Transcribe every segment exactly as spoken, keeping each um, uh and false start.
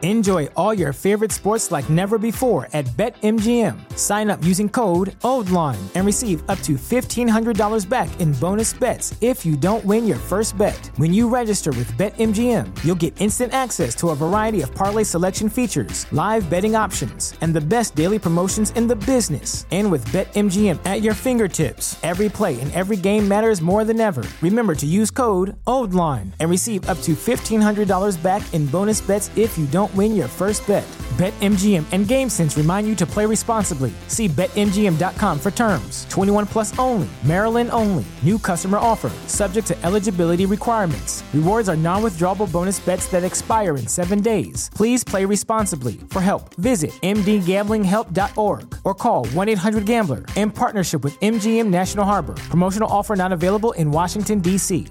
Enjoy all your favorite sports like never before at BetMGM. Sign up using code OldLine and receive up to fifteen hundred dollars back in bonus bets if you don't win your first bet. When you register with BetMGM, you'll get instant access to a variety of parlay selection features, live betting options, and the best daily promotions in the business. And with BetMGM at your fingertips, every play and every game matters more than ever. Remember to use code OldLine and receive up to fifteen hundred dollars back in bonus bets if you don't win your first bet. BetMGM and GameSense remind you to play responsibly. See Bet M G M dot com for terms. twenty-one plus only. Maryland only. New customer offer. Subject to eligibility requirements. Rewards are non-withdrawable bonus bets that expire in seven days. Please play responsibly. For help, visit m d gambling help dot org or call one eight hundred gambler in partnership with M G M National Harbor. Promotional offer not available in Washington, D C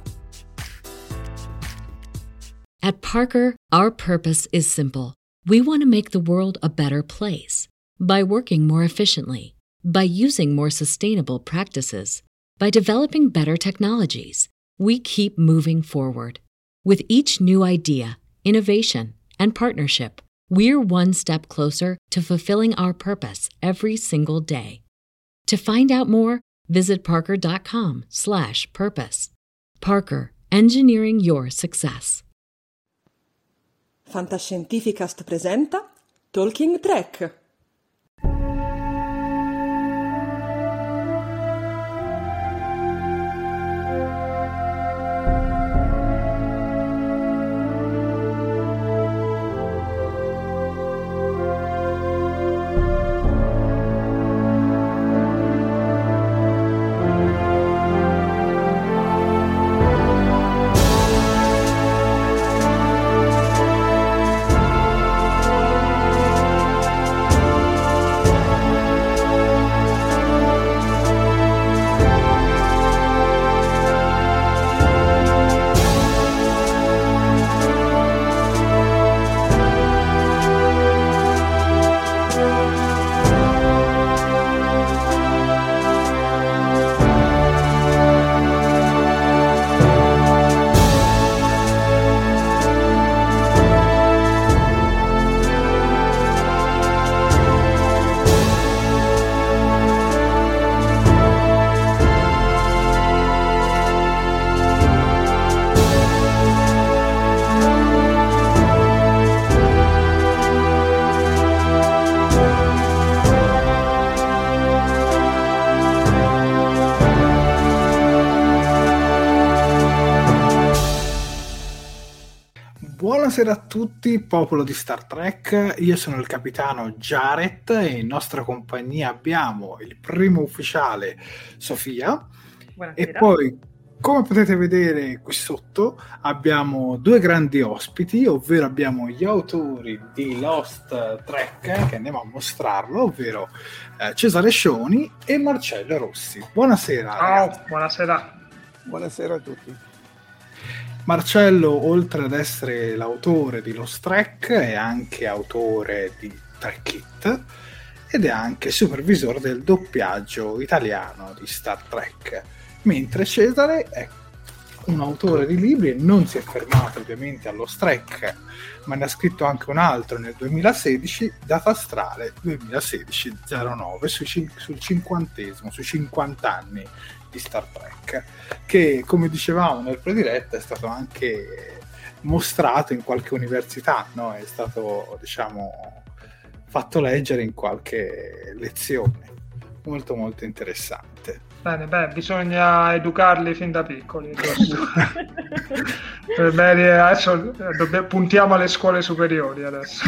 At Parker, our purpose is simple. We want to make the world a better place by working more efficiently, by using more sustainable practices, by developing better technologies. We keep moving forward. With each new idea, innovation, and partnership, we're one step closer to fulfilling our purpose every single day. To find out more, visit parker.com slash purpose. Parker, engineering your success. Fantascientificast presenta Talking Trek. Buonasera a tutti, popolo di Star Trek. Io sono il capitano Jared e in nostra compagnia abbiamo il primo ufficiale Sofia. Buonasera. E poi, come potete vedere qui sotto, abbiamo due grandi ospiti, ovvero abbiamo gli autori di Lost Trek, che andiamo a mostrarlo, ovvero eh, Cesare Scioni e Marcello Rossi. Buonasera. Ciao, ragazzi. buonasera. Buonasera a tutti. Marcello, oltre ad essere l'autore di Lost Trek, è anche autore di Trek It ed è anche supervisore del doppiaggio italiano di Star Trek, mentre Cesare è un autore di libri e non si è fermato ovviamente allo Lost Trek, ma ne ha scritto anche un altro nel duemilasedici, Data Astrale duemilasedici zero nove, sui, sul cinquantesimo, sui cinquanta anni di Star Trek, che come dicevamo nel prediretta è stato anche mostrato in qualche università, no? È stato, diciamo, fatto leggere in qualche lezione. Molto molto interessante. Bene, beh, bisogna educarli fin da piccoli. Per me adesso dobbiamo, puntiamo alle scuole superiori adesso.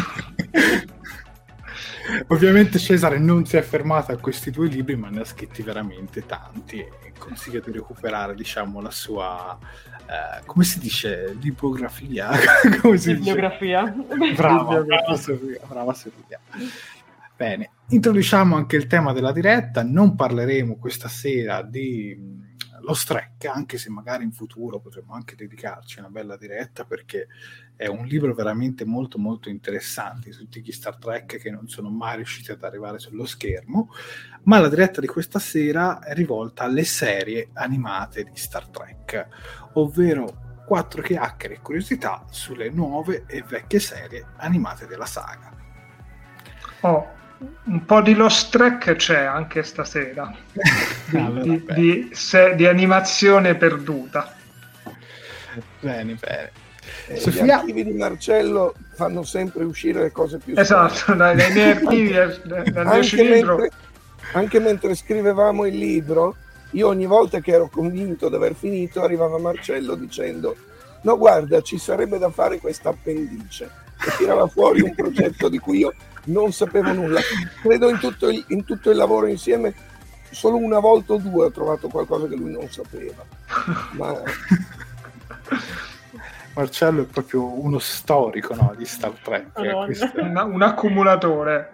Ovviamente Cesare non si è fermato a questi due libri, ma ne ha scritti veramente tanti e consiglio di recuperare, diciamo, la sua eh, come si dice? Libografia? Come si Bibliografia. Dice? Brava, brava Sofia, brava Sofia. Bene, introduciamo anche il tema della diretta. Non parleremo questa sera di Lost Trek, anche se magari in futuro potremmo anche dedicarci a una bella diretta, perché è un libro veramente molto molto interessante su tutti gli Star Trek che non sono mai riusciti ad arrivare sullo schermo. Ma la diretta di questa sera è rivolta alle serie animate di Star Trek, ovvero quattro chiacchiere e curiosità sulle nuove e vecchie serie animate della saga. Oh, un po' di Lost Trek c'è anche stasera, di, allora, di, di, se, di animazione perduta. Bene, bene. Eh, Sofia... Gli archivi di Marcello fanno sempre uscire le cose più esatto, dai, dai miei archivi dal mio anche cilindro. mentre, anche mentre scrivevamo il libro, io ogni volta che ero convinto di aver finito arrivava Marcello dicendo: no, guarda, ci sarebbe da fare questa appendice, e tirava fuori un progetto di cui io non sapevo nulla. Credo in tutto il, in tutto il lavoro insieme solo una volta o due ho trovato qualcosa che lui non sapeva. Ma Marcello è proprio uno storico, no, di Star Trek. Oh, Questo... Una, un accumulatore.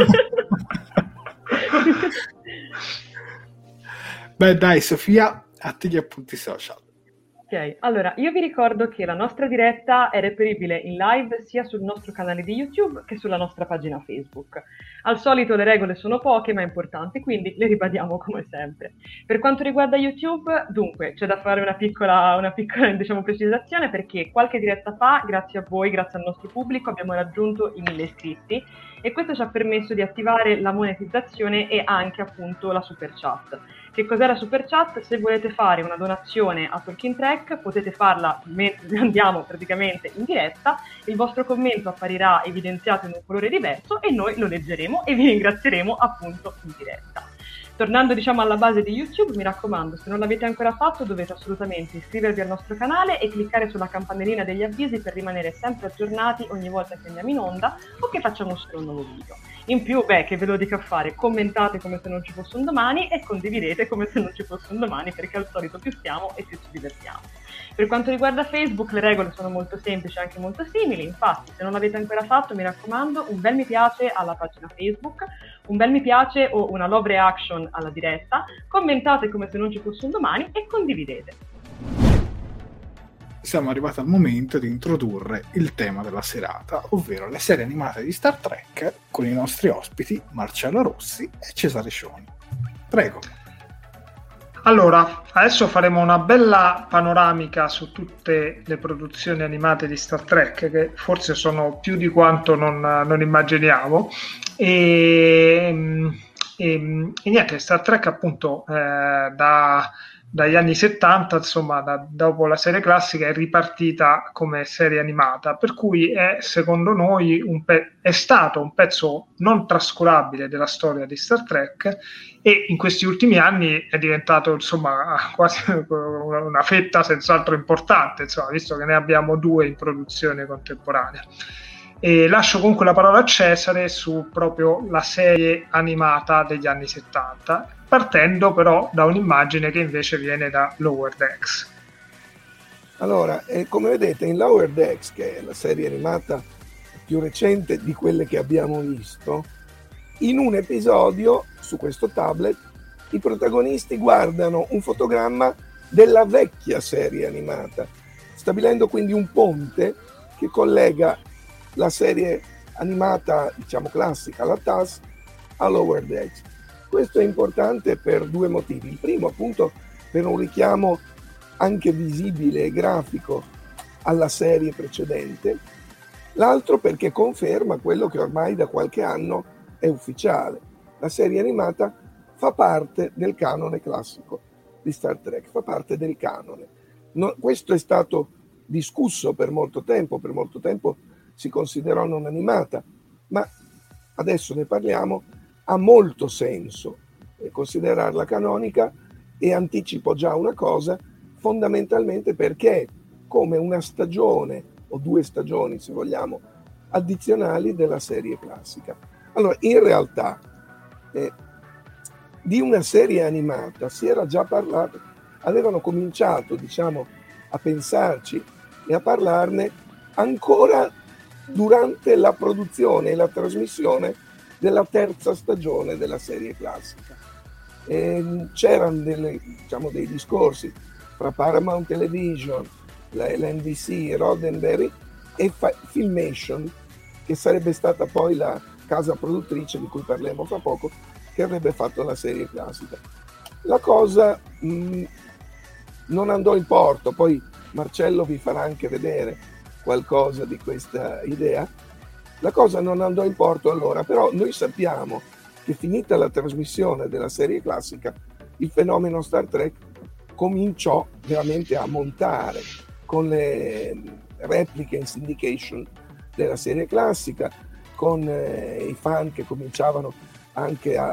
Beh, dai, Sofia, a te gli appunti social. Ok, allora io vi ricordo che la nostra diretta è reperibile in live sia sul nostro canale di YouTube che sulla nostra pagina Facebook. Al solito le regole sono poche ma importanti, quindi le ribadiamo come sempre. Per quanto riguarda YouTube, dunque, c'è da fare una piccola, una piccola diciamo, precisazione, perché qualche diretta fa, grazie a voi, grazie al nostro pubblico, abbiamo raggiunto i mille iscritti e questo ci ha permesso di attivare la monetizzazione e anche appunto la super chat. Che cos'è la super chat? Se volete fare una donazione a Talking Trek potete farla mentre andiamo praticamente in diretta, il vostro commento apparirà evidenziato in un colore diverso e noi lo leggeremo e vi ringrazieremo appunto in diretta. Tornando diciamo alla base di YouTube, mi raccomando, se non l'avete ancora fatto dovete assolutamente iscrivervi al nostro canale e cliccare sulla campanellina degli avvisi per rimanere sempre aggiornati ogni volta che andiamo in onda o che facciamo uscire un nuovo video. In più, beh, che ve lo dico a fare, commentate come se non ci fosse un domani e condividete come se non ci fosse un domani, perché al solito più stiamo e più ci divertiamo. Per quanto riguarda Facebook, le regole sono molto semplici e anche molto simili, infatti se non l'avete ancora fatto mi raccomando un bel mi piace alla pagina Facebook, un bel mi piace o una love reaction alla diretta, commentate come se non ci fosse un domani e condividete. Siamo arrivati al momento di introdurre il tema della serata, ovvero le serie animate di Star Trek con i nostri ospiti Marcello Rossi e Cesare Scioni. Prego. Allora, adesso faremo una bella panoramica su tutte le produzioni animate di Star Trek, che forse sono più di quanto non, non immaginiamo. E, e, e niente, Star Trek appunto eh, da... dagli anni settanta, insomma, da, dopo la serie classica è ripartita come serie animata, per cui è, secondo noi, un pe- è stato un pezzo non trascurabile della storia di Star Trek e in questi ultimi anni è diventato, insomma, quasi una fetta senz'altro importante, insomma, visto che ne abbiamo due in produzione contemporanea. E lascio comunque la parola a Cesare su proprio la serie animata degli anni settanta, partendo però da un'immagine che invece viene da Lower Decks. Allora, eh, come vedete in Lower Decks, che è la serie animata più recente di quelle che abbiamo visto, in un episodio su questo tablet i protagonisti guardano un fotogramma della vecchia serie animata, stabilendo quindi un ponte che collega la serie animata, diciamo classica, la T A S, a Lower Decks. Questo è importante per due motivi. Il primo, appunto, per un richiamo anche visibile e grafico alla serie precedente. L'altro perché conferma quello che ormai da qualche anno è ufficiale. La serie animata fa parte del canone classico di Star Trek, fa parte del canone. No, questo è stato discusso per molto tempo, per molto tempo si considerò non animata, ma adesso ne parliamo, ha molto senso considerarla canonica e anticipo già una cosa, fondamentalmente perché come una stagione o due stagioni, se vogliamo, addizionali della serie classica. Allora, in realtà eh, di una serie animata si era già parlato, avevano cominciato, diciamo, a pensarci e a parlarne ancora durante la produzione e la trasmissione della terza stagione della serie classica. E c'erano delle, diciamo, dei discorsi fra Paramount Television, l'N B C, Roddenberry e Fa- Filmation, che sarebbe stata poi la casa produttrice di cui parleremo fra poco, che avrebbe fatto la serie classica. La cosa mh, non andò in porto, poi Marcello vi farà anche vedere qualcosa di questa idea. La cosa non andò in porto allora, però noi sappiamo che finita la trasmissione della serie classica, il fenomeno Star Trek cominciò veramente a montare con le repliche in syndication della serie classica, con eh, i fan che cominciavano anche a,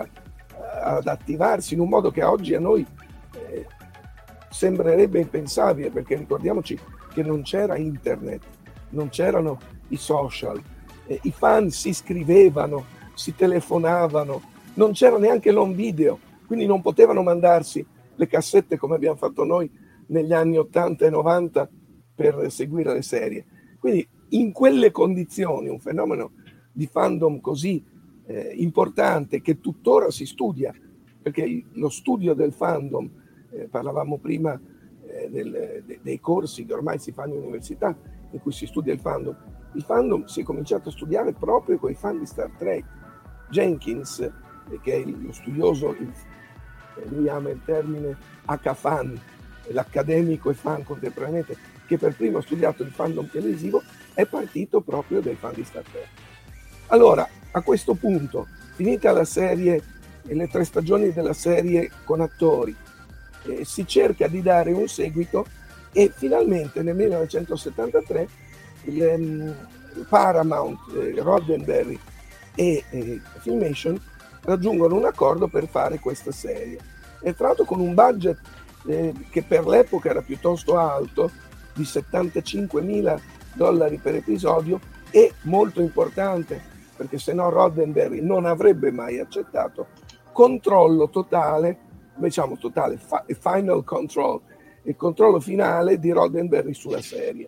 a, ad attivarsi in un modo che oggi a noi eh, sembrerebbe impensabile, perché ricordiamoci che non c'era internet, non c'erano i social, eh, i fan si scrivevano, si telefonavano, non c'era neanche l'home video, quindi non potevano mandarsi le cassette come abbiamo fatto noi negli anni ottanta e novanta per seguire le serie. Quindi in quelle condizioni un fenomeno di fandom così eh, importante, che tuttora si studia, perché lo studio del fandom, eh, parlavamo prima eh, del, de, dei corsi che ormai si fanno in università in cui si studia il fandom, il fandom si è cominciato a studiare proprio con i fan di Star Trek. Jenkins, eh, che è lo studioso, il, eh, lui ama il termine H-fan, l'accademico e fan contemporaneamente, che per primo ha studiato il fandom televisivo, è partito proprio dai fan di Star Trek. Allora, a questo punto, finita la serie e le tre stagioni della serie con attori, eh, si cerca di dare un seguito e finalmente nel millenovecentosettantatré il, um, Paramount, eh, Roddenberry e eh, Filmation raggiungono un accordo per fare questa serie. E tra l'altro con un budget eh, che per l'epoca era piuttosto alto, di settantacinquemila dollari per episodio, e molto importante, perché se no Roddenberry non avrebbe mai accettato, controllo totale, diciamo totale, fa- final control, il controllo finale di Roddenberry sulla serie.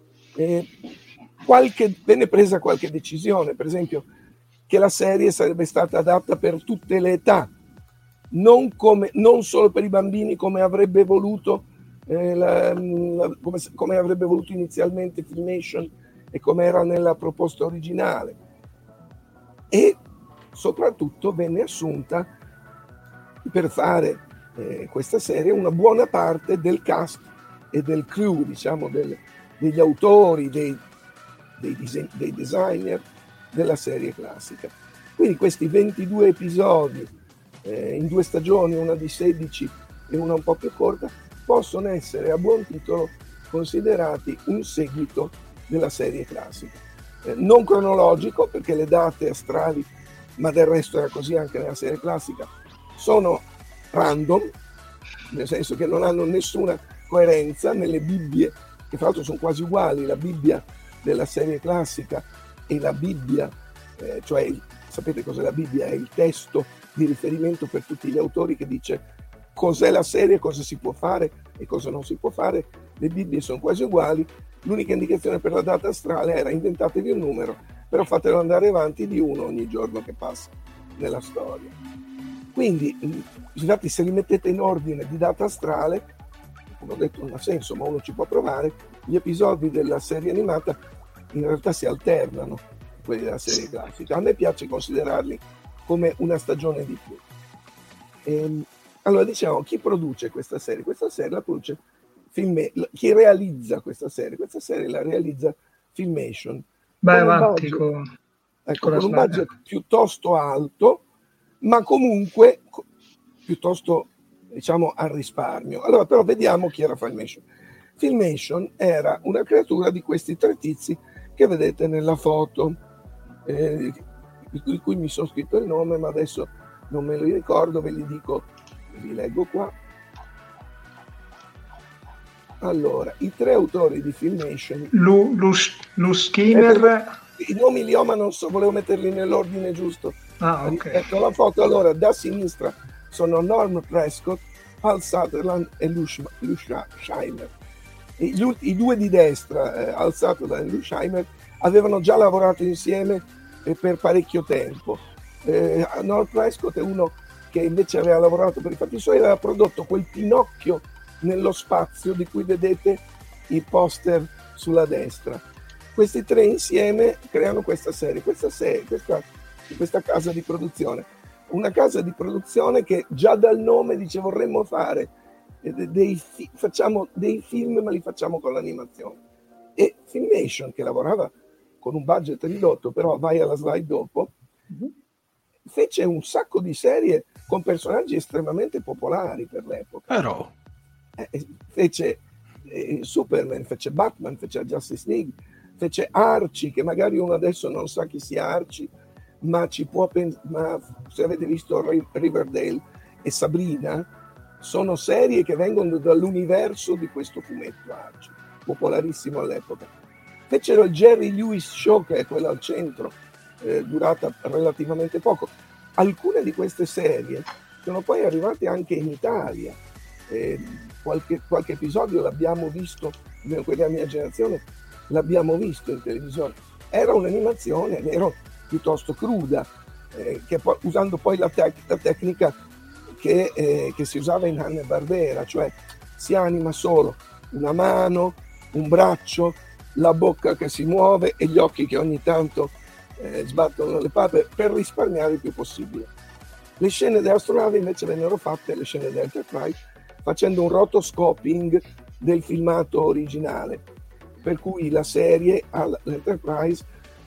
E qualche, venne presa qualche decisione, per esempio che la serie sarebbe stata adatta per tutte le età, non, come, non solo per i bambini come avrebbe voluto eh, la, la, come, come avrebbe voluto inizialmente Filmation e come era nella proposta originale, e soprattutto venne assunta per fare eh, questa serie una buona parte del cast e del crew, diciamo del, degli autori, dei, dei, dise- dei designer della serie classica. Quindi questi ventidue episodi eh, in due stagioni, una di sedici e una un po' più corta, possono essere a buon titolo considerati un seguito della serie classica. Eh, non cronologico, perché le date astrali, ma del resto era così anche nella serie classica, sono random, nel senso che non hanno nessuna coerenza nelle Bibbie, che tra l'altro sono quasi uguali, la Bibbia della serie classica e la Bibbia, eh, cioè il, sapete cos'è la Bibbia? È il testo di riferimento per tutti gli autori che dice cos'è la serie, cosa si può fare e cosa non si può fare. Le Bibbie sono quasi uguali, l'unica indicazione per la data astrale era inventatevi un numero, però fatelo andare avanti di uno ogni giorno che passa nella storia. Quindi, infatti, se li mettete in ordine di data astrale, come ho detto non ha senso, ma uno ci può provare, gli episodi della serie animata in realtà si alternano, quelli della serie classica. A me piace considerarli come una stagione di più. E, allora, diciamo, chi produce questa serie? Questa serie la produce Filme, chi realizza questa serie? Questa serie la realizza Filmation. Beh, con avanti, un budget, con, ecco, con, con un budget piuttosto alto, ma comunque piuttosto, diciamo, al risparmio. Allora, però vediamo chi era Filmation. Filmation era una creatura di questi tre tizi che vedete nella foto, eh, di cui mi sono scritto il nome, ma adesso non me lo ricordo, ve li dico, vi leggo qua. Allora, i tre autori di Filmation, Lu, Lu, Lu Skinner, i nomi li ho, ma non so, volevo metterli nell'ordine giusto. Ah, ok. Rispetto alla foto, allora, da sinistra sono Norm Prescott, Hal Sutherland e Lou, Lou Scheimer. E gli, I due di destra, eh, Hal Sutherland e Lou Scheimer, avevano già lavorato insieme eh, per parecchio tempo. Eh, Norm Prescott è uno che invece aveva lavorato per i fatti suoi, aveva prodotto quel Pinocchio nello spazio di cui vedete i poster sulla destra. Questi tre insieme creano questa serie, questa serie, questa, questa casa di produzione. Una casa di produzione che già dal nome dice vorremmo fare dei fi- facciamo dei film, ma li facciamo con l'animazione. E Filmation, che lavorava con un budget ridotto, però vai alla slide dopo, fece un sacco di serie con personaggi estremamente popolari per l'epoca. Però Eh, fece eh, Superman, fece Batman, fece Justice League, fece Archie, che magari uno adesso non sa chi sia Archie, ma ci può pensare, ma se avete visto Riverdale e Sabrina, sono serie che vengono dall'universo di questo fumetto Archie, popolarissimo all'epoca. Fecero il Jerry Lewis Show, che è quello al centro, eh, durata relativamente poco. Alcune di queste serie sono poi arrivate anche in Italia. Eh, qualche, qualche episodio l'abbiamo visto, quella mia generazione l'abbiamo visto in televisione. Era un'animazione, è vero, piuttosto cruda, eh, che poi, usando poi la, tec- la tecnica che, eh, che si usava in Hanna-Barbera, cioè si anima solo una mano, un braccio, la bocca che si muove e gli occhi che ogni tanto eh, sbattono le palpebre per risparmiare il più possibile. Le scene dell'astronave invece vennero fatte, le scene dell'Enterprise, facendo un rotoscoping del filmato originale, per cui la serie all'Enterprise,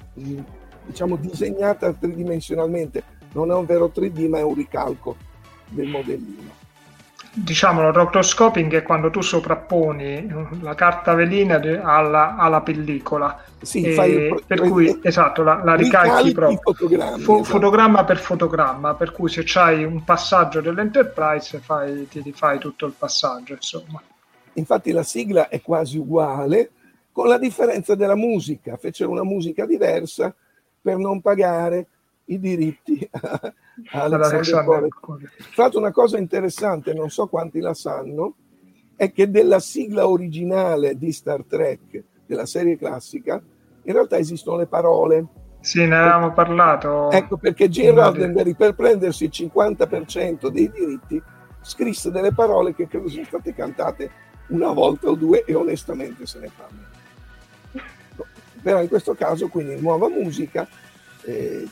diciamo, disegnata tridimensionalmente, non è un vero tre D ma è un ricalco del modellino. Diciamo, il rotoscoping è quando tu sovrapponi la carta velina alla, alla pellicola. Sì, e fai il, per cui esatto, la, la ricalchi proprio fotogrammi, fo- esatto. fotogramma per fotogramma, per cui se c'hai un passaggio dell'Enterprise fai, ti rifai tutto il passaggio, insomma. Infatti la sigla è quasi uguale, con la differenza della musica. Fecero una musica diversa per non pagare i diritti a Alexander Corey. Tra l'altro una cosa interessante, non so quanti la sanno, è che della sigla originale di Star Trek, della serie classica, in realtà esistono le parole. Sì, ne avevamo parlato. Ecco, perché Gene Roddenberry, per prendersi il cinquanta per cento dei diritti, scrisse delle parole che credo siano state cantate una volta o due e onestamente se ne parla. Però in questo caso quindi nuova musica, eh,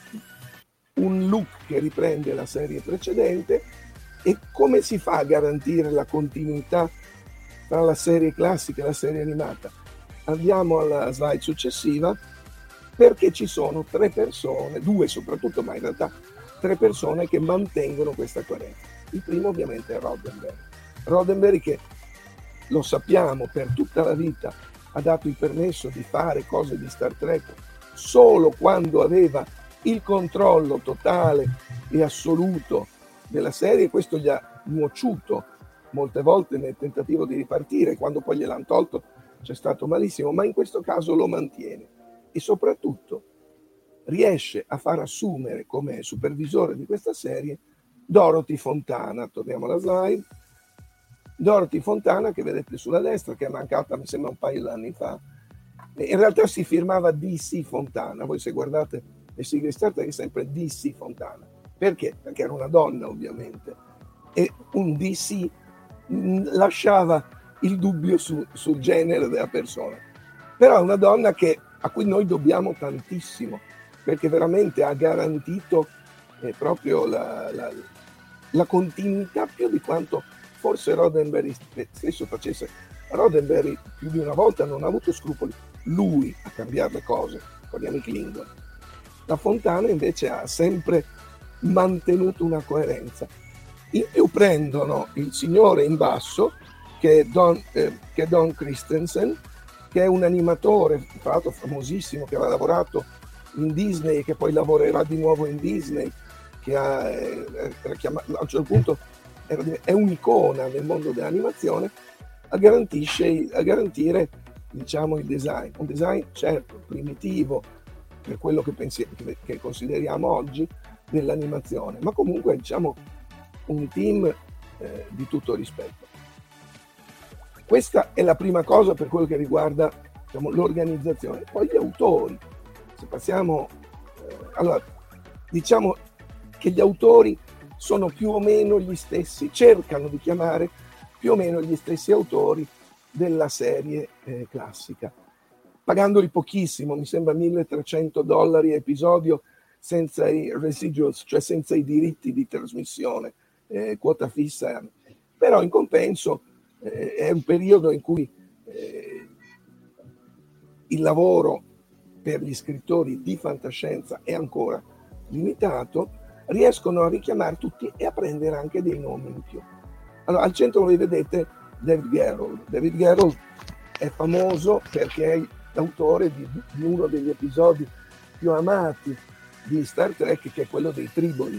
un look che riprende la serie precedente. E come si fa a garantire la continuità tra la serie classica e la serie animata? Andiamo alla slide successiva, perché ci sono tre persone, due soprattutto, ma in realtà tre persone che mantengono questa coerenza. Il primo ovviamente è Roddenberry. Roddenberry, che lo sappiamo per tutta la vita ha dato il permesso di fare cose di Star Trek solo quando aveva il controllo totale e assoluto della serie. Questo gli ha nuociuto molte volte nel tentativo di ripartire, quando poi gliel'hanno tolto c'è stato malissimo, ma in questo caso lo mantiene e soprattutto riesce a far assumere come supervisore di questa serie Dorothy Fontana. Torniamo alla slide. Dorothy Fontana, che vedete sulla destra, che è mancata mi sembra un paio di anni fa, in realtà si firmava D C Fontana. Voi se guardate le sigle Star Trek è sempre D C Fontana. Perché? Perché era una donna ovviamente, e un D C lasciava il dubbio su, sul genere della persona, però è una donna che, a cui noi dobbiamo tantissimo, perché veramente ha garantito eh, proprio la, la, la continuità più di quanto forse Roddenberry stesso facesse. Roddenberry più di una volta non ha avuto scrupoli lui a cambiare le cose, ricordiamo i Klingon. La Fontana invece ha sempre mantenuto una coerenza. In più prendono il signore in basso, che è Don, eh, che è Don Christensen, che è un animatore, tra l'altro famosissimo, che aveva lavorato in Disney e che poi lavorerà di nuovo in Disney, che ha, eh, era chiamato, a un certo punto era, è un'icona nel mondo dell'animazione, a, garantisce, a garantire, diciamo, il design. Un design certo primitivo per quello che, pensi, che, che consideriamo oggi dell'animazione, ma comunque diciamo un team eh, di tutto rispetto. Questa è la prima cosa per quello che riguarda, diciamo, l'organizzazione. Poi gli autori, se passiamo, eh, allora diciamo che gli autori sono più o meno gli stessi, cercano di chiamare più o meno gli stessi autori della serie eh, classica, pagandoli pochissimo, mi sembra milletrecento dollari a episodio, senza i residuals, cioè senza i diritti di trasmissione, eh, quota fissa, però in compenso eh, è un periodo in cui eh, il lavoro per gli scrittori di fantascienza è ancora limitato, riescono a richiamare tutti e a prendere anche dei nomi in più. Allora, al centro voi vedete David Gerrold. David Gerrold è famoso perché è l'autore di, di uno degli episodi più amati di Star Trek, che è quello dei Triboli,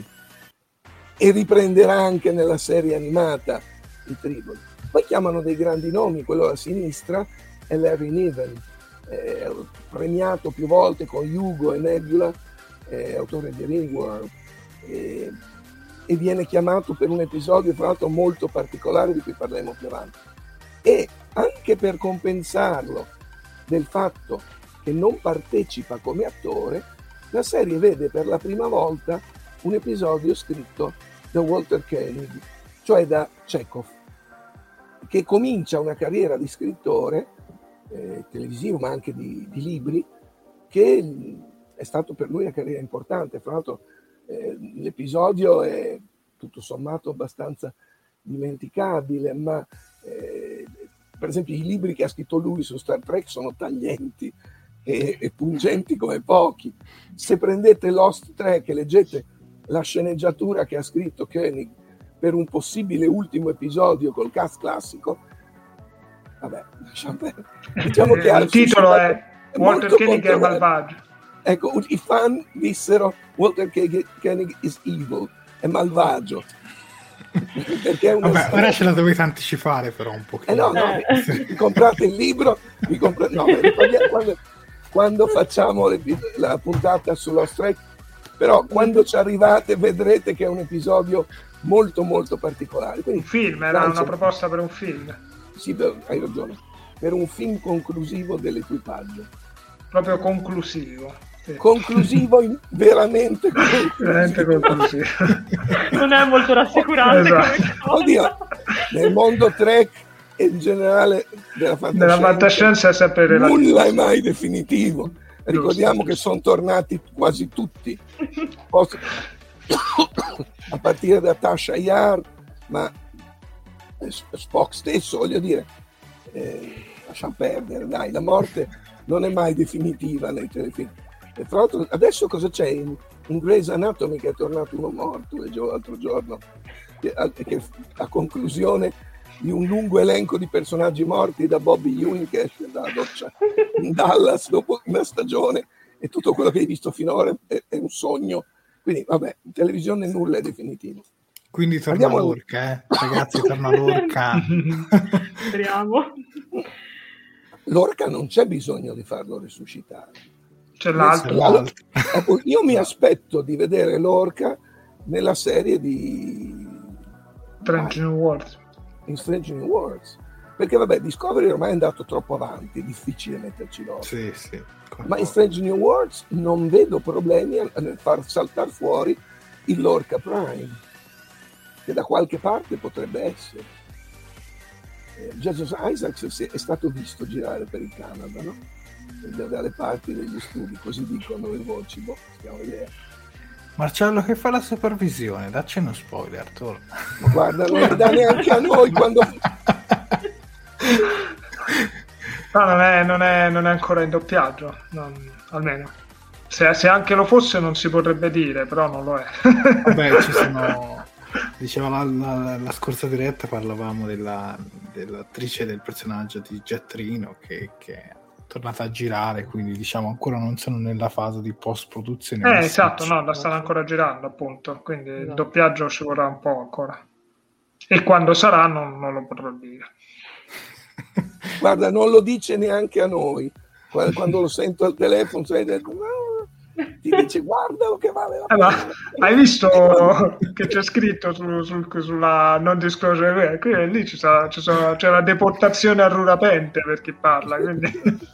e riprenderà anche nella serie animata i Triboli. Poi chiamano dei grandi nomi, quello a sinistra è Larry Niven, eh, premiato più volte con Hugo e Nebula, eh, autore di Ringworld, eh, e viene chiamato per un episodio tra l'altro molto particolare di cui parleremo più avanti. E anche per compensarlo del fatto che non partecipa come attore, la serie vede per la prima volta un episodio scritto da Walter Koenig, cioè da Chekhov, che comincia una carriera di scrittore eh, televisivo ma anche di, di libri, che è stato per lui una carriera importante. Fra l'altro eh, l'episodio è tutto sommato abbastanza dimenticabile, ma eh, per esempio i libri che ha scritto lui su Star Trek sono taglienti e, e pungenti come pochi. Se prendete Lost Trek e leggete la sceneggiatura che ha scritto Koenig per un possibile ultimo episodio col cast classico, vabbè, diciamo che il titolo è Walter Koenig è malvagio. Ecco, i fan dissero Walter Koenig is evil, è malvagio. Perché è una vabbè, storia... ora ce la dovete anticipare però un pochino. Eh no, no, vi, vi comprate il libro, vi compra... no, quando, quando facciamo le, la puntata sulla Trek, però quando ci arrivate vedrete che è un episodio molto molto particolare. Quindi, un film, era una proposta per un film. Sì, hai ragione, per un film conclusivo dell'equipaggio. Proprio conclusivo. Sì. Conclusivo, in, veramente conclusivo. Veramente conclusivo. Non è molto rassicurante. Esatto. Oddio, nel mondo Trek e in generale della fantascienza, nella fantascienza è sempre relativo. Nulla è mai definitivo. Ricordiamo che sono tornati quasi tutti, a partire da Tasha Yar, ma Spock stesso, voglio dire, eh, lasciamo perdere, dai, la morte non è mai definitiva nei telefilm. E tra l'altro adesso cosa c'è in, in Grey's Anatomy, che è tornato uno morto, leggevo l'altro giorno, che, che a conclusione di un lungo elenco di personaggi morti, da Bobby Ewing che esce dalla doccia in Dallas dopo una stagione, e tutto quello che hai visto finora è, è un sogno. Quindi vabbè, in televisione nulla è definitivo. Quindi torna Andiamo... Lorca, eh? Ragazzi, torna Lorca. Speriamo. Lorca non c'è bisogno di farlo risuscitare. C'è l'altro. Allora, io mi aspetto di vedere Lorca nella serie di Strange New Worlds. In Strange New Worlds, perché vabbè, Discovery ormai è andato troppo avanti, è difficile metterci Lorca. Sì, sì, ma in Strange New Worlds non vedo problemi nel far saltare fuori il Lorca Prime, che da qualche parte potrebbe essere. eh, Jason Isaacs è stato visto girare per il Canada, no? Dalle parti degli studi, così dicono le voci, boh, stiamo a vedere. Marcello che fa la supervisione, dacci uno spoiler, Arturo. Ma guarda, non ne dà neanche a noi quando... No, non è, non è, non è ancora in doppiaggio, non, almeno. Se, se anche lo fosse non si potrebbe dire, però non lo è. Vabbè, ci sono... Diceva la, la, la scorsa diretta, parlavamo della, dell'attrice del personaggio di Jet Reno che... che... tornata a girare, quindi diciamo ancora non sono nella fase di post produzione. Eh, esatto, no, la stanno ancora girando, appunto, quindi no. Il doppiaggio ci vorrà un po' ancora. E quando sarà non, non lo potrò dire. Guarda, non lo dice neanche a noi. Quando, quando lo sento al telefono, sai, detto, no, ti dice guardalo che vale la pena. Eh, ma hai visto che c'è scritto su, su, sulla non disclosure? Qui lì ci sa, ci sono, c'è la deportazione a rurapente per chi parla, quindi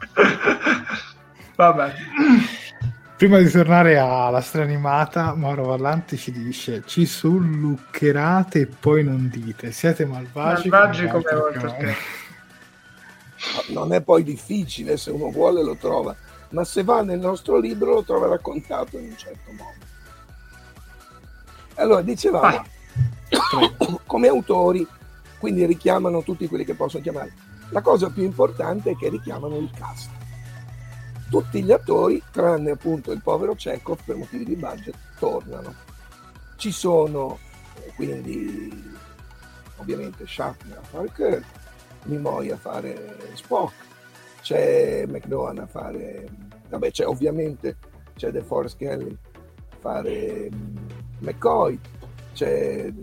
vabbè. Prima di tornare alla storia animata, Mauro Vallanti ci dice: ci sulluccherate e poi non dite, siete malvagi, malvagi come, come Walter. Non è poi difficile, se uno vuole lo trova, ma se va nel nostro libro lo trova raccontato in un certo modo. Allora, dicevamo, ah. come autori quindi richiamano tutti quelli che possono chiamare. La cosa più importante è che richiamano il cast. Tutti gli attori, tranne appunto il povero Chekhov, per motivi di budget, tornano. Ci sono quindi ovviamente Shatner a fare Kirk, Nimoy a fare Spock, c'è McDohan a fare, vabbè c'è ovviamente c'è DeForest Kelley a fare McCoy, c'è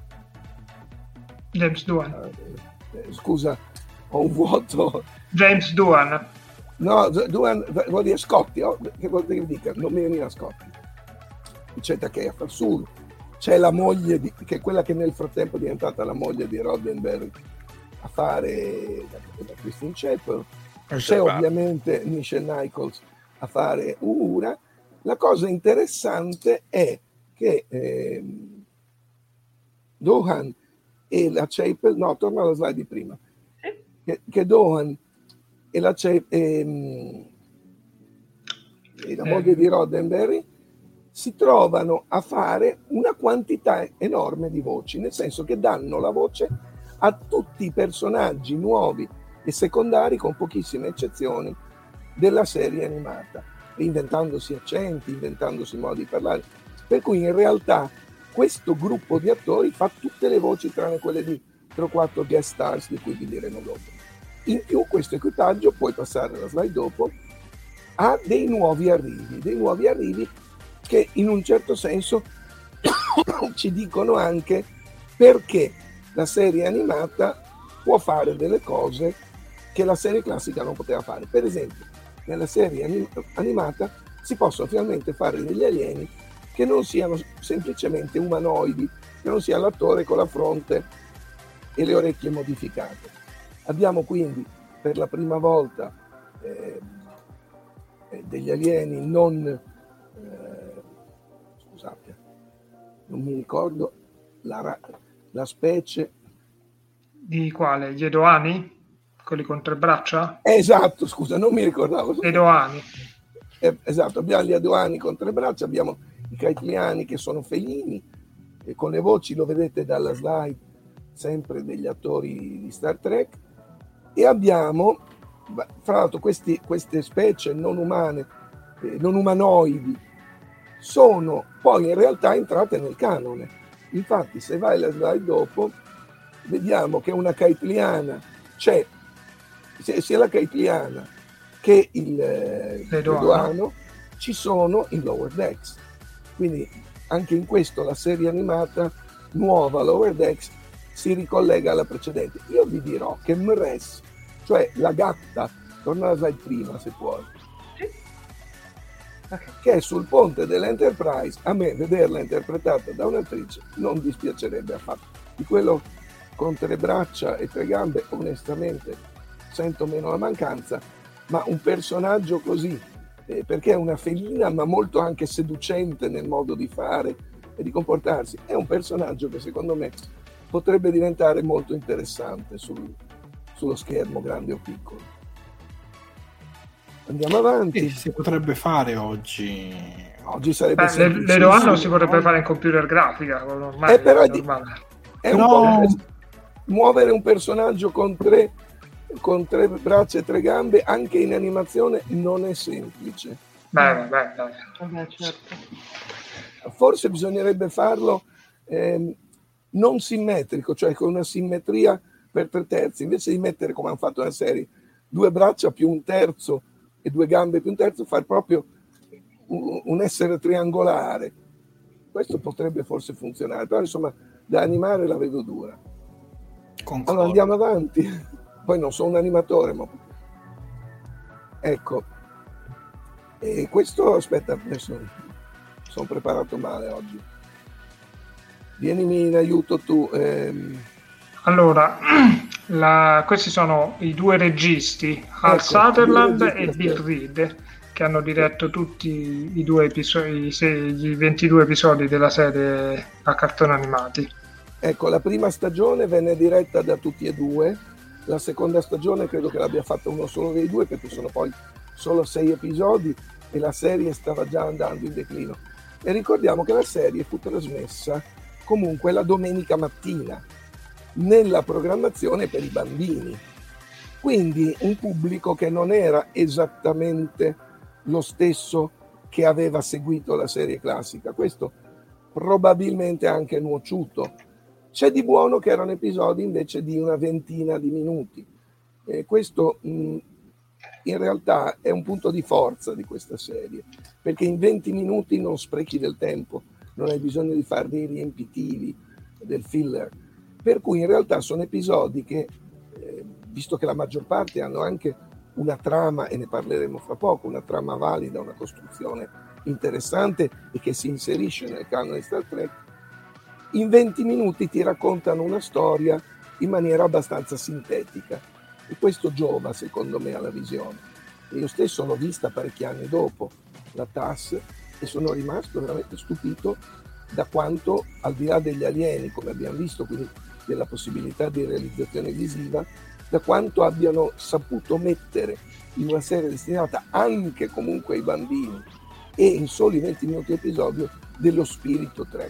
James Doohan. Uh, scusa, ho un vuoto. James Doohan. No, Doohan vuol dire Scotti, oh, che vuol dire che dica, non mi veniva Scotti. C'è Takei Farsulu, c'è la moglie, di, che è quella che nel frattempo è diventata la moglie di Roddenberry a fare da Christine Chappell, c'è ovviamente Nichelle Nichols a fare Uhura. La cosa interessante è che eh, Doohan e la Chappell, no, torna alla slide di prima, che, che Doohan e la, Chappell, e, e la moglie di Roddenberry si trovano a fare una quantità enorme di voci, nel senso che danno la voce a tutti i personaggi nuovi e secondari, con pochissime eccezioni, della serie animata, inventandosi accenti, inventandosi modi di parlare, per cui in realtà questo gruppo di attori fa tutte le voci tranne quelle di tre o quattro guest stars di cui vi diremo dopo. In più questo equipaggio, puoi passare alla slide dopo, ha dei nuovi arrivi, dei nuovi arrivi che in un certo senso ci dicono anche perché la serie animata può fare delle cose che la serie classica non poteva fare. Per esempio, nella serie anim- animata si possono finalmente fare degli alieni che non siano semplicemente umanoidi, che non sia l'attore con la fronte e le orecchie modificate. Abbiamo quindi per la prima volta eh, degli alieni non, eh, scusate, non mi ricordo la, la specie. Di quale? Gli Edoani? Quelli con tre braccia? Esatto, scusa, non mi ricordavo. Edoani. Eh, esatto, abbiamo gli Edoani con tre braccia, abbiamo i Caitliani che sono felini, e con le voci, lo vedete dalla slide, sempre degli attori di Star Trek, e abbiamo, fra l'altro, questi, queste specie non umane, eh, non umanoidi, sono poi in realtà entrate nel canone. Infatti, se vai alla slide dopo, vediamo che una Caitliana c'è, sia la Caitliana che il eh, Edoano ci sono in Lower Decks. Quindi anche in questo la serie animata nuova Lower Decks si ricollega alla precedente. Io vi dirò che Mres, cioè la gatta, torna alla slide prima se puoi, okay, che è sul ponte dell'Enterprise, a me vederla interpretata da un'attrice non dispiacerebbe affatto. Di quello con tre braccia e tre gambe onestamente sento meno la mancanza, ma un personaggio così, eh, perché è una felina ma molto anche seducente nel modo di fare e di comportarsi, è un personaggio che secondo me potrebbe diventare molto interessante sul, sullo schermo grande o piccolo. Andiamo avanti. Sì, si potrebbe fare oggi. Oggi sarebbe Beh, l'Edoano si potrebbe fare in computer grafica, ormai eh, però è è, normale. È però... un po' muovere un personaggio con tre, con tre braccia e tre gambe anche in animazione non è semplice. Beh, beh, beh. Vabbè, certo. Forse bisognerebbe farlo eh, non simmetrico, cioè con una simmetria per tre terzi, invece di mettere, come hanno fatto nella serie, due braccia più un terzo e due gambe più un terzo, fare proprio un, un essere triangolare. Questo potrebbe forse funzionare, però insomma da animare la vedo dura. Concordo. Allora andiamo avanti. Poi non sono un animatore, ma ecco. E questo, aspetta, adesso sono preparato male oggi. Vienimi in aiuto tu. Ehm. Allora, la, questi sono i due registi, Hal ecco, Sutherland registi, e Bill Reed, che hanno diretto tutti i due episodi, i ventidue episodi della serie a cartoni animati. Ecco, la prima stagione venne diretta da tutti e due, la seconda stagione credo che l'abbia fatta uno solo dei due, perché sono poi solo sei episodi e la serie stava già andando in declino. E ricordiamo che la serie fu trasmessa comunque la domenica mattina, nella programmazione per i bambini. Quindi un pubblico che non era esattamente lo stesso che aveva seguito la serie classica. Questo probabilmente ha anche nuociuto. C'è di buono che erano episodi invece di una ventina di minuti. E questo mh, in realtà è un punto di forza di questa serie, perché in venti minuti non sprechi del tempo, non hai bisogno di fare dei riempitivi, del filler. Per cui in realtà sono episodi che, eh, visto che la maggior parte hanno anche una trama, e ne parleremo fra poco, una trama valida, una costruzione interessante e che si inserisce nel canone di Star Trek, in venti minuti ti raccontano una storia in maniera abbastanza sintetica, e questo giova secondo me alla visione. E io stesso l'ho vista parecchi anni dopo la T A S e sono rimasto veramente stupito da quanto, al di là degli alieni, come abbiamo visto, quindi della possibilità di realizzazione visiva, da quanto abbiano saputo mettere in una serie destinata anche comunque ai bambini e in soli venti minuti di episodio dello spirito Trek.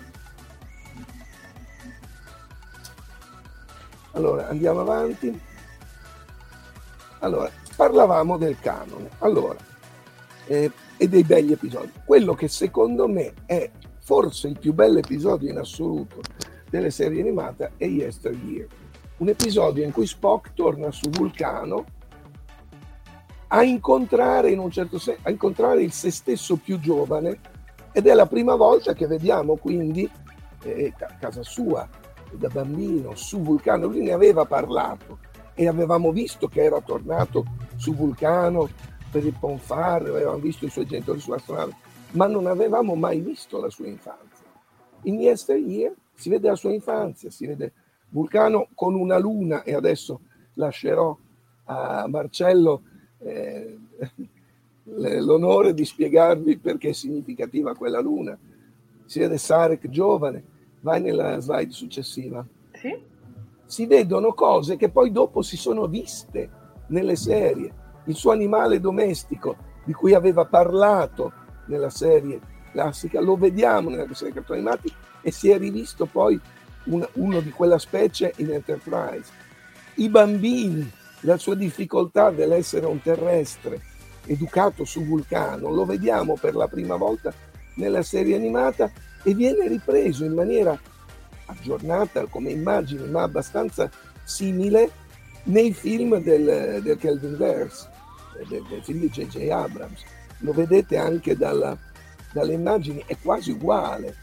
Allora, andiamo avanti. Allora, parlavamo del canone, allora, eh, e dei begli episodi. Quello che secondo me è forse il più bello episodio in assoluto delle serie animate è Yesteryear, un episodio in cui Spock torna su Vulcano a incontrare, in un certo senso, a incontrare il se stesso più giovane, ed è la prima volta che vediamo quindi eh, a casa sua, da bambino, su Vulcano. Lui ne aveva parlato e avevamo visto che era tornato su Vulcano per il Ponfar, avevamo visto i suoi genitori sull'astronave, ma non avevamo mai visto la sua infanzia. In Yesteryear si vede la sua infanzia, si vede Vulcano con una luna, e adesso lascerò a Marcello eh, l'onore di spiegarvi perché è significativa quella luna. Si vede Sarek giovane, vai nella slide successiva. Sì. Si vedono cose che poi dopo si sono viste nelle serie. Il suo animale domestico di cui aveva parlato nella serie classica lo vediamo nella serie cartoni animati, e si è rivisto poi un, uno di quella specie in Enterprise. I bambini, la sua difficoltà dell'essere un terrestre educato su Vulcano, lo vediamo per la prima volta nella serie animata, e viene ripreso in maniera aggiornata come immagini, ma abbastanza simile nei film del, del Kelvinverse, del, del film di J J Abrams. Lo vedete anche dalla, dalle immagini, è quasi uguale.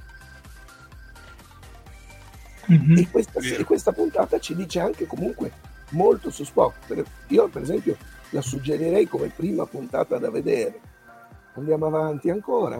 Mm-hmm. E, questa, e questa puntata ci dice anche comunque molto su Spock. Per, io per esempio la suggerirei come prima puntata da vedere. Andiamo avanti ancora.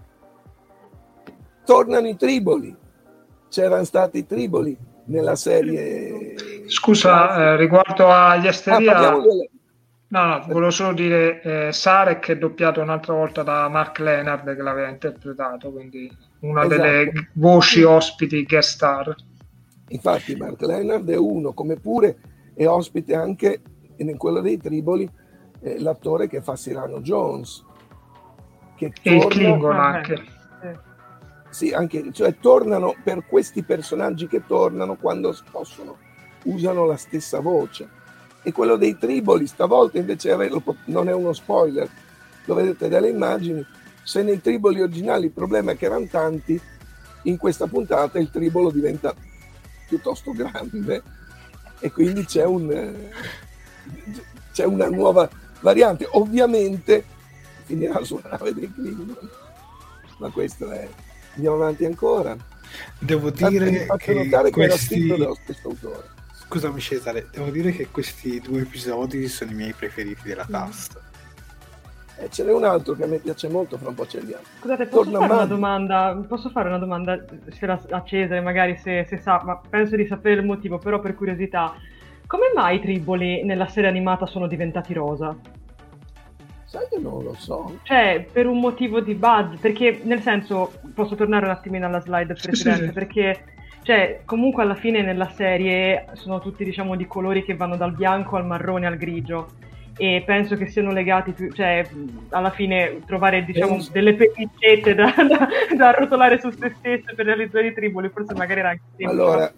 Tornano i triboli. C'erano stati i triboli nella serie. Scusa, eh, riguardo a Yesteryear, ah, delle... no, no, volevo solo dire eh, Sarek è doppiato un'altra volta da Mark Lenard, che l'aveva interpretato, quindi una esatto. delle voci ospiti guest star. Infatti Mark Lenard è uno, come pure è ospite anche in quello dei triboli eh, l'attore che fa Cyrano Jones, che e torna... il Klingon anche. Sì, anche, cioè tornano per questi personaggi che tornano quando possono, usano la stessa voce. E quello dei triboli stavolta invece non è uno spoiler, lo vedete dalle immagini. Se nei triboli originali il problema è che erano tanti, in questa puntata il tribolo diventa piuttosto grande e quindi c'è un c'è una nuova variante. Ovviamente finirà sulla nave dei Klingon, ma questo è. Andiamo avanti ancora. Devo dire faccio che notare che questi... era scritto dallo stesso autore. Scusami Cesare, devo dire che questi due episodi sono i miei preferiti della T A S. Eh, ce n'è un altro che a me piace molto, fra un po' ce li abbiamo. Scusate, posso Torna fare una domanda? Posso fare una domanda se la, a Cesare, magari se, se sa, ma penso di sapere il motivo, però per curiosità. Come mai i triboli nella serie animata sono diventati rosa? Sai che non lo so. Cioè, per un motivo di budget, perché nel senso, posso tornare un attimino alla slide precedente, sì, sì. perché cioè, comunque alla fine nella serie sono tutti, diciamo, di colori che vanno dal bianco al marrone al grigio, e penso che siano legati più, cioè, alla fine trovare, diciamo, penso. delle pellicette da, da, da arrotolare su se stesse per realizzare i triboli, forse magari era anche tempo. Allora,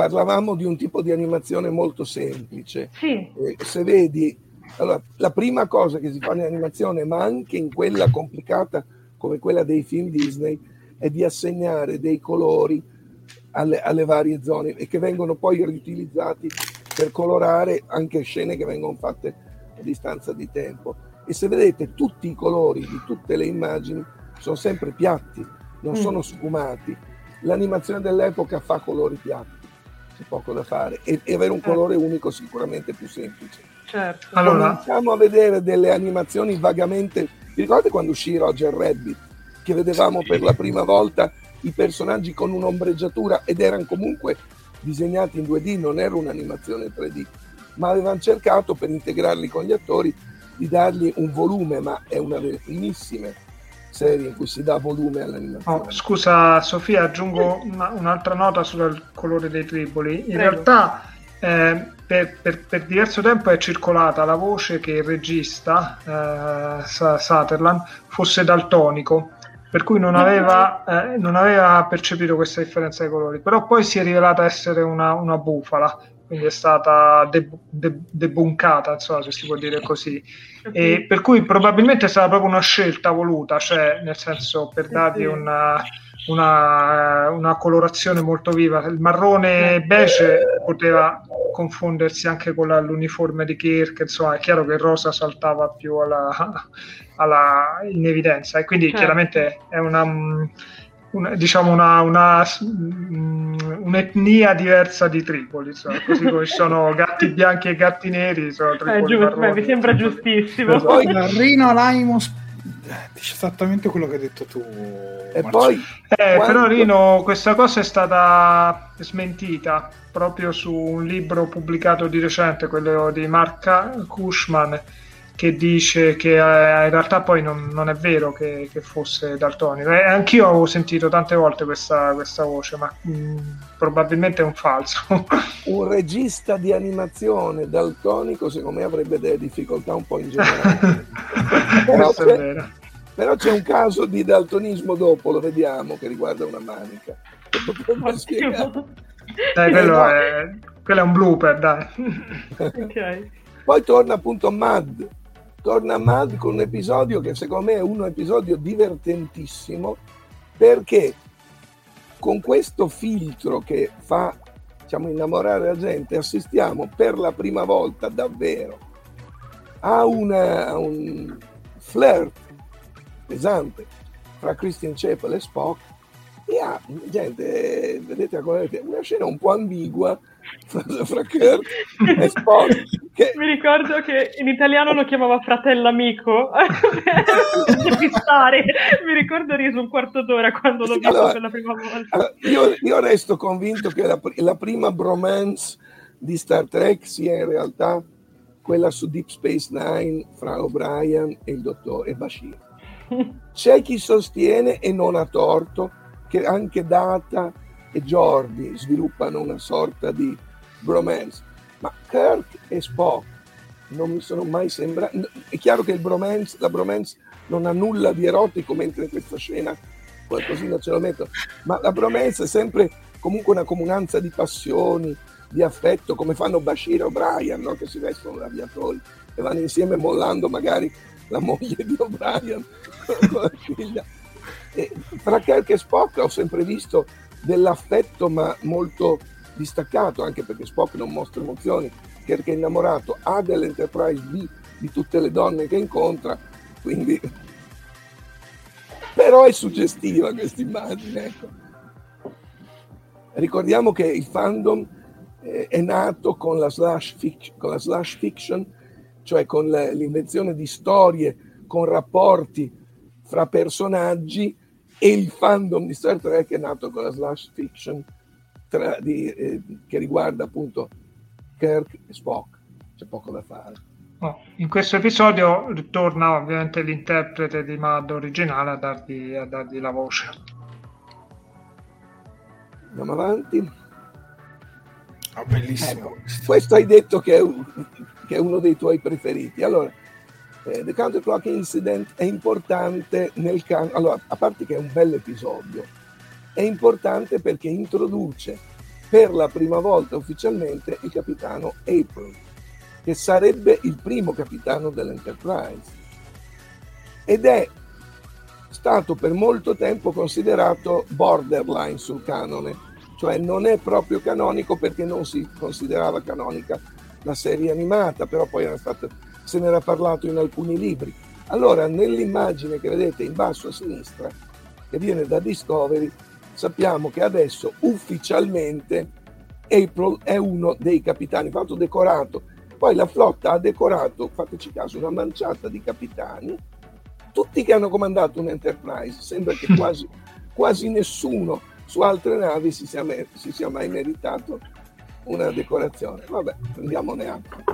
parlavamo di un tipo di animazione molto semplice. Sì. Eh, se vedi, allora, la prima cosa che si fa in animazione, ma anche in quella complicata come quella dei film Disney, è di assegnare dei colori alle, alle varie zone e che vengono poi riutilizzati per colorare anche scene che vengono fatte a distanza di tempo. E se vedete, tutti i colori di tutte le immagini sono sempre piatti, non mm. sono sfumati. L'animazione dell'epoca fa colori piatti, c'è poco da fare, e, e avere un colore unico sicuramente più semplice. Certo. Allora, cominciamo a vedere delle animazioni vagamente. Vi ricordate quando uscì Roger Rabbit, che vedevamo sì. per la prima volta i personaggi con un'ombreggiatura ed erano comunque disegnati in due D, non era un'animazione tre D, ma avevano cercato, per integrarli con gli attori, di dargli un volume, ma è una delle primissime serie in cui si dà volume all'animazione. Oh, scusa Sofia, aggiungo una, un'altra nota sul colore dei triboli. In Prego. realtà eh, per, per, per diverso tempo è circolata la voce che il regista eh, Sutherland fosse daltonico, per cui non aveva, eh, non aveva percepito questa differenza di colori, però poi si è rivelata essere una, una bufala, quindi è stata de- de- debunkata, insomma, se si può dire così, e per cui probabilmente è stata proprio una scelta voluta, cioè nel senso per dargli una, una, una colorazione molto viva. Il marrone beige poteva confondersi anche con la, l'uniforme di Kirk, insomma è chiaro che il rosa saltava più alla, alla, in evidenza, e quindi certo. chiaramente è una, una diciamo una, una un'etnia diversa di Tripoli, insomma, così come ci sono gatti bianchi e gatti neri, sono Tripoli eh, giusto, beh, mi sembra Tripoli. Giustissimo. Poi Rino Laimos dice esattamente quello che hai detto tu, e poi, eh, quando... però Rino, questa cosa è stata smentita proprio su un libro pubblicato di recente, quello di Mark Cushman, che dice che eh, in realtà poi non, non è vero che, che fosse daltonico. Eh, anch'io avevo sentito tante volte questa, questa voce, ma mh, probabilmente è un falso. Un regista di animazione daltonico secondo me avrebbe delle difficoltà un po' in generale. però, c'è, però c'è un caso di daltonismo dopo, lo vediamo, che riguarda una manica. Dai, quello, è, quello è un blooper, dai. Okay. Poi torna appunto Mad. Torna Mad con un episodio che secondo me è un episodio divertentissimo, perché con questo filtro che fa, diciamo, innamorare la gente, assistiamo per la prima volta davvero a, una, a un flirt pesante fra Christian Chapel e Spock, e ha gente, vedete, una scena un po' ambigua fra, fra Kirk e Spock. Che... Mi ricordo che in italiano lo chiamava fratello amico. Mi ricordo riso un quarto d'ora quando l'ho visto allora, per la prima volta. Allora, io, io resto convinto che la, la prima bromance di Star Trek sia in realtà quella su Deep Space Nine fra O'Brien e il dottore e Bashir. C'è chi sostiene, e non ha torto, che anche Data e Geordi sviluppano una sorta di bromance, ma Kirk e Spock non mi sono mai sembrati. È chiaro che il bromance, la bromance non ha nulla di erotico, mentre in questa scena qualcosina ce lo metto, ma la bromance è sempre comunque una comunanza di passioni, di affetto, come fanno Bashir e O'Brien, no? Che si vestono da aviatori e vanno insieme mollando magari la moglie di O'Brien con la figlia. E fra Kirk e Spock ho sempre visto dell'affetto, ma molto distaccato, anche perché Spock non mostra emozioni. Kirk è innamorato, ha dell'Enterprise B di tutte le donne che incontra, quindi però è suggestiva questa immagine, ecco. Ricordiamo che il fandom eh, è nato con la slash fiction, con la slash fiction, cioè con le, l'invenzione di storie con rapporti fra personaggi, e il fandom di Star Trek è nato con la slash fiction tra, di, eh, che riguarda appunto Kirk e Spock. C'è poco da fare. Oh, in questo episodio ritorna ovviamente l'interprete di Mad originale a dargli, a dargli la voce. Andiamo avanti. Oh, bellissimo. Ecco, questo hai detto che è, un, che è uno dei tuoi preferiti. Allora, eh, The Counterclock Incident è importante nel caso. Allora, a parte che è un bel episodio, è importante perché introduce per la prima volta ufficialmente il capitano April, che sarebbe il primo capitano dell'Enterprise, ed è stato per molto tempo considerato borderline sul canone, cioè non è proprio canonico perché non si considerava canonica la serie animata, però poi era stato, se n'era parlato in alcuni libri. Allora, nell'immagine che vedete in basso a sinistra, che viene da Discovery, sappiamo che adesso ufficialmente April è uno dei capitani, fatto decorato. Poi la flotta ha decorato, fateci caso, una manciata di capitani, tutti che hanno comandato un Enterprise. Sembra che quasi, quasi nessuno su altre navi si sia, si sia mai meritato una decorazione. Vabbè, prendiamone atto.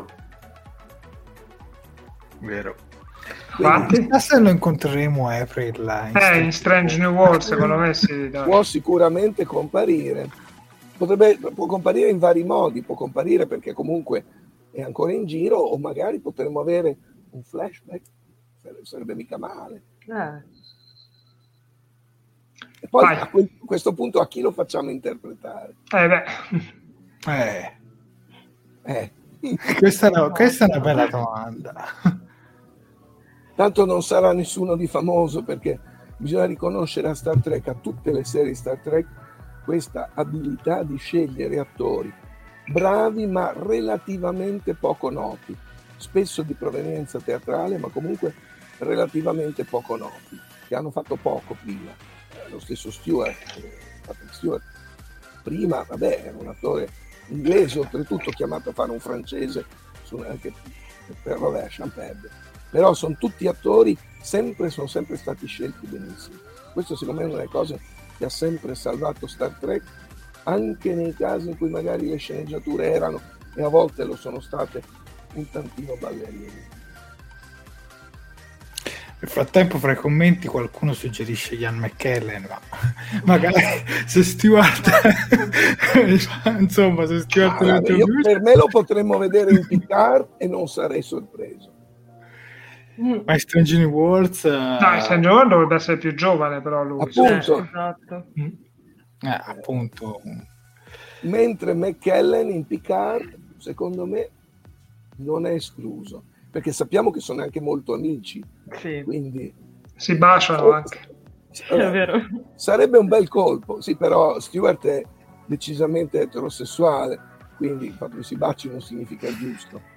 Vero. Quanti? Chissà se lo incontreremo April là, in, eh, in Strange New World, secondo me sì, dai. Può sicuramente comparire, potrebbe, può comparire in vari modi, può comparire perché comunque è ancora in giro, o magari potremmo avere un flashback, sarebbe mica male. Eh. E poi Vai. a quel- questo punto a chi lo facciamo interpretare? Eh beh, Eh, Eh, questa, è una, questa è una bella domanda. tanto non sarà nessuno di famoso, perché bisogna riconoscere a Star Trek, a tutte le serie Star Trek, questa abilità di scegliere attori bravi ma relativamente poco noti, spesso di provenienza teatrale, ma comunque relativamente poco noti, che hanno fatto poco prima. Eh, lo stesso Stewart, eh, Patrick Stewart, prima, vabbè, era un attore inglese, oltretutto chiamato a fare un francese su, anche per vabbè, lasciamo perdere. Però sono tutti attori, sempre, sono sempre stati scelti benissimo. Questo secondo me è una delle cose che ha sempre salvato Star Trek, anche nei casi in cui magari le sceneggiature erano, e a volte lo sono state, un tantino ballerine. Nel frattempo, fra i commenti, qualcuno suggerisce Ian McKellen, ma magari se Stewart, insomma, se Stewart Ah, lo guarda, io- per me lo potremmo vedere in Picard e non sarei sorpreso. Mm. ma in Strange New Worlds, eh, dai, San Giovanni dovrebbe essere più giovane, però lui. Appunto. Eh, esatto. eh, appunto, Mentre McKellen in Picard, secondo me, non è escluso, perché sappiamo che sono anche molto amici, Sì, quindi Si baciano anche. è vero. sarebbe un bel colpo. Sì, però Stewart è decisamente eterosessuale, quindi il fatto che si baci non significa il giusto.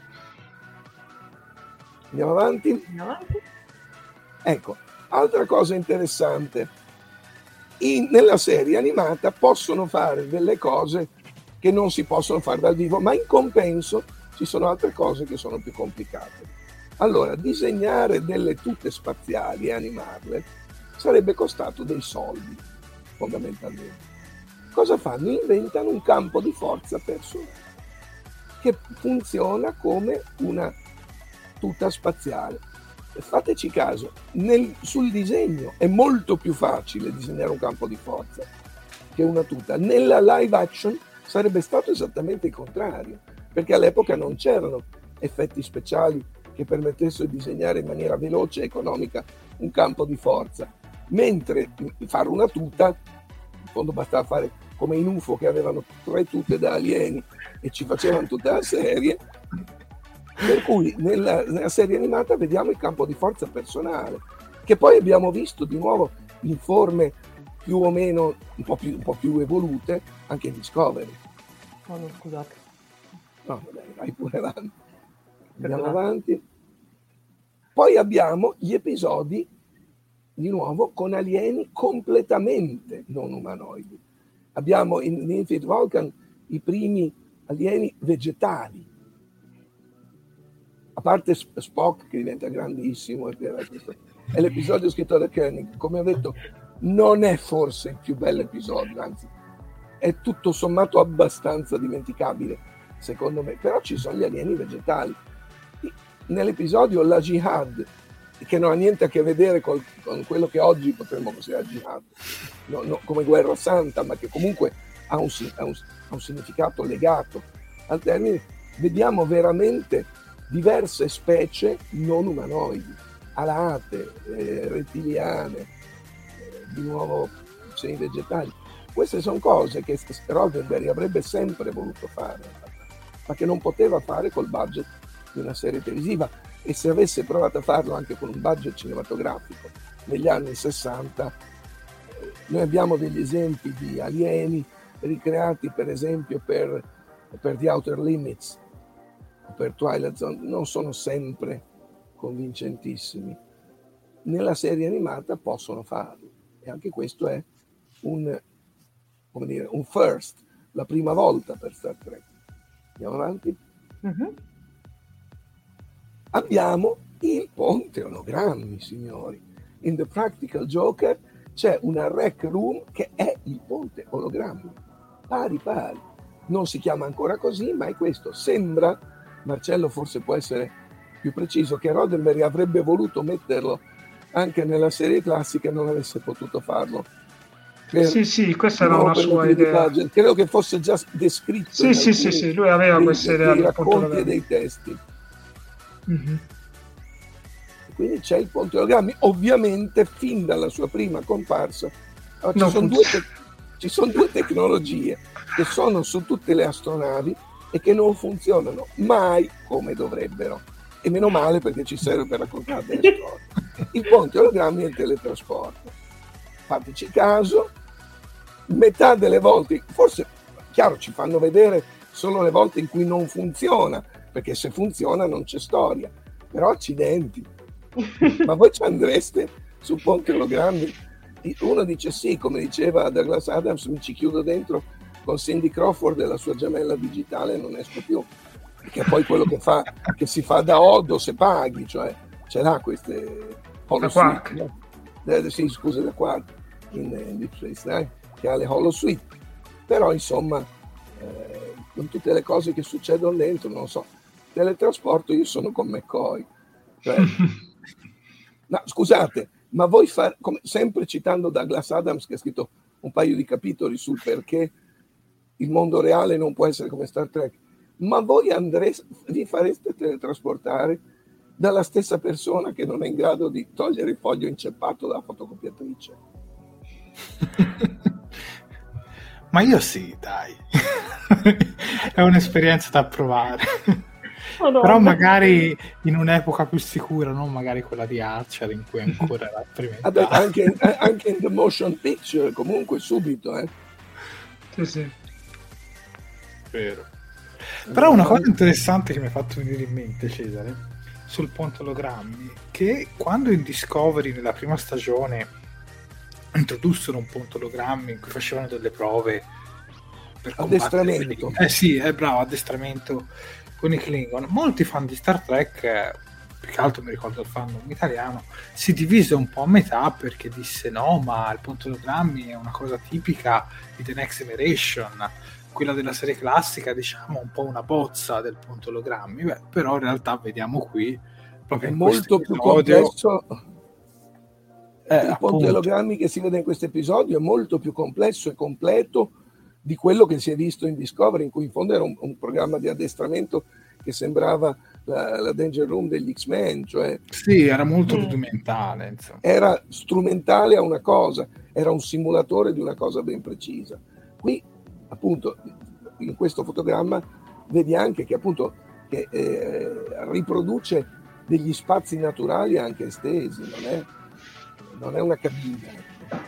Andiamo avanti. Andiamo avanti. Ecco, altra cosa interessante, in- nella serie animata possono fare delle cose che non si possono fare dal vivo, ma in compenso ci sono altre cose che sono più complicate. Allora, disegnare delle tute spaziali e animarle sarebbe costato dei soldi, fondamentalmente. Cosa fanno? Inventano un campo di forza personale che funziona come una tuta spaziale. E fateci caso, nel- sul disegno è molto più facile disegnare un campo di forza che una tuta. Nella live action sarebbe stato esattamente il contrario, perché all'epoca non c'erano effetti speciali che permettessero di disegnare in maniera veloce e economica un campo di forza, mentre fare una tuta, in fondo bastava fare come in U F O che avevano tre tute da alieni e ci facevano tutta la serie. Per cui nella, nella serie animata vediamo il campo di forza personale, che poi abbiamo visto di nuovo in forme più o meno un po' più, un po' più evolute anche in Discovery. Oh, no, scusate. No, vabbè, vai pure avanti. Andiamo Perdonate. avanti. Poi abbiamo gli episodi di nuovo con alieni completamente non umanoidi. Abbiamo in Infinite Vulcan i primi alieni vegetali, a parte Sp- Spock che diventa grandissimo, e per- questo è l'episodio scritto da Koenig. Come ho detto, non è forse il più bello episodio, anzi è tutto sommato abbastanza dimenticabile secondo me, però ci sono gli alieni vegetali. Nell'episodio La Jihad, che non ha niente a che vedere col- con quello che oggi potremmo considerare jihad, no, no, come guerra santa, ma che comunque ha un, si- ha un- ha un significato legato al termine, vediamo veramente diverse specie non umanoidi, alate, eh, rettiliane, eh, di nuovo semi vegetali. queste sono cose che Roddenberry avrebbe sempre voluto fare, ma che non poteva fare col budget di una serie televisiva, e se avesse provato a farlo anche con un budget cinematografico negli anni sessanta, eh, noi abbiamo degli esempi di alieni ricreati per esempio per, per The Outer Limits o per Twilight Zone, non sono sempre convincentissimi. Nella serie animata possono farlo, e anche questo è un, come dire, un first, la prima volta per Star Trek. Andiamo avanti. Mm-hmm. Abbiamo il ponte ologrammi, signori. In The Practical Joker c'è una rec room che è il ponte ologrammi, pari pari. Non si chiama ancora così, ma è questo. Sembra, Marcello forse può essere più preciso, che Roddenberry avrebbe voluto metterlo anche nella serie classica e non avesse potuto farlo. Per, sì, sì, questa era una sua idea. Credo che fosse già descritto. Sì, sì, sì, sì, lui aveva dei, questa idea dei racconti e dei testi. Mm-hmm. Quindi c'è il ponte ologrammi, ovviamente fin dalla sua prima comparsa. Allora, ci, sono due te- ci sono due tecnologie che sono su tutte le astronavi e che non funzionano mai come dovrebbero, e meno male, perché ci serve per raccontare delle storie. Il ponte ologrammi e il teletrasporto. Fateci caso, metà delle volte, forse chiaro, ci fanno vedere solo le volte in cui non funziona, perché se funziona non c'è storia, però accidenti. Ma voi ci andreste sul ponte ologrammi? Uno dice sì, come diceva Douglas Adams, mi ci chiudo dentro con Cindy Crawford e la sua gemella digitale e non esco più, perché è poi quello che fa, che si fa da Odo se paghi, cioè ce l'ha queste holosuite, no? eh, sì, scusa, da Quark in, in Deep Space Nine, che ha le holosuite, però insomma eh, con tutte le cose che succedono dentro, non so, teletrasporto, io sono con McCoy, cioè, no, scusate, ma voi fare, come, sempre citando Douglas Adams, che ha scritto un paio di capitoli sul perché il mondo reale non può essere come Star Trek, ma voi andreste, vi fareste teletrasportare dalla stessa persona che non è in grado di togliere il foglio inceppato dalla fotocopiatrice? Ma io sì, dai. È un'esperienza da provare. Oh no, però magari in un'epoca più sicura, non magari quella di Archer in cui ancora era sperimentato. Vabbè, anche, anche in The Motion Picture comunque subito, eh. Sì, sì. Vero. Però una cosa interessante che mi ha fatto venire in mente, Cesare, sul ponte ologrammi, che quando in Discovery nella prima stagione introdussero un ponte ologrammi in cui facevano delle prove per addestramento, eh sì, è bravo, addestramento con i Klingon, molti fan di Star Trek, eh, più che altro mi ricordo il fandom italiano, si divise un po' a metà perché disse no, ma il ponte ologrammi è una cosa tipica di The Next Generation, quella della serie classica diciamo un po' una bozza del ponte ologrammi. Beh, però in realtà vediamo qui proprio è in molto più episodio, complesso. eh, il ponte ologrammi che si vede in questo episodio è molto più complesso e completo di quello che si è visto in Discovery, in cui in fondo era un, un programma di addestramento che sembrava la, la Danger Room degli X-Men, cioè sì, era molto rudimentale, insomma. Era strumentale a una cosa, era un simulatore di una cosa ben precisa. Qui appunto in questo fotogramma vedi anche che appunto che, eh, riproduce degli spazi naturali anche estesi, non è, non è una cabina.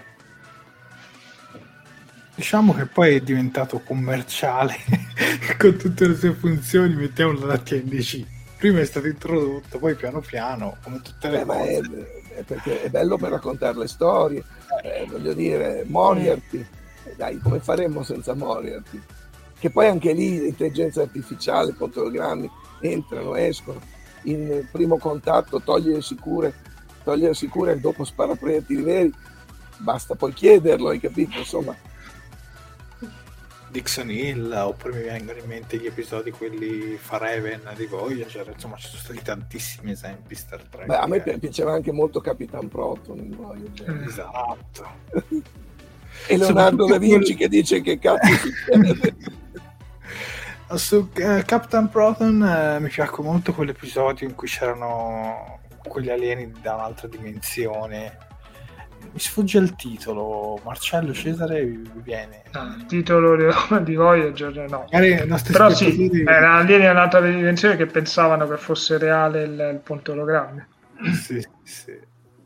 Diciamo che poi è diventato commerciale con tutte le sue funzioni, mettiamolo da T N C. Prima è stato introdotto, poi piano piano, come tutte le eh, cose. Ma è, è perché è bello per raccontare le storie, eh, voglio dire, Moriarty, dai, come faremmo senza Moriarty? Che poi anche lì l'intelligenza artificiale, ponte ologrammi, entrano, escono, in primo contatto toglie le sicure, toglie le sicure e dopo spara proiettili veri, basta poi chiederlo, hai capito? Insomma, Dixon Hill, oppure mi vengono in mente gli episodi quelli Fareven di Voyager, insomma ci sono stati tantissimi esempi Star Trek. Beh, a me piaceva anche molto Capitan Proton in Voyager. Esatto. E Leonardo da Vinci quel... che dice che cazzo succede. Su uh, Captain Proton uh, mi piacque molto quell'episodio in cui c'erano quegli alieni da un'altra dimensione mi sfugge il titolo. Marcello, Cesare, vi viene? Ah, il titolo di, di Voyager no. Però sì, spettatori... era alieni in un'altra dimensione che pensavano che fosse reale il, il ponte ologrammi. Sì, sì.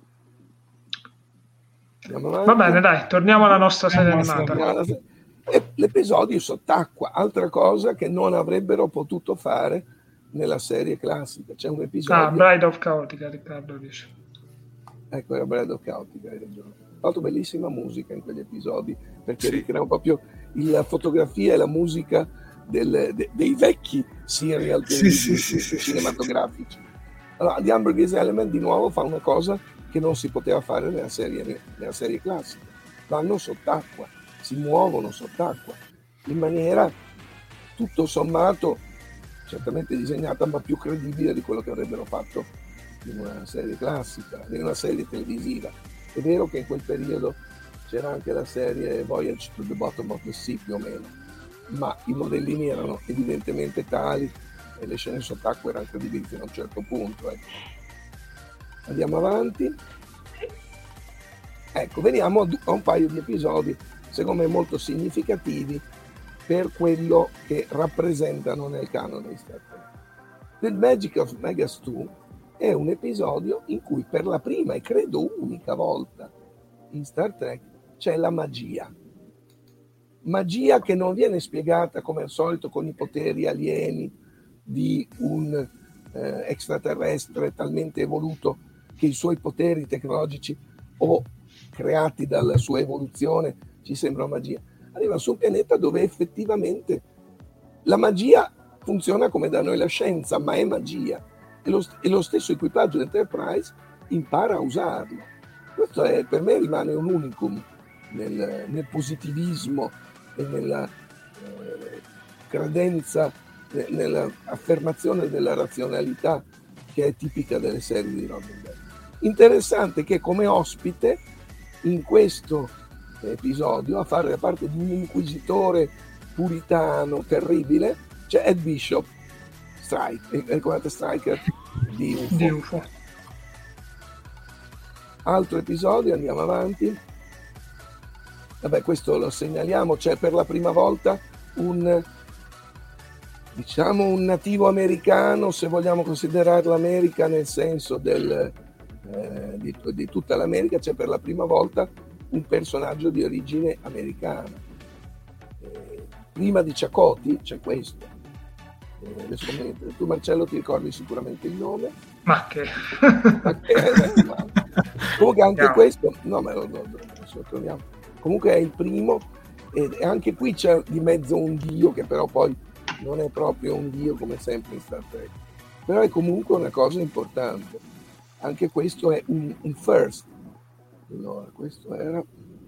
Va bene, dai, torniamo alla nostra serie animata. E l'episodio sott'acqua, altra cosa che non avrebbero potuto fare nella serie classica. C'è un episodio... Ah, Bride of Chaotica, Riccardo dice. Ecco, era Bride of Chaotica, hai ragione. Tra l'altro bellissima musica in quegli episodi, perché sì. ricreano proprio la fotografia e la musica del, de, dei vecchi serial sì, sì, sì, sì, cinematografici. Allora, The Hamburger's Element di nuovo fa una cosa che non si poteva fare nella serie, nella serie classica. Vanno sott'acqua, si muovono sott'acqua, in maniera tutto sommato certamente disegnata, ma più credibile di quello che avrebbero fatto in una serie classica, in una serie televisiva. È vero che in quel periodo c'era anche la serie Voyage to the Bottom of the Sea più o meno, ma i modellini erano evidentemente tali e le scene sott'acqua erano credibili fino a un certo punto. Ecco. Andiamo avanti. Ecco, veniamo a un paio di episodi secondo me molto significativi per quello che rappresentano nel canone di Star Trek. The Magic of Megas due è un episodio in cui per la prima e credo unica volta in Star Trek c'è la magia. Magia che non viene spiegata come al solito con i poteri alieni di un eh, extraterrestre talmente evoluto che i suoi poteri tecnologici o creati dalla sua evoluzione ci sembrano magia. Arriva su un pianeta dove effettivamente la magia funziona come da noi la scienza, ma è magia. E lo, e lo stesso equipaggio dell'Enterprise impara a usarlo. Questo è, per me rimane un unicum nel, nel positivismo e nella eh, credenza, nella affermazione della razionalità che è tipica delle serie di Roddenberry. Interessante che come ospite in questo episodio a fare la parte di un inquisitore puritano terribile c'è Ed Bishop, Strike, il comandante Striker di U F O. Di U F O. Altro episodio, andiamo avanti. Vabbè, questo lo segnaliamo, c'è per la prima volta un diciamo un nativo americano, se vogliamo considerare l'America nel senso del, eh, di, di tutta l'America, c'è per la prima volta un personaggio di origine americana. Eh, prima di Chakotay c'è questo. Eh, adesso, tu Marcello ti ricordi sicuramente il nome? Ma che... ma che eh, ma... Comunque anche no. questo, no ma lo, lo, lo troviamo. Comunque è il primo e anche qui c'è di mezzo un dio che però poi non è proprio un dio come sempre in Star Trek, però è comunque una cosa importante. Anche questo è un, un first. Allora, questo era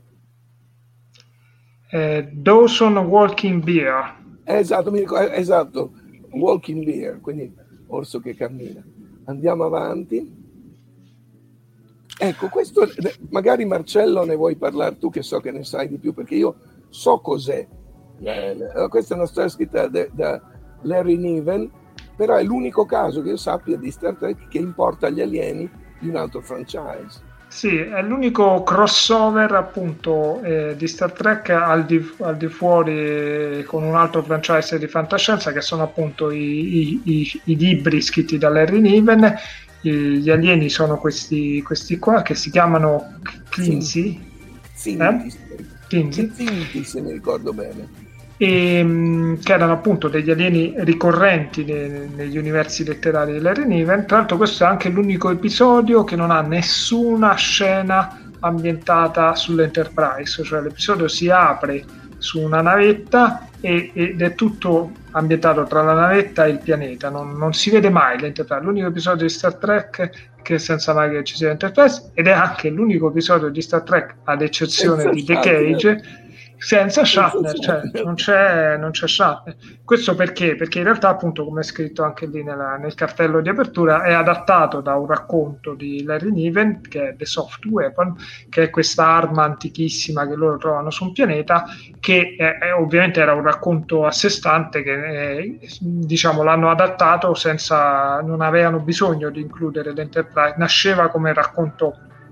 eh, Dawson Walking Bear. Esatto, mi ricordo, esatto, Walking Bear, quindi orso che cammina. Andiamo avanti. Ecco, questo magari Marcello ne vuoi parlare tu, che so che ne sai di più, perché io so cos'è. Eh, questa è una storia scritta da, da Larry Niven, però è l'unico caso che io sappia di Star Trek che importa gli alieni di un altro franchise. Sì, è l'unico crossover appunto eh, di Star Trek al di, al di fuori eh, con un altro franchise di fantascienza, che sono appunto i, i, i, i libri scritti da Larry Niven. I, gli alieni sono questi, questi qua che si chiamano Clincy. Sì, eh? Clincy, se mi ricordo bene. E, che erano appunto degli alieni ricorrenti ne, negli universi letterari di Larry Niven. Tra l'altro questo è anche l'unico episodio che non ha nessuna scena ambientata sull'Enterprise, cioè l'episodio si apre su una navetta e, ed è tutto ambientato tra la navetta e il pianeta, non, non si vede mai l'Enterprise. L'unico episodio di Star Trek che senza mai che ci sia l'Enterprise, ed è anche l'unico episodio di Star Trek ad eccezione di The Cage senza Shatner, cioè non c'è, non c'è Shatner. Questo perché? Perché in realtà appunto, come è scritto anche lì nella, nel cartello di apertura, è adattato da un racconto di Larry Niven che è The Soft Weapon, che è questa arma antichissima che loro trovano su un pianeta, che è, è, ovviamente era un racconto a sé stante che è, diciamo l'hanno adattato senza, non avevano bisogno di includere l'Enterprise, nasceva come racconto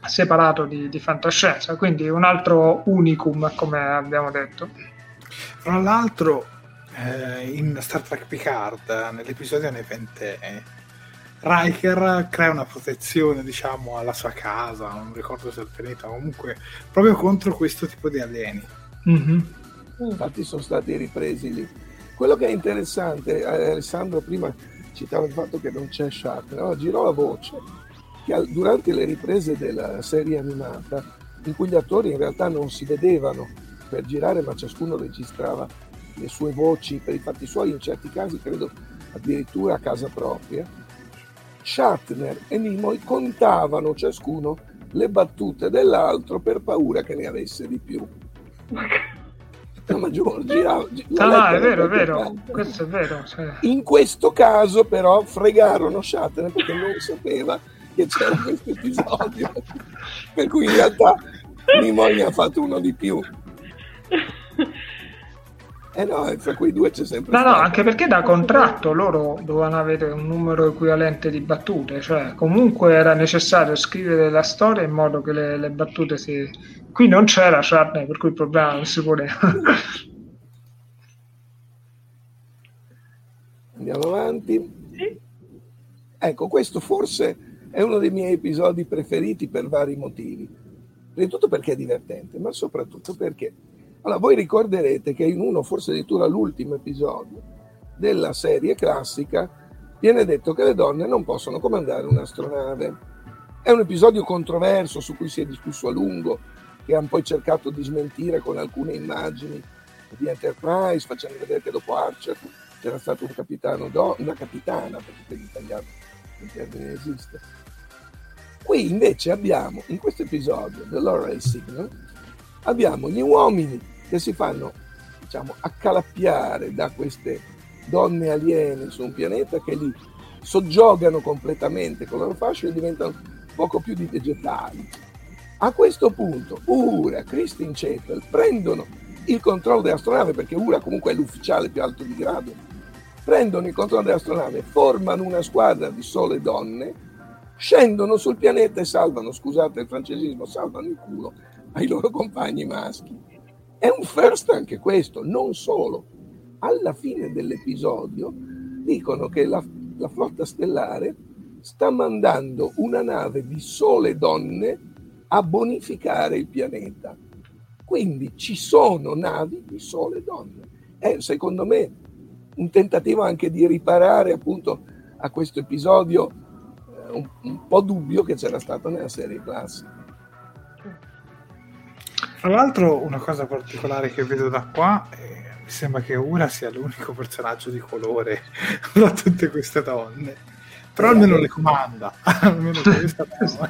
separato di, di fantascienza, quindi un altro unicum, come abbiamo detto. Tra l'altro eh, in Star Trek Picard, nell'episodio Nepenthe, Riker crea una protezione, diciamo, alla sua casa, non ricordo se al pianeta, comunque proprio contro questo tipo di alieni. Mm-hmm. Infatti sono stati ripresi lì. Quello che è interessante, Alessandro prima citava il fatto che non c'è Shatner, no? Girò la voce che durante le riprese della serie animata, in cui gli attori in realtà non si vedevano per girare, ma ciascuno registrava le sue voci per i fatti suoi, in certi casi credo addirittura a casa propria, Shatner e Nimoy contavano ciascuno le battute dell'altro per paura che ne avesse di più. No, ma Giorgi, no, no, è vero, è vero, questo è vero. Cioè. In questo caso però fregarono Shatner perché non sapeva che c'era questo episodio, per cui in realtà Nimoy ne ha fatto uno di più. Eh no, fra quei due c'è sempre no stato. No, anche perché da contratto loro dovevano avere un numero equivalente di battute, cioè comunque era necessario scrivere la storia in modo che le, le battute si... Qui non c'era Shatner, per cui il problema non si poneva. Andiamo avanti. Sì. Ecco, questo forse è uno dei miei episodi preferiti per vari motivi. Prima di tutto perché è divertente, ma soprattutto perché... Allora, voi ricorderete che in uno, forse addirittura l'ultimo episodio della serie classica, viene detto che le donne non possono comandare un'astronave. È un episodio controverso su cui si è discusso a lungo, che hanno poi cercato di smentire con alcune immagini di Enterprise, facendo vedere che dopo Archer c'era stato un capitano, do- una capitana, perché per l'italiano il termine esiste. Qui invece abbiamo, in questo episodio dell'Oral Signal, abbiamo gli uomini che si fanno, diciamo, accalappiare da queste donne aliene su un pianeta che li soggiogano completamente con loro fasce e diventano poco più di vegetali. A questo punto Uhura, Christine Chapel prendono il controllo dell'astronave, perché Uhura comunque è l'ufficiale più alto di grado, prendono il controllo dell'astronave, formano una squadra di sole donne, scendono sul pianeta e salvano, scusate il francesismo, salvano il culo ai loro compagni maschi. È un first anche questo, non solo. Alla fine dell'episodio dicono che la, la flotta stellare sta mandando una nave di sole donne a bonificare il pianeta. Quindi ci sono navi di sole donne. È secondo me un tentativo anche di riparare appunto a questo episodio eh, un, un po' dubbio che c'era stato nella serie classica. Tra l'altro una cosa particolare che vedo da qua eh, mi sembra che Uhura sia l'unico personaggio di colore tra tutte queste donne, però eh, almeno eh, le comanda almeno questa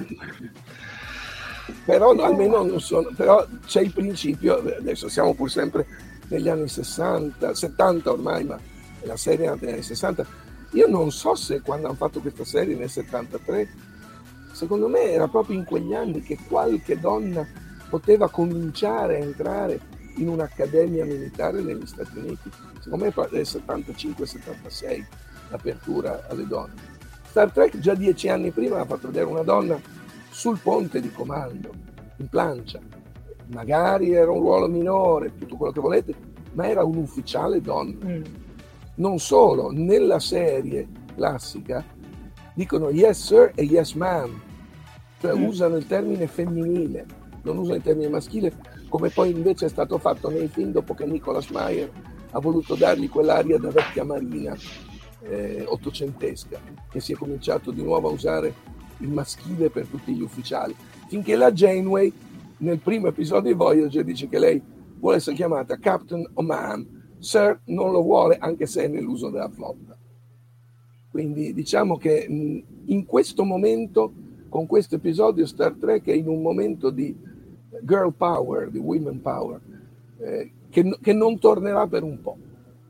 però no, almeno non sono, però c'è il principio, adesso siamo pur sempre negli anni sessanta, settanta ormai, ma la serie è nata negli anni sessanta. Io non so se quando hanno fatto questa serie nel settantatré, secondo me era proprio in quegli anni che qualche donna poteva cominciare a entrare in un'accademia militare negli Stati Uniti. Secondo me è nel settantacinque settantasei l'apertura alle donne. Star Trek già dieci anni prima ha fatto vedere una donna sul ponte di comando, in plancia. Magari era un ruolo minore, tutto quello che volete, ma era un ufficiale donna. Mm. Non solo, nella serie classica dicono yes sir e yes ma'am, cioè mm. usano il termine femminile, non usano il termine maschile, come poi invece è stato fatto nei film dopo che Nicholas Meyer ha voluto dargli quell'aria da vecchia marina eh, ottocentesca, che si è cominciato di nuovo a usare il maschile per tutti gli ufficiali, finché la Janeway nel primo episodio di Voyager dice che lei vuole essere chiamata Captain o Ma'am, Sir non lo vuole anche se è nell'uso della flotta. Quindi diciamo che mh, in questo momento, con questo episodio, Star Trek è in un momento di girl power, di women power, eh, che, che non tornerà per un po'.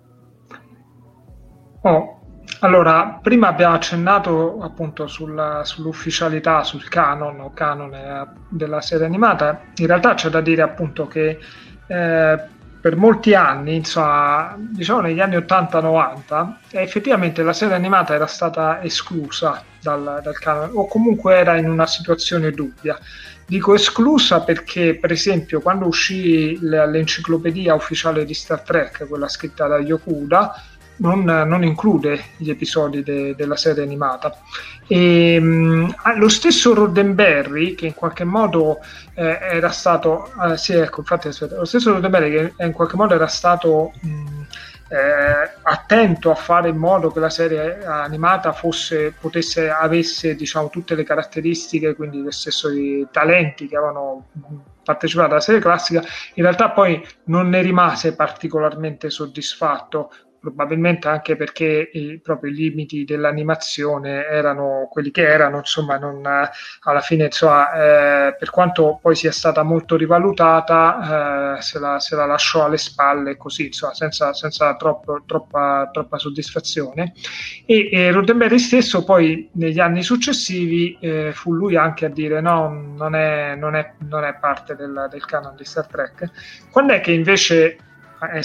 Oh, allora, prima abbiamo accennato appunto sulla, sull'ufficialità, sul canon o canone della serie animata. In realtà c'è da dire appunto che eh, per molti anni, insomma, diciamo negli anni ottanta novanta, effettivamente la serie animata era stata esclusa dal, dal canone, o comunque era in una situazione dubbia. Dico esclusa perché, per esempio, quando uscì l'enciclopedia ufficiale di Star Trek, quella scritta da Yokuda, non, non include gli episodi de, della serie animata. E, mh, lo stesso Roddenberry, che in qualche modo eh, era stato eh, sì, ecco, infatti aspetta, lo stesso Roddenberry che in qualche modo era stato mh, eh, attento a fare in modo che la serie animata fosse, potesse, avesse, diciamo, tutte le caratteristiche, quindi lo stesso i talenti che avevano partecipato alla serie classica, in realtà poi non ne rimase particolarmente soddisfatto, probabilmente anche perché i, proprio i limiti dell'animazione erano quelli che erano, insomma, non, alla fine, insomma, eh, per quanto poi sia stata molto rivalutata, eh, se, la, se la lasciò alle spalle così, insomma, senza, senza troppo, troppa, troppa soddisfazione. E, e Roddenberry stesso poi negli anni successivi eh, fu lui anche a dire no, non è, non è, non è parte del, del canon di Star Trek. Quando è che invece è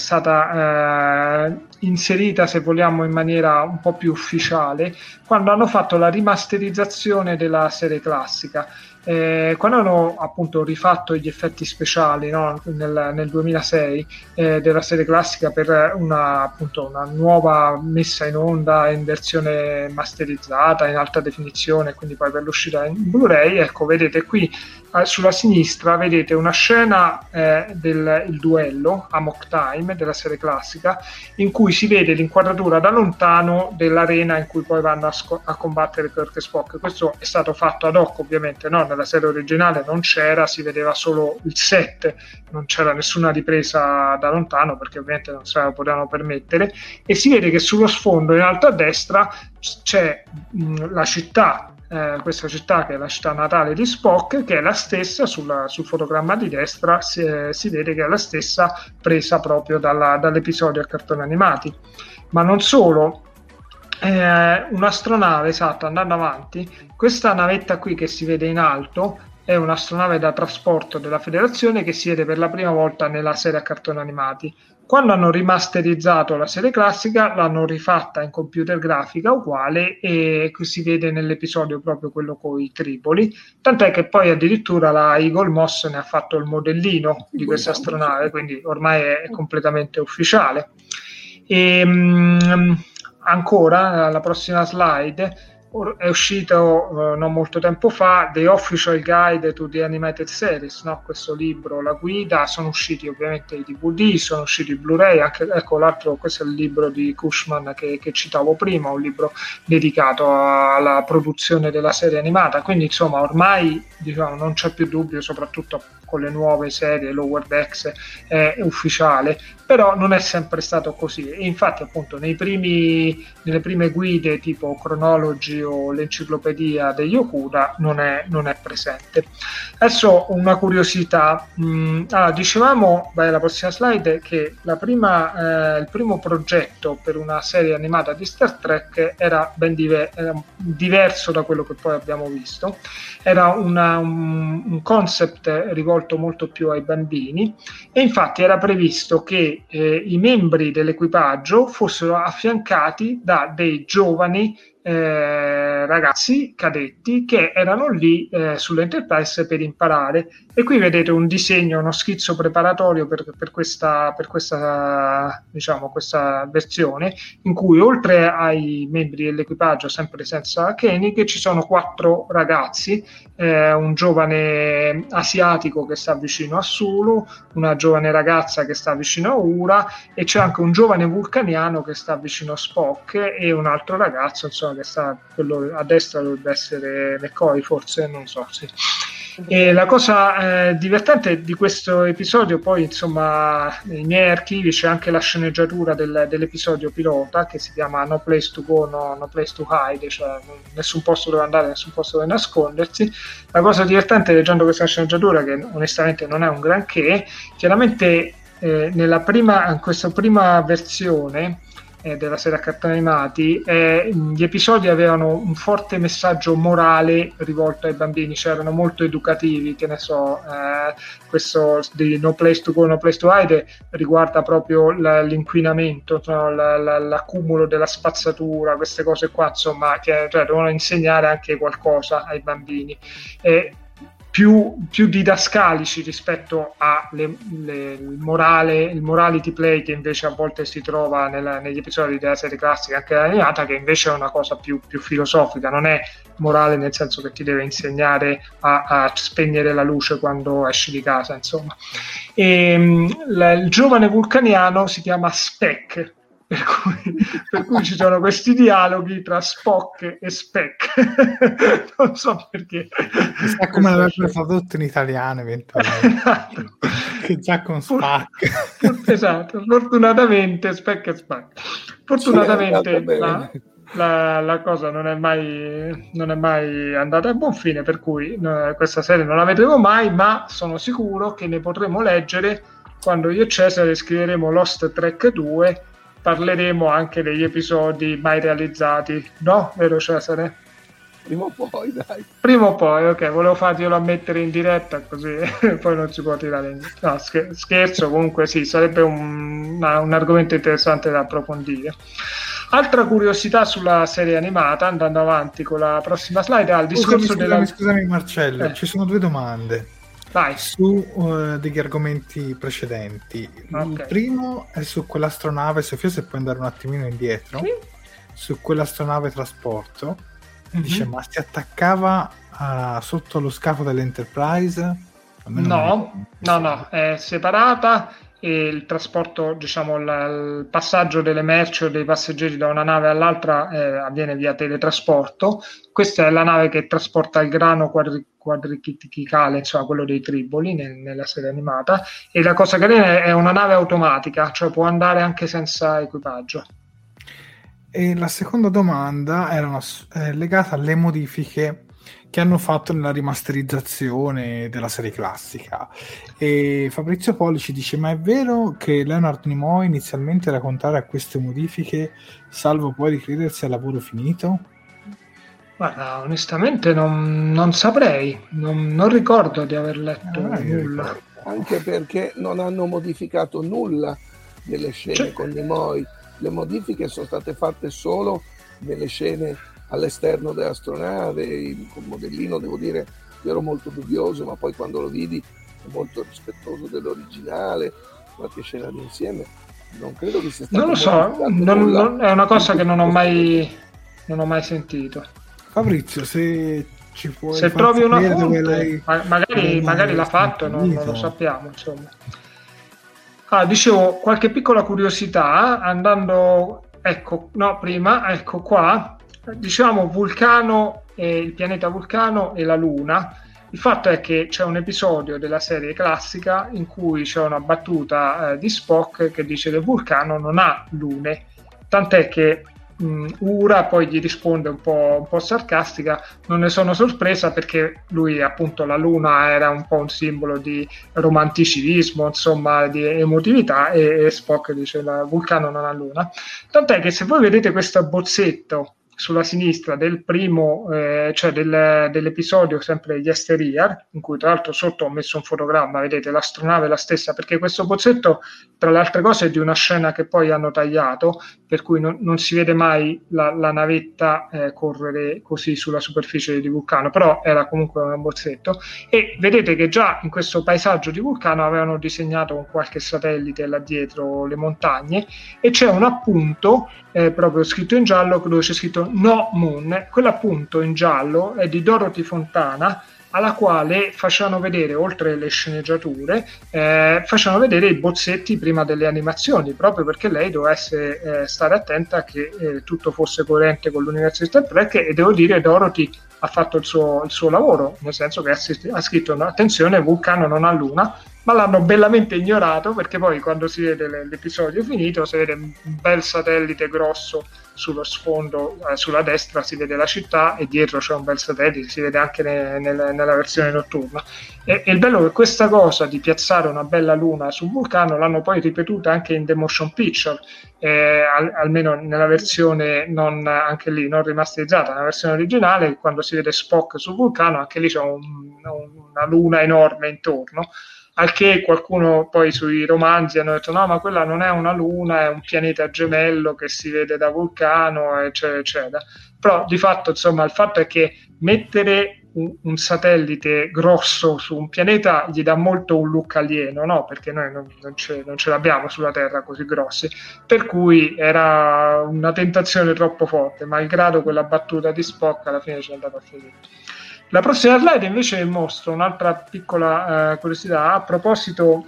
stata eh, inserita, se vogliamo, in maniera un po' più ufficiale, quando hanno fatto la rimasterizzazione della serie classica. Eh, quando hanno appunto rifatto gli effetti speciali, no, nel, nel duemilasei eh, della serie classica per una, appunto, una nuova messa in onda in versione masterizzata in alta definizione, quindi poi per l'uscita in Blu-ray, ecco, vedete qui eh, sulla sinistra vedete una scena eh, del il duello Amok Time della serie classica, in cui si vede l'inquadratura da lontano dell'arena in cui poi vanno a, sco- a combattere Kirk e Spock. Questo è stato fatto ad hoc, ovviamente, no? Nella serie originale non c'era, si vedeva solo il set, non c'era nessuna ripresa da lontano perché ovviamente non se la potevano permettere, e si vede che sullo sfondo in alto a destra c'è mh, la città, eh, questa città che è la città natale di Spock, che è la stessa, sulla, sul fotogramma di destra si, eh, si vede che è la stessa presa proprio dalla, dall'episodio a cartoni animati. Ma non solo, Eh, un'astronave, esatto, andando avanti, questa navetta qui che si vede in alto è un'astronave da trasporto della Federazione che si vede per la prima volta nella serie a cartoni animati. Quando hanno rimasterizzato la serie classica l'hanno rifatta in computer grafica uguale e si vede nell'episodio proprio quello con i tripoli, tant'è che poi addirittura la Eagle Moss ne ha fatto il modellino di questa astronave, quindi ormai è completamente ufficiale. E, mh, ancora la prossima slide, è uscito uh, non molto tempo fa The Official Guide to the Animated Series, no? Questo libro, la guida, sono usciti ovviamente i D V D, sono usciti i Blu-ray, anche, ecco l'altro, questo è il libro di Cushman che, che citavo prima, un libro dedicato alla produzione della serie animata, quindi insomma ormai, diciamo, non c'è più dubbio, soprattutto con le nuove serie, Lower Decks è ufficiale, però non è sempre stato così, e infatti appunto nei primi, nelle prime guide tipo Chronology o l'enciclopedia degli Yokuda non è, non è presente. Adesso una curiosità, mh, allora, dicevamo, vai alla prossima slide, che la prima, eh, il primo progetto per una serie animata di Star Trek era ben diver- era diverso da quello che poi abbiamo visto, era una, un, un concept rivolto molto più ai bambini, e infatti era previsto che eh, i membri dell'equipaggio fossero affiancati da dei giovani eh, ragazzi cadetti che erano lì eh, sull'Enterprise per imparare, e qui vedete un disegno, uno schizzo preparatorio per, per questa per questa diciamo questa versione, in cui oltre ai membri dell'equipaggio sempre senza Koenig ci sono quattro ragazzi, eh, un giovane asiatico che sta vicino a Sulu, una giovane ragazza che sta vicino a Uhura, e c'è anche un giovane vulcaniano che sta vicino a Spock, e un altro ragazzo, insomma, che sta, quello a destra dovrebbe essere McCoy, forse, non so, sì. E la cosa eh, divertente di questo episodio, poi insomma nei miei archivi c'è anche la sceneggiatura del, dell'episodio pilota che si chiama No Place to Go, No, no Place to Hide, cioè nessun posto dove andare, nessun posto dove nascondersi. La cosa divertente leggendo questa sceneggiatura, che onestamente non è un granché, chiaramente eh, nella prima, in questa prima versione eh, della serie a cartoni animati, eh, gli episodi avevano un forte messaggio morale rivolto ai bambini, cioè erano molto educativi, che ne so, eh, questo di No Place to Go, No Place to Hide riguarda proprio l- l'inquinamento, no? l- l- l'accumulo della spazzatura, queste cose qua, insomma, che cioè, devono insegnare anche qualcosa ai bambini. E più, più didascalici rispetto al morale, il morality play che invece a volte si trova nella, negli episodi della serie classica, anche animata, che invece è una cosa più, più filosofica, non è morale nel senso che ti deve insegnare a, a spegnere la luce quando esci di casa, insomma. E, la, il giovane vulcaniano si chiama Speck, per cui, per cui ci sono questi dialoghi tra Spock e Speck. Non so perché. Chissà come l'avrebbero tradotto in italiano eventualmente. Esatto. Che già con Spack. Esatto, fortunatamente Speck e Spack. Fortunatamente sì, la, la, la cosa non è mai non è mai andata a buon fine, per cui no, questa serie non la vedremo mai, ma sono sicuro che ne potremo leggere quando io e Cesare scriveremo Lost Trek due. Parleremo anche degli episodi mai realizzati, no? Vero Cesare? Prima o poi, dai. Prima o poi, ok, volevo farglielo a mettere in diretta così poi non si può tirare in... No, scherzo, comunque sì, sarebbe un, una, un argomento interessante da approfondire. Altra curiosità sulla serie animata, andando avanti con la prossima slide, al discorso scusami, della... Scusami Marcello, eh. ci sono due domande. Vai. Su uh, degli argomenti precedenti. Okay. Il primo è su quell'astronave, Sofia, se puoi andare un attimino indietro, sì. Su quell'astronave trasporto, mm-hmm. Dice, ma si attaccava uh, sotto lo scafo dell'Enterprise? No, no, no, è separata e il trasporto, diciamo, la, il passaggio delle merci o dei passeggeri da una nave all'altra eh, avviene via teletrasporto. Questa è la nave che trasporta il grano quadri- quadrichiticale, insomma quello dei triboli nel, nella serie animata, e la cosa carina è una nave automatica, cioè può andare anche senza equipaggio. E la seconda domanda era una, eh, legata alle modifiche che hanno fatto nella rimasterizzazione della serie classica, e Fabrizio Polli ci dice: ma è vero che Leonard Nimoy inizialmente era contrario a queste modifiche, salvo poi ricredersi al lavoro finito? Guarda, onestamente non, non saprei, non, non ricordo di aver letto eh, nulla. Anche perché non hanno modificato nulla delle scene cioè... con Nimoy. Le modifiche sono state fatte solo nelle scene all'esterno dell'astronave. Il modellino, devo dire, io ero molto dubbioso, ma poi quando lo vidi è molto rispettoso dell'originale, qualche scena d'insieme. Non credo che sia stato... Non lo so, non, non, è una cosa che non ho mai, non ho mai sentito. Fabrizio, se ci puoi se trovi una fonte, lei... ma, magari, magari l'ha fatto e non, non lo sappiamo, insomma. Ah, dicevo, qualche piccola curiosità, andando, ecco, no, prima, ecco qua, diciamo Vulcano, e il pianeta Vulcano e la Luna. Il fatto è che c'è un episodio della serie classica in cui c'è una battuta eh, di Spock che dice che Vulcano non ha lune, tant'è che mh, Ura poi gli risponde un po', un po' sarcastica: non ne sono sorpresa, perché lui, appunto, la luna era un po' un simbolo di romanticismo, insomma, di emotività, e, e Spock dice la Vulcano non ha luna. Tant'è che se voi vedete questo bozzetto sulla sinistra del primo, eh, cioè del, dell'episodio sempre Yesteryear, in cui tra l'altro sotto ho messo un fotogramma, vedete l'astronave è la stessa, perché questo bozzetto tra le altre cose è di una scena che poi hanno tagliato, per cui non, non si vede mai la, la navetta eh, correre così sulla superficie di Vulcano, però era comunque un bozzetto, e vedete che già in questo paesaggio di Vulcano avevano disegnato con qualche satellite là dietro le montagne, e c'è un appunto eh, proprio scritto in giallo dove c'è scritto No Moon. Quell'appunto in giallo è di Dorothy Fontana, alla quale facevano vedere, oltre le sceneggiature, eh, facevano vedere i bozzetti prima delle animazioni, proprio perché lei dovesse eh, stare attenta che eh, tutto fosse coerente con l'universo di Star Trek. E devo dire, Dorothy ha fatto il suo, il suo lavoro, nel senso che ha, ha scritto: no, attenzione, Vulcano non ha luna, ma l'hanno bellamente ignorato, perché poi quando si vede l'episodio finito si vede un bel satellite grosso sullo sfondo, eh, sulla destra si vede la città e dietro c'è un bel satellite, si vede anche ne, nel, nella versione notturna. E, e il bello è che questa cosa di piazzare una bella luna su Vulcano l'hanno poi ripetuta anche in The Motion Picture, eh, al, almeno nella versione non, anche lì non rimasterizzata, nella versione originale, quando si vede Spock su Vulcano anche lì c'è un, una luna enorme intorno, al che qualcuno poi sui romanzi hanno detto: no, ma quella non è una luna, è un pianeta gemello che si vede da Vulcano, eccetera eccetera. Però di fatto, insomma, il fatto è che mettere un, un satellite grosso su un pianeta gli dà molto un look alieno, no? Perché noi non, non, ce, non ce l'abbiamo sulla Terra così grossi, per cui era una tentazione troppo forte, malgrado quella battuta di Spock alla fine ci è andata a finire. La prossima slide invece mostra un'altra piccola eh, curiosità a proposito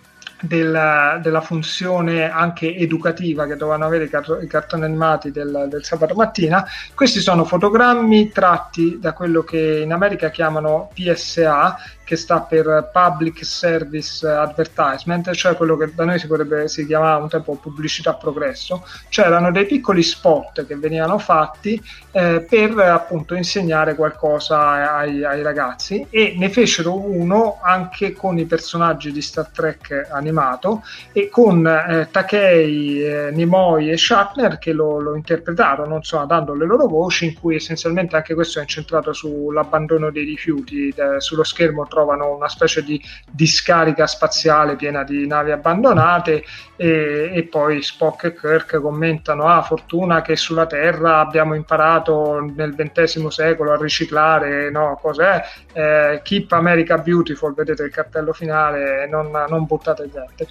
Della, della funzione anche educativa che dovevano avere i, car- i cartoni animati del, del sabato mattina. Questi sono fotogrammi tratti da quello che in America chiamano P S A, che sta per Public Service Advertisement, cioè quello che da noi si, potrebbe, si chiamava un tempo pubblicità a progresso, cioè erano dei piccoli spot che venivano fatti eh, per appunto insegnare qualcosa ai, ai ragazzi, e ne fecero uno anche con i personaggi di Star Trek animato e con eh, Takei, eh, Nimoy e Shatner che lo, lo interpretarono, insomma, dando le loro voci, in cui essenzialmente anche questo è incentrato sull'abbandono dei rifiuti. Eh, sullo schermo trovano una specie di discarica spaziale piena di navi abbandonate e, e poi Spock e Kirk commentano: ah, fortuna che sulla Terra abbiamo imparato nel ventesimo secolo a riciclare, no, cos'è? Eh, Keep America Beautiful, vedete il cartello finale, non, non buttate niente.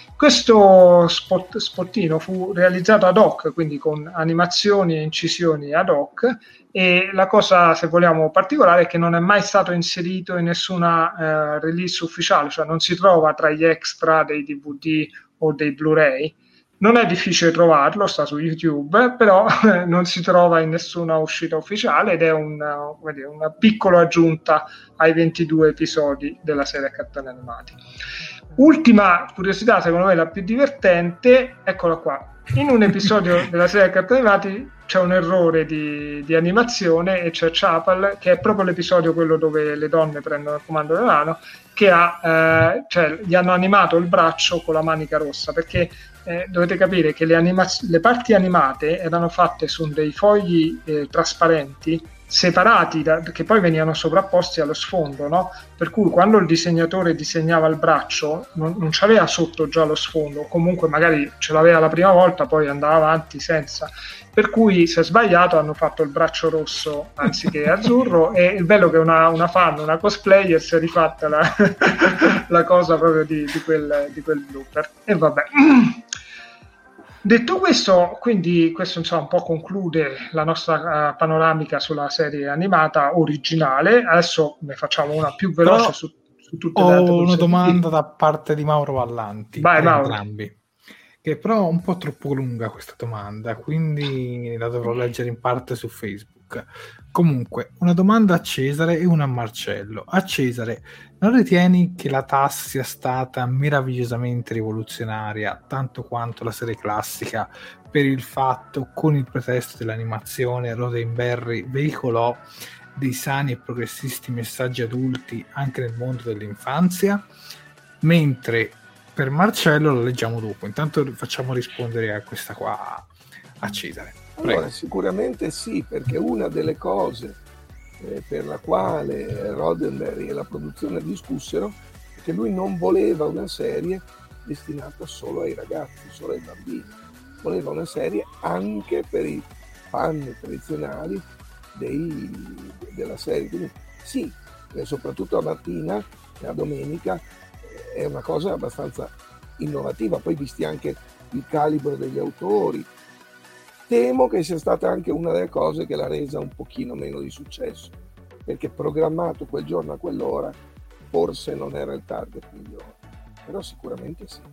Questo spot, spottino fu realizzato ad hoc, quindi con animazioni e incisioni ad hoc, e la cosa, se vogliamo, particolare è che non è mai stato inserito in nessuna eh, release ufficiale, cioè non si trova tra gli extra dei D V D o dei Blu-ray. Non è difficile trovarlo, sta su YouTube, però non si trova in nessuna uscita ufficiale ed è una, una piccola aggiunta ai ventidue episodi della serie a cartoni animati. Ultima curiosità, secondo me la più divertente, eccola qua. In un episodio della serie a cartoni animati c'è un errore di, di animazione e c'è Chapel, che è proprio l'episodio quello dove le donne prendono il comando della mano, che ha, eh, cioè gli hanno animato il braccio con la manica rossa, perché eh, dovete capire che le, animaz- le parti animate erano fatte su dei fogli eh, trasparenti separati, da, che poi venivano sovrapposti allo sfondo, no? Per cui quando il disegnatore disegnava il braccio non, non c'aveva sotto già lo sfondo, comunque magari ce l'aveva la prima volta, poi andava avanti senza, per cui si è sbagliato, hanno fatto il braccio rosso anziché azzurro, e il bello è che una, una fan, una cosplayer si è rifatta la, la cosa proprio di, di, quel, di quel blooper, e vabbè. Detto questo, quindi questo insomma un po' conclude la nostra uh, panoramica sulla serie animata originale. Adesso ne facciamo una più veloce. Però su, su tutte le altre. Ho una domanda da parte di Mauro Vallanti. Vai, Mauro. Entrambi, che però è un po' troppo lunga questa domanda, quindi la dovrò leggere in parte su Facebook. Comunque, una domanda a Cesare e una a Marcello. A Cesare: non ritieni che la T A S sia stata meravigliosamente rivoluzionaria, tanto quanto la serie classica, per il fatto, con il pretesto dell'animazione, Roddenberry veicolò dei sani e progressisti messaggi adulti anche nel mondo dell'infanzia? Mentre per Marcello lo leggiamo dopo. Intanto facciamo rispondere a questa qua a Cesare. Prego. Allora, sicuramente sì, perché una delle cose eh, per la quale Roddenberry e la produzione discussero è che lui non voleva una serie destinata solo ai ragazzi, solo ai bambini, voleva una serie anche per i fan tradizionali dei, della serie. Quindi sì, e soprattutto la mattina e la domenica eh, è una cosa abbastanza innovativa, poi visti anche il calibro degli autori. Temo che sia stata anche una delle cose che l'ha resa un pochino meno di successo, perché programmato quel giorno a quell'ora forse non era il target migliore, però sicuramente sì.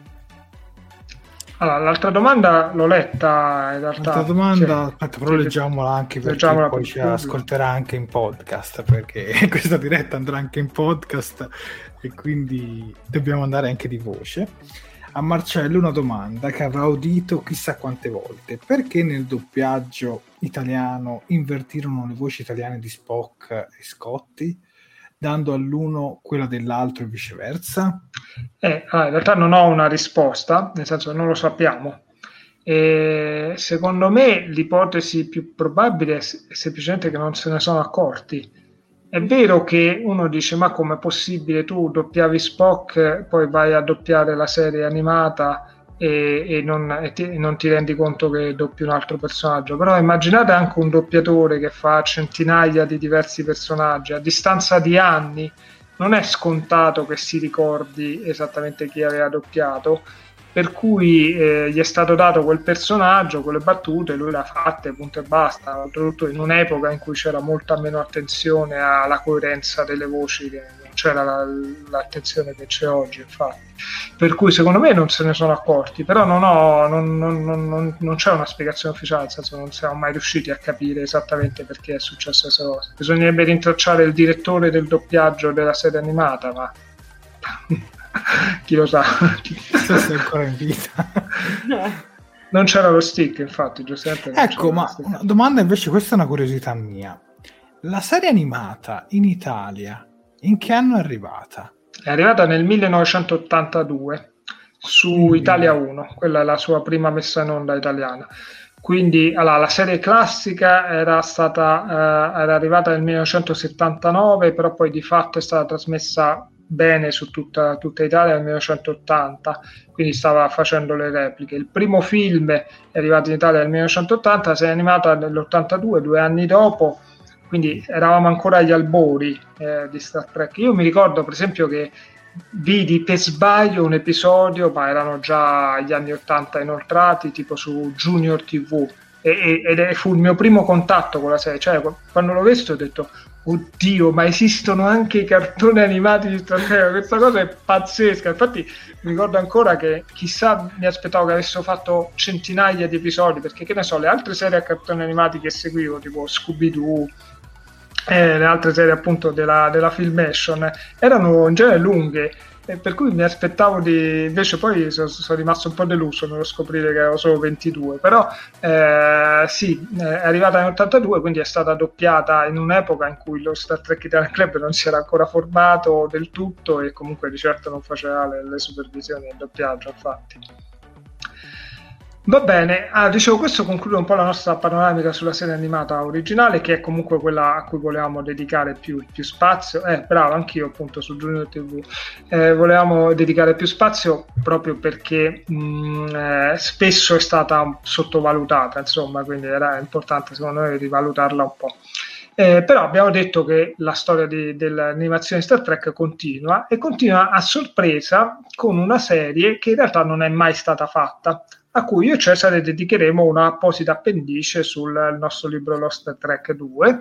Allora, l'altra domanda l'ho letta in realtà. L'altra domanda, cioè, aspetta, però leggiamola anche perché leggiamola poi ci ascolterà anche in podcast, perché questa diretta andrà anche in podcast e quindi dobbiamo andare anche di voce. A Marcello una domanda che avrà udito chissà quante volte: perché nel doppiaggio italiano invertirono le voci italiane di Spock e Scotty, dando all'uno quella dell'altro e viceversa? Eh, ah, in realtà non ho una risposta, nel senso che non lo sappiamo. E secondo me l'ipotesi più probabile è semplicemente che non se ne sono accorti. È vero che uno dice: ma com'è possibile, tu doppiavi Spock, poi vai a doppiare la serie animata e, e, non, e, ti, e non ti rendi conto che doppi un altro personaggio. Però immaginate anche un doppiatore che fa centinaia di diversi personaggi a distanza di anni, non è scontato che si ricordi esattamente chi aveva doppiato, per cui eh, gli è stato dato quel personaggio, quelle battute, lui le ha fatte, punto e basta, oltretutto in un'epoca in cui c'era molta meno attenzione alla coerenza delle voci, che non c'era la, l'attenzione che c'è oggi, infatti. Per cui secondo me non se ne sono accorti, però non, ho, non, non, non, non c'è una spiegazione ufficiale, nel senso non siamo mai riusciti a capire esattamente perché è successa questa cosa. Bisognerebbe rintracciare il direttore del doppiaggio della serie animata, ma... chi lo sa, se è ancora in vita. Non c'era lo stick, infatti, giustamente. Ecco, ma una domanda invece, questa è una curiosità mia. La serie animata in Italia in che anno è arrivata? È arrivata nel millenovecentottantadue su Quindi... Italia uno, quella è la sua prima messa in onda italiana. Quindi allora, la serie classica era stata eh, era arrivata nel millenovecentosettantanove, però poi di fatto è stata trasmessa bene su tutta, tutta Italia nel millenovecentottanta, quindi stava facendo le repliche. Il primo film è arrivato in Italia nel millenovecentottanta, la serie animata nell'ottantadue, due anni dopo, quindi eravamo ancora agli albori eh, di Star Trek. Io mi ricordo per esempio che vidi per sbaglio un episodio, ma erano già gli anni ottanta inoltrati, tipo su Junior tivù, e, ed è, fu il mio primo contatto con la serie, cioè quando l'ho visto ho detto oddio, ma esistono anche i cartoni animati di Star Trek, questa cosa è pazzesca. Infatti mi ricordo ancora che chissà, mi aspettavo che avessero fatto centinaia di episodi, perché che ne so, le altre serie a cartoni animati che seguivo, tipo Scooby-Doo, eh, le altre serie appunto della, della Filmation, erano in genere lunghe, e per cui mi aspettavo di... invece poi sono, sono rimasto un po' deluso nello scoprire che avevo solo ventidue, però eh, sì, è arrivata nell'ottantadue, quindi è stata doppiata in un'epoca in cui lo Star Trek Italian Club non si era ancora formato del tutto e comunque di certo non faceva le, le supervisioni e il doppiaggio, infatti. Va bene, ah, dicevo, questo conclude un po' la nostra panoramica sulla serie animata originale, che è comunque quella a cui volevamo dedicare più, più spazio. Eh, bravo, anch'io appunto su Junior tivù eh, volevamo dedicare più spazio proprio perché mh, eh, spesso è stata sottovalutata, insomma, quindi era importante secondo me rivalutarla un po'. Eh, però abbiamo detto che la storia di, dell'animazione Star Trek continua e continua a sorpresa con una serie che in realtà non è mai stata fatta, a cui io e Cesare dedicheremo una apposita appendice sul nostro libro Lo Star Trek due,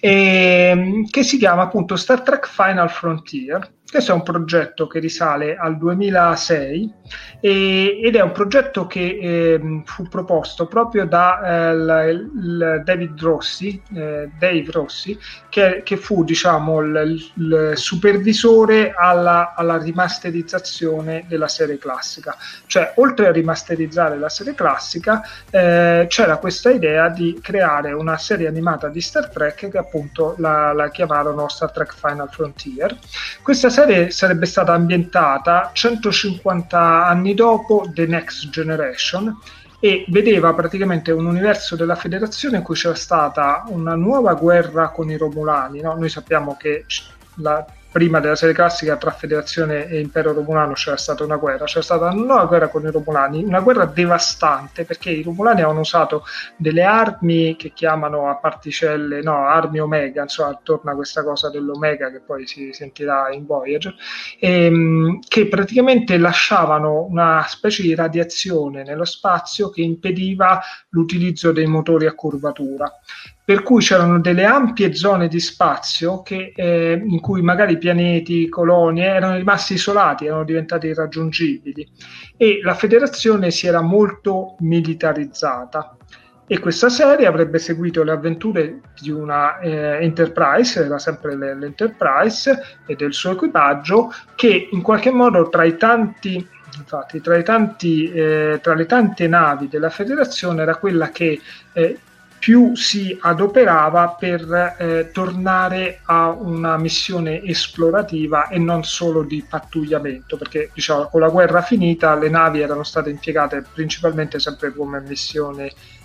e, che si chiama appunto Star Trek Final Frontier. Questo è un progetto che risale al duemilasei e, ed è un progetto che eh, fu proposto proprio da eh, il, il David Rossi, eh, Dave Rossi, che, che fu diciamo il, il supervisore alla, alla rimasterizzazione della serie classica. Cioè, oltre a rimasterizzare la serie classica, eh, c'era questa idea di creare una serie animata di Star Trek che appunto la, la chiamarono Star Trek Final Frontier. Questa serie sarebbe stata ambientata centocinquanta anni dopo The Next Generation e vedeva praticamente un universo della Federazione in cui c'era stata una nuova guerra con i Romulani, no? Noi sappiamo che la prima della serie classica tra Federazione e Impero Romulano c'era stata una guerra, c'era stata una nuova guerra con i Romulani, una guerra devastante perché i Romulani avevano usato delle armi che chiamano a particelle, no, armi Omega, insomma torna questa cosa dell'Omega che poi si sentirà in Voyager, ehm, che praticamente lasciavano una specie di radiazione nello spazio che impediva l'utilizzo dei motori a curvatura. Per cui c'erano delle ampie zone di spazio che, eh, in cui magari pianeti, colonie erano rimasti isolati, erano diventati irraggiungibili e la Federazione si era molto militarizzata. E questa serie avrebbe seguito le avventure di una eh, Enterprise, era sempre l'Enterprise e del suo equipaggio, che in qualche modo tra i tanti, infatti, tra i tanti, eh, tra le tante navi della Federazione era quella che eh, più si adoperava per eh, tornare a una missione esplorativa e non solo di pattugliamento, perché diciamo con la guerra finita le navi erano state impiegate principalmente sempre come missione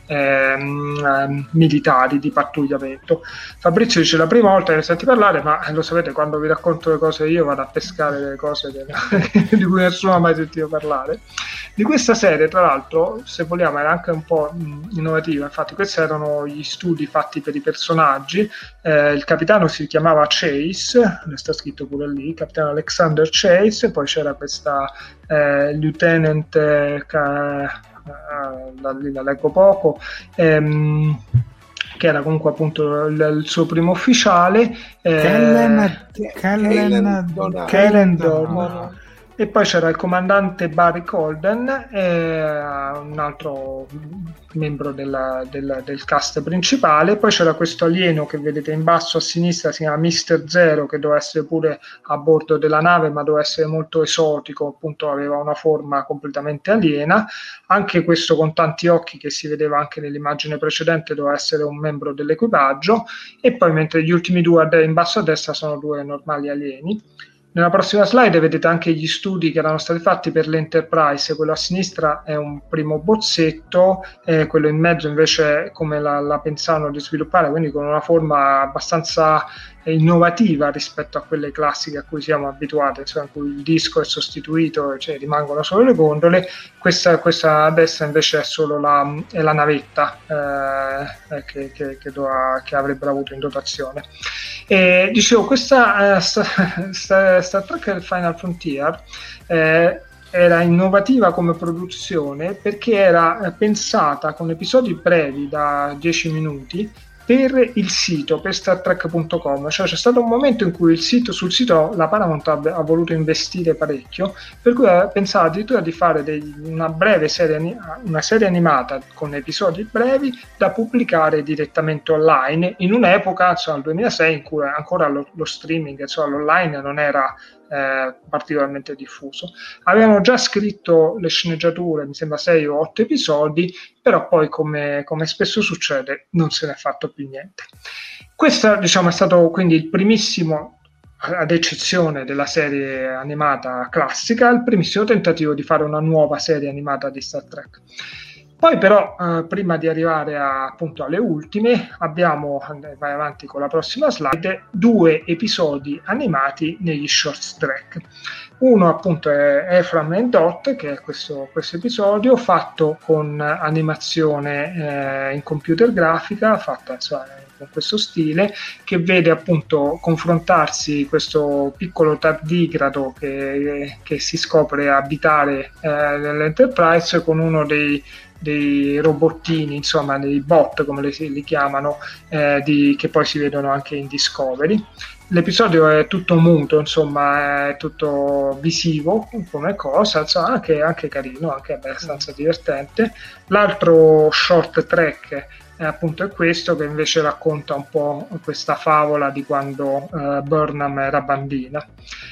ehm, militari di pattugliamento. Fabrizio dice: la prima volta che ne senti parlare, ma lo sapete, quando vi racconto le cose io vado a pescare le cose che, di cui nessuno ha mai sentito parlare. Di questa serie, tra l'altro, se vogliamo, era anche un po' mh, innovativa. Infatti questi erano gli studi fatti per i personaggi. Eh, il capitano si chiamava Chase, sta scritto pure lì, capitano Alexander Chase, poi c'era questa eh, lieutenant eh, ca, eh, da lì la leggo poco, ehm, che era comunque appunto il, il suo primo ufficiale, eh, Kellen, Kellen, Kellen, Kellen Dorn. E poi c'era il comandante Barry Colden, eh, un altro membro della, della, del cast principale. Poi c'era questo alieno che vedete in basso a sinistra, si chiama mister Zero, che doveva essere pure a bordo della nave, ma doveva essere molto esotico, appunto aveva una forma completamente aliena. Anche questo con tanti occhi, che si vedeva anche nell'immagine precedente, doveva essere un membro dell'equipaggio. E poi mentre gli ultimi due in basso a destra sono due normali alieni. Nella prossima slide vedete anche gli studi che erano stati fatti per l'Enterprise. Quello a sinistra è un primo bozzetto, eh, quello in mezzo invece come la, la pensavano di sviluppare, quindi con una forma abbastanza innovativa rispetto a quelle classiche a cui siamo abituati, insomma, in cui il disco è sostituito, cioè rimangono solo le gondole. Questa, questa a destra invece è solo la, è la navetta eh, che, che, che, doveva, che avrebbero avuto in dotazione. E dicevo, questa uh, Star, Star, Star Trek Final Frontier eh, era innovativa come produzione perché era eh, pensata con episodi brevi da dieci minuti per il sito, per Star Trek punto com. Cioè c'è stato un momento in cui il sito, sul sito la Paramount ha, ha voluto investire parecchio, per cui ha pensato addirittura di fare dei, una breve serie, una serie animata con episodi brevi da pubblicare direttamente online, in un'epoca, insomma, nel duemilasei, in cui ancora lo, lo streaming, insomma, l'online non era Eh, particolarmente diffuso. Avevano già scritto le sceneggiature, mi sembra sei o otto episodi, però poi come, come spesso succede non se ne è fatto più niente. Questo, diciamo, è stato quindi il primissimo, ad eccezione della serie animata classica, il primissimo tentativo di fare una nuova serie animata di Star Trek. Poi però, eh, prima di arrivare a, appunto alle ultime, abbiamo, vai avanti con la prossima slide, due episodi animati negli short track. Uno appunto è Ephraim and Dot, che è questo, questo episodio fatto con animazione eh, in computer grafica, fatta insomma, con questo stile, che vede appunto confrontarsi questo piccolo tardigrado che, che si scopre abitare eh, nell'Enterprise con uno dei dei robottini, insomma dei bot come li, li chiamano, eh, di, che poi si vedono anche in Discovery. L'episodio è tutto muto, insomma è tutto visivo come cosa, insomma, anche, anche carino, anche abbastanza divertente. L'altro short track è appunto è questo, che invece racconta un po' questa favola di quando uh, Burnham era bambina.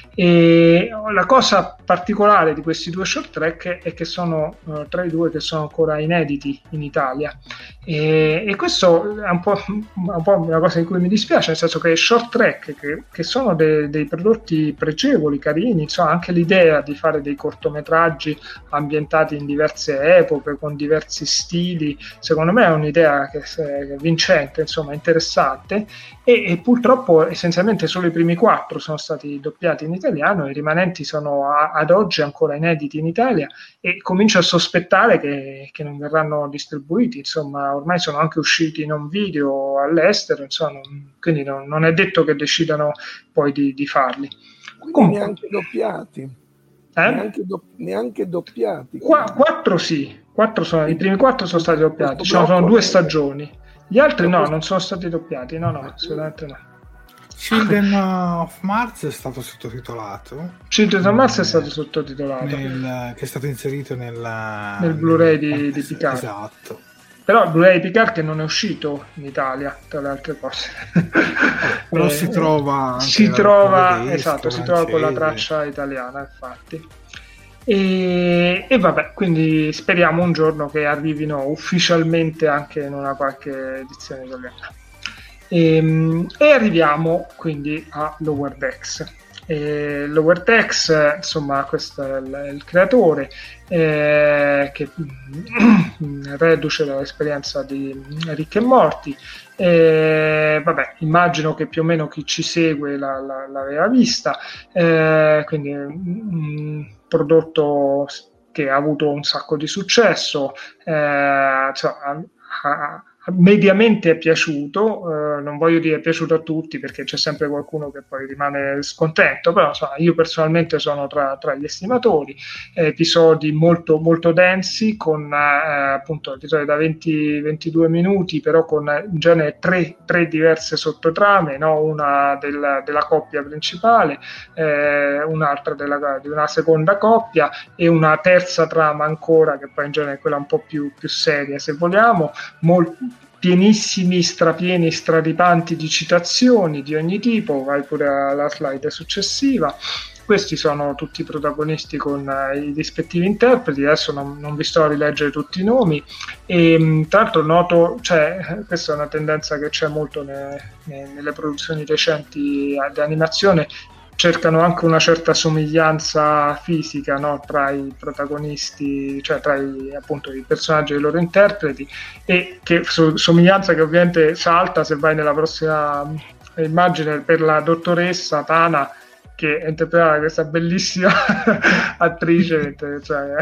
E la cosa particolare di questi due short track è che sono uh, tra i due che sono ancora inediti in Italia, e, e questo è un po', un po' una cosa di cui mi dispiace, nel senso che short track che, che sono de, dei prodotti pregevoli, carini, insomma anche l'idea di fare dei cortometraggi ambientati in diverse epoche con diversi stili, secondo me è un'idea che è vincente, insomma interessante, e, e purtroppo essenzialmente solo i primi quattro sono stati doppiati in italiano, i rimanenti sono a, ad oggi ancora inediti in Italia, e comincio a sospettare che, che non verranno distribuiti, insomma ormai sono anche usciti in un video all'estero, insomma, non, quindi non, non è detto che decidano poi di, di farli. Quindi Comunque, neanche doppiati, eh? neanche, do, neanche doppiati. Qua, quattro sì, quattro sono, i primi quattro sono stati doppiati, cioè, sono due stagioni. Gli altri no, non sono stati doppiati, no, no, assolutamente no. Children of Mars è stato sottotitolato. Children of Mars è stato sottotitolato. Nel, che è stato inserito nella, nel Blu-ray di, nel, di Picard. Esatto. Però il Blu-ray di Picard che non è uscito in Italia, tra le altre cose. Però eh, si trova anche si trova, tedesco, esatto, si francese. trova con la traccia italiana, infatti. E, e vabbè, quindi speriamo un giorno che arrivino ufficialmente anche in una qualche edizione italiana. E, e arriviamo quindi a Lower Decks. E Lower Decks, insomma, questo è il, il creatore, eh, che reduce dall'esperienza di Rick e Morty. Eh, vabbè, immagino che più o meno chi ci segue la, la, l'aveva vista, eh, quindi un prodotto che ha avuto un sacco di successo, eh, cioè, ha, ha, mediamente è piaciuto, eh, non voglio dire è piaciuto a tutti perché c'è sempre qualcuno che poi rimane scontento, però insomma, io personalmente sono tra, tra gli estimatori. Eh, episodi molto, molto densi con eh, appunto episodi da venti ventidue minuti, però con in genere tre, tre diverse sottotrame, no? Una del, della coppia principale, eh, un'altra della, di una seconda coppia e una terza trama ancora che poi in genere è quella un po' più, più seria se vogliamo, molto pienissimi, strapieni, straripanti di citazioni di ogni tipo. Vai pure alla slide successiva. Questi sono tutti i protagonisti con eh, i rispettivi interpreti, adesso non, non vi sto a rileggere tutti i nomi, e tra l'altro noto, cioè, questa è una tendenza che c'è molto ne, ne, nelle produzioni recenti di animazione, cercano anche una certa somiglianza fisica, no, tra i protagonisti, cioè tra i, appunto, i personaggi e i loro interpreti, e che so, somiglianza che ovviamente salta se vai nella prossima immagine per la dottoressa Tana, che è interpretata da questa bellissima attrice, cioè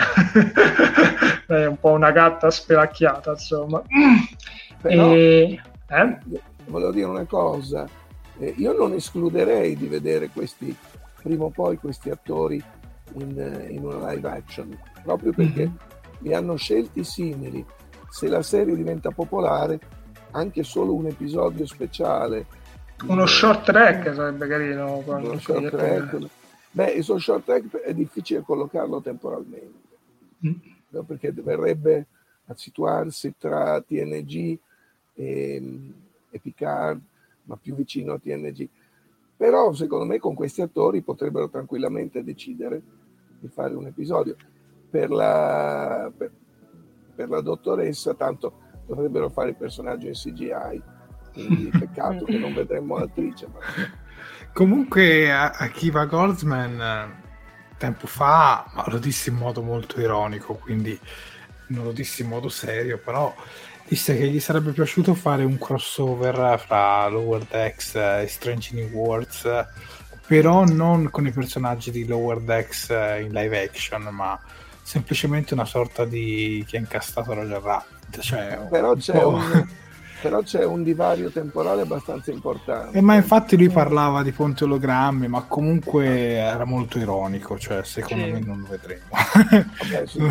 è un po' una gatta spelacchiata, insomma. Però, e, eh? volevo dire una cosa, eh, io non escluderei di vedere questi, prima o poi, questi attori in, in una live action, proprio perché mm-hmm. li hanno scelti simili. Se la serie diventa popolare, anche solo un episodio speciale, uno short track sarebbe carino. Uno short track. Beh, sul short track è difficile collocarlo temporalmente, mm. no, perché verrebbe a situarsi tra T N G e, e Picard, ma più vicino a T N G. Però secondo me con questi attori potrebbero tranquillamente decidere di fare un episodio. Per la, per, per la dottoressa tanto dovrebbero fare il personaggio in C G I, quindi peccato che non vedremmo l'attrice. Ma... Comunque Akiva Goldsman tempo fa, ma lo dissi in modo molto ironico, quindi non lo dissi in modo serio, però disse che gli sarebbe piaciuto fare un crossover fra Lower Decks e Strange New Worlds, però non con i personaggi di Lower Decks in live action, ma semplicemente una sorta di chi ha incastrato Roger Rabbit, cioè però c'è un... però c'è un divario temporale abbastanza importante. Eh, ma infatti lui parlava di ponti ologrammi, ma comunque era molto ironico, cioè secondo sì. me non lo vedremo. Vabbè, sì.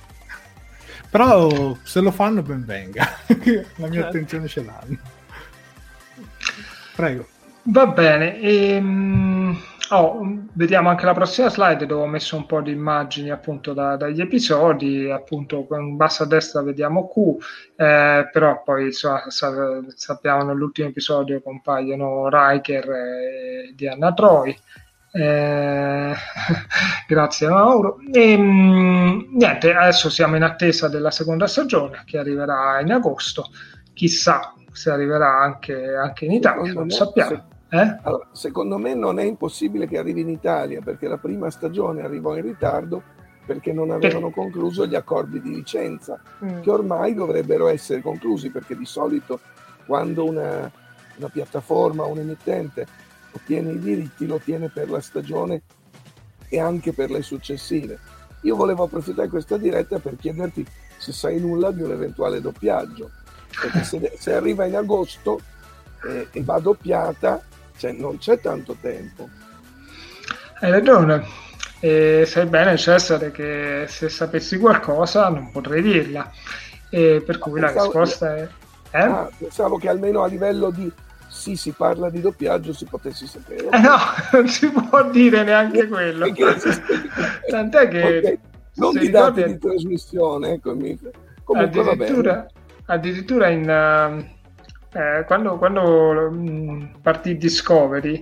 Però se lo fanno ben venga, la mia certo. attenzione ce l'hanno. Prego. Va bene, ehm... oh, vediamo anche la prossima slide dove ho messo un po' di immagini appunto da, dagli episodi, appunto in basso a destra vediamo Q, eh, però poi sa, sa, sappiamo nell'ultimo episodio compaiono Riker e Diana Troy. Eh, grazie Mauro. E, mh, niente, adesso siamo in attesa della seconda stagione che arriverà in agosto, chissà se arriverà anche, anche in Italia, non sappiamo. Se... Eh? Allora, secondo me non è impossibile che arrivi in Italia, perché la prima stagione arrivò in ritardo perché non avevano eh. concluso gli accordi di licenza, mm. che ormai dovrebbero essere conclusi, perché di solito quando una, una piattaforma, un emittente ottiene i diritti, lo ottiene per la stagione e anche per le successive. Io volevo approfittare di questa diretta per chiederti se sai nulla di un eventuale doppiaggio, perché se, se arriva in agosto eh, e va doppiata, cioè non c'è tanto tempo. Hai ragione, e sai bene Cesare che se sapessi qualcosa non potrei dirla, e per cui pensavo, la risposta è eh? ah, pensavo che almeno a livello di sì, si parla di doppiaggio, si potessi sapere. Eh no, non si può dire neanche quello. Tant'è che okay. non di dati ricordi... di trasmissione, eccomi. Comunque addirittura, va bene. addirittura in uh, eh, quando, quando mh, partì Discovery,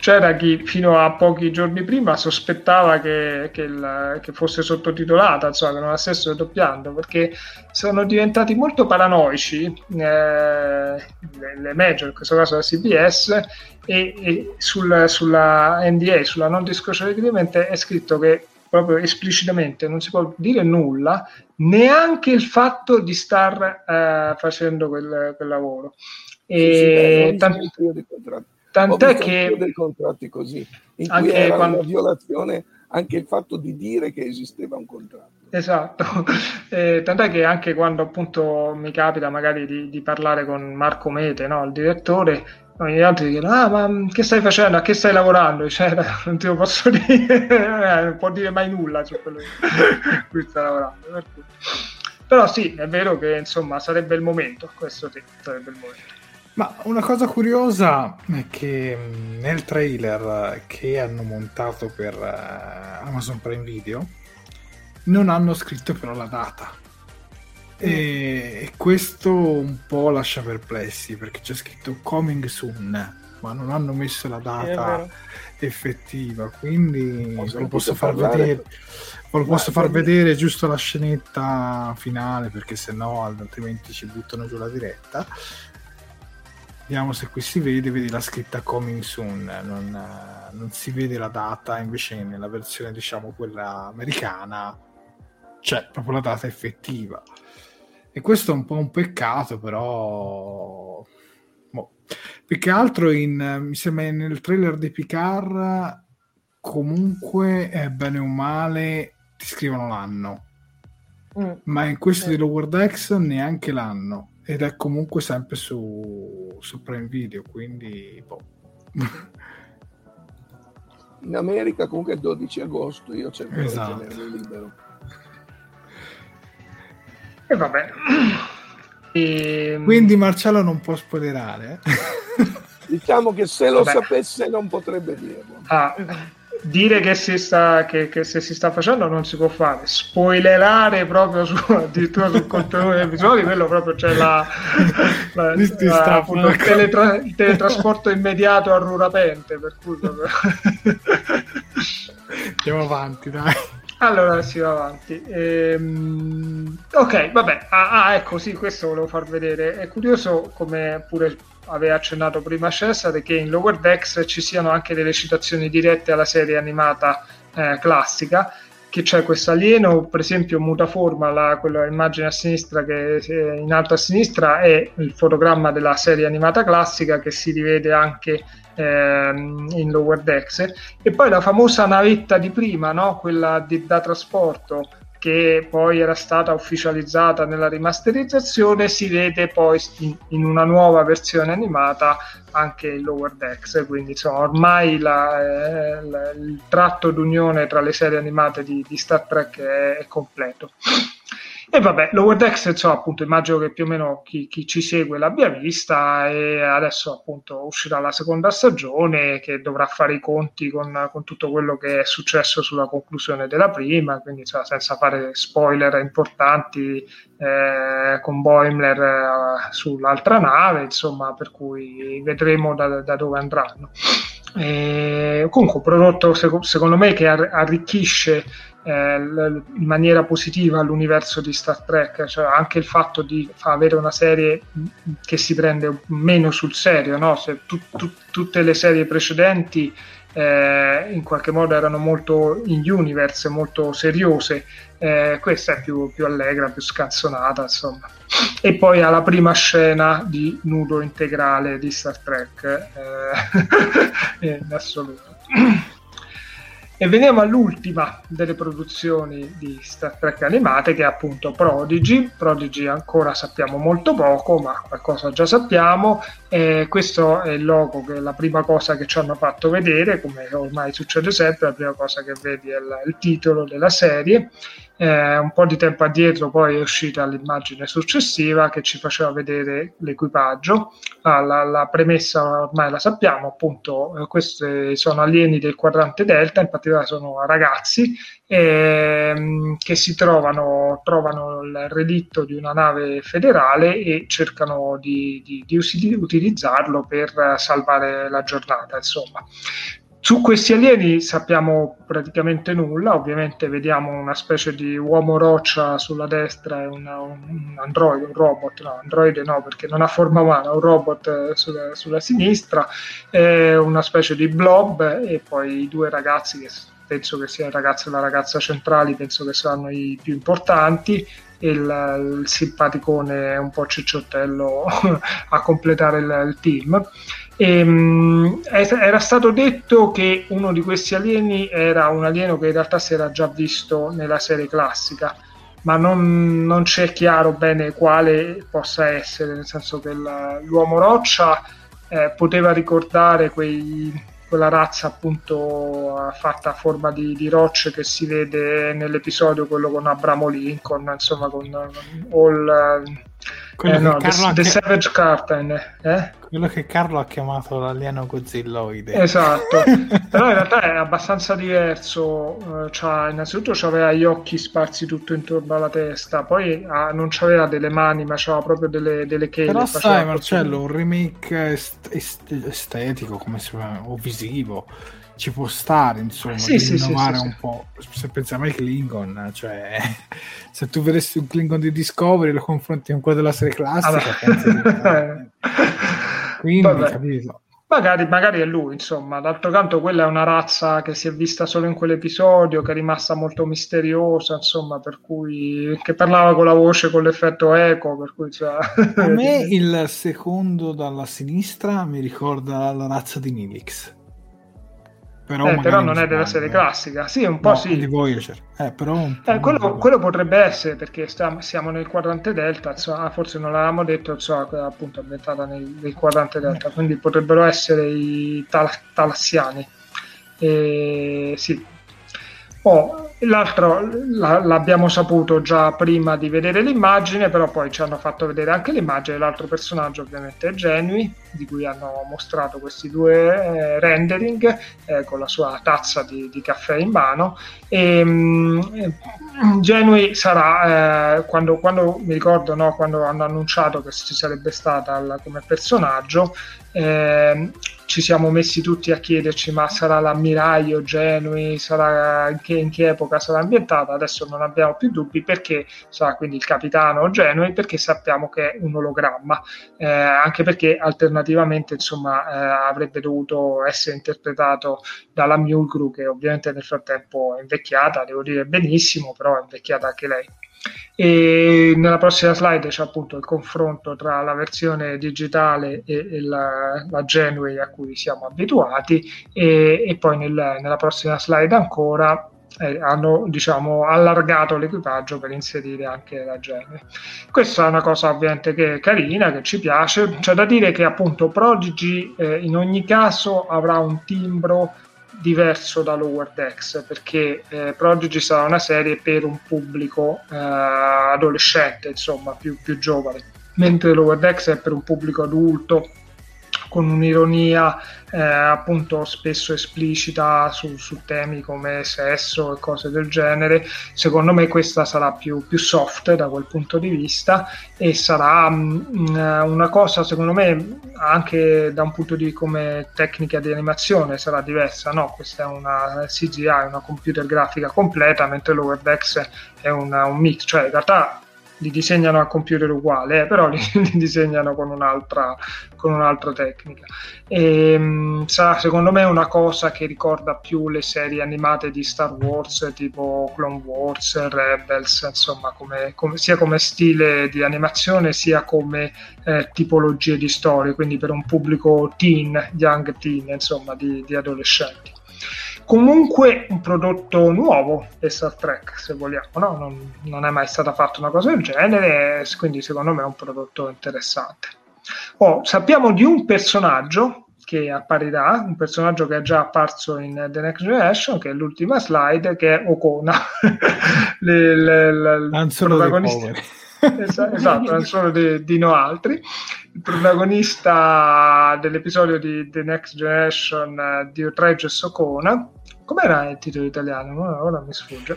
c'era chi fino a pochi giorni prima sospettava che, che, il, che fosse sottotitolata, insomma, che non la stessero doppiando, perché sono diventati molto paranoici eh, le, le major, in questo caso la C B S, e, e sul, sulla N D A, sulla non disclosure agreement, è scritto che proprio esplicitamente non si può dire nulla, neanche il fatto di star eh, facendo quel, quel lavoro. E sì, sì, tant- tant'è che dei contratti così, in cui anche era quando... una violazione anche il fatto di dire che esisteva un contratto. Esatto, eh, tant'è che anche quando appunto mi capita magari di, di parlare con Marco Mete, no, il direttore, gli altri dicono: ah, ma che stai facendo? A che stai lavorando? Cioè, non te lo posso dire, non può dire mai nulla su quello che cui sta lavorando. Per cui. Però sì, è vero che insomma sarebbe il momento, questo sì, sarebbe il momento. Ma una cosa curiosa è che nel trailer che hanno montato per uh, Amazon Prime Video non hanno scritto però la data, e questo un po' lascia perplessi, perché c'è scritto coming soon ma non hanno messo la data effettiva, quindi ve lo posso far vedere, ve lo posso far vedere giusto la scenetta finale, perché sennò altrimenti ci buttano giù la diretta. Vediamo se qui si vede, vedi la scritta coming soon, non, non si vede la data, invece nella versione diciamo quella americana c'è proprio la data effettiva, e questo è un po' un peccato, però boh. Più che altro in, mi sembra nel trailer di Picard comunque eh, bene o male ti scrivono l'anno, mm. ma in questo sì. di Lower Decks neanche l'anno, ed è comunque sempre su, su Prime Video, quindi boh. In America comunque è dodici agosto, io cerco esatto. di tenerlo libero. E vabbè. E... quindi Marcello non può spoilerare, eh? Diciamo che se lo vabbè. sapesse non potrebbe dirlo. Ah, dire che si sta che, che se si sta facendo non si può fare. Spoilerare proprio su, addirittura sul contenuto degli episodi, quello proprio c'è la, la, la appunto, il, teletra, il teletrasporto immediato a Rurapente, per cui proprio... andiamo avanti, dai. Allora si va avanti. Ehm, ok, vabbè. Ah, ah, ecco, sì, questo volevo far vedere. È curioso, come pure aveva accennato prima Cesare, che in Lower Decks ci siano anche delle citazioni dirette alla serie animata eh, classica, che c'è questo alieno, per esempio mutaforma, la, quella immagine a sinistra che eh, in alto a sinistra è il fotogramma della serie animata classica, che si rivede anche ehm, in Lower Decks, e poi la famosa navetta di prima, no? Quella di, da trasporto, che poi era stata ufficializzata nella rimasterizzazione, si vede poi in, in una nuova versione animata anche in Lower Decks, quindi insomma ormai la, eh, la, il tratto d'unione tra le serie animate di, di Star Trek è, è completo. E vabbè, Lower Decks, insomma, appunto, immagino che più o meno chi, chi ci segue l'abbia vista, e adesso appunto uscirà la seconda stagione, che dovrà fare i conti con, con tutto quello che è successo sulla conclusione della prima, quindi insomma, senza fare spoiler importanti, eh, con Boimler eh, sull'altra nave, insomma, per cui vedremo da, da dove andranno. E comunque un prodotto secondo me che arricchisce eh, l- in maniera positiva l'universo di Star Trek, cioè anche il fatto di avere una serie che si prende meno sul serio, no? Se tu- tu- tutte le serie precedenti eh, in qualche modo erano molto in universe, molto seriose, eh, questa è più, più allegra, più scanzonata, insomma. E poi alla prima scena di nudo integrale di Star Trek eh, in assoluto. E veniamo all'ultima delle produzioni di Star Trek animate, che è appunto Prodigy. Prodigy ancora sappiamo molto poco, ma qualcosa già sappiamo. E questo è il logo, che è la prima cosa che ci hanno fatto vedere, come ormai succede sempre, la prima cosa che vedi è il, il titolo della serie. Eh, un po' di tempo addietro poi è uscita l'immagine successiva che ci faceva vedere l'equipaggio. Ah, la, la premessa ormai la sappiamo, appunto, eh, questi sono alieni del quadrante delta, in particolare prospettiva sono ragazzi ehm, che si trovano, trovano il relitto di una nave federale e cercano di, di, di us- utilizzarlo per salvare la giornata, insomma. Su questi alieni sappiamo praticamente nulla, ovviamente vediamo una specie di uomo roccia sulla destra e una, un androide, un robot, no, androide no perché non ha forma umana, un robot sulla, sulla sinistra, e una specie di blob e poi i due ragazzi che penso che sia il ragazzo e la ragazza centrali, penso che saranno i più importanti, e il, il simpaticone un po' cicciottello a completare il, il team. E, mh, era stato detto che uno di questi alieni era un alieno che in realtà si era già visto nella serie classica, ma non, non c'è chiaro bene quale possa essere, nel senso che il, l'uomo roccia eh, poteva ricordare quei, quella razza appunto fatta a forma di, di rocce che si vede nell'episodio, quello con Abramo Lincoln, insomma con All, eh, no, The, The che... Savage Curtain, eh? Quello che Carlo ha chiamato l'alieno godzilloide. Esatto, però in realtà è abbastanza diverso. C'ha, innanzitutto c'aveva gli occhi sparsi tutto intorno alla testa, poi ah, non c'aveva delle mani, ma c'aveva proprio delle, delle chele. Però sai Marcello, un remake est- est- estetico come si chiama, o visivo ci può stare, insomma, sì, di sì, innovare sì, un sì. po'. Se pensiamo ai Klingon, cioè se tu vedessi un Klingon di Discovery e lo confronti con quello della serie classica, penso che... quindi Vabbè. capito. Magari, magari è lui, insomma. D'altro canto quella è una razza che si è vista solo in quell'episodio, che è rimasta molto misteriosa, insomma, per cui che parlava con la voce con l'effetto eco, per cui cioè... A me il secondo dalla sinistra mi ricorda la razza di Nilix. Però, eh, però non è sbaglio, della serie eh. classica, sì, un po' no, sì. Di Voyager. Eh, però un po' Eh, quello, quello potrebbe essere, perché stiamo, siamo nel quadrante delta, insomma, forse non l'avevamo detto, insomma, appunto è ambientata nel, nel quadrante delta, quindi potrebbero essere i tal- talassiani. E, sì. Oh, l'altro la, l'abbiamo saputo già prima di vedere l'immagine, però poi ci hanno fatto vedere anche l'immagine. L'altro personaggio ovviamente è Genui, di cui hanno mostrato questi due eh, rendering eh, con la sua tazza di, di caffè in mano. E, mh, Genui sarà eh, quando, quando mi ricordo, no, quando hanno annunciato che ci sarebbe stata la, come personaggio, eh, ci siamo messi tutti a chiederci: ma sarà l'ammiraglio Genui, sarà in che, in che epoca sarà ambientata? Adesso non abbiamo più dubbi, perché sarà quindi il capitano Genui, perché sappiamo che è un ologramma, eh, anche perché alternativamente insomma eh, avrebbe dovuto essere interpretato dalla Mulgrew, che ovviamente nel frattempo è invecchiata, devo dire benissimo, però è invecchiata anche lei. E nella prossima slide c'è appunto il confronto tra la versione digitale e, e la, la Genui a cui siamo abituati, e, e poi nel, nella prossima slide ancora eh, hanno diciamo allargato l'equipaggio per inserire anche la Genui. Questa è una cosa ovviamente che è carina, che ci piace. C'è da dire che appunto Prodigy eh, in ogni caso avrà un timbro diverso da Lower Decks, perché eh, Prodigy sarà una serie per un pubblico eh, adolescente, insomma più, più giovane, mentre Lower Decks è per un pubblico adulto, con un'ironia eh, appunto spesso esplicita su, su temi come sesso e cose del genere. Secondo me questa sarà più, più soft da quel punto di vista, e sarà mh, una cosa secondo me anche da un punto di come tecnica di animazione sarà diversa, no? Questa è una C G I, una computer grafica completa, mentre Lower Decks è una, un mix, cioè in realtà li disegnano a computer uguale, eh, però li, li disegnano con un'altra, con un'altra tecnica. E, mh, sarà secondo me una cosa che ricorda più le serie animate di Star Wars, tipo Clone Wars, Rebels, insomma, come, come, sia come stile di animazione sia come eh, tipologie di storie, quindi per un pubblico teen, young teen, insomma, di, di adolescenti. Comunque un prodotto nuovo per Star Trek, se vogliamo, no? non, non è mai stata fatta una cosa del genere, quindi secondo me è un prodotto interessante. Oh, sappiamo di un personaggio che apparirà, un personaggio che è già apparso in The Next Generation, che è l'ultima slide, che è Okona, le, le, le, il protagonista. esatto, esatto, non sono di, di no altri. Il protagonista dell'episodio di The Next Generation uh, di Outrageous Okona. Com'era il titolo italiano? Ora mi sfugge.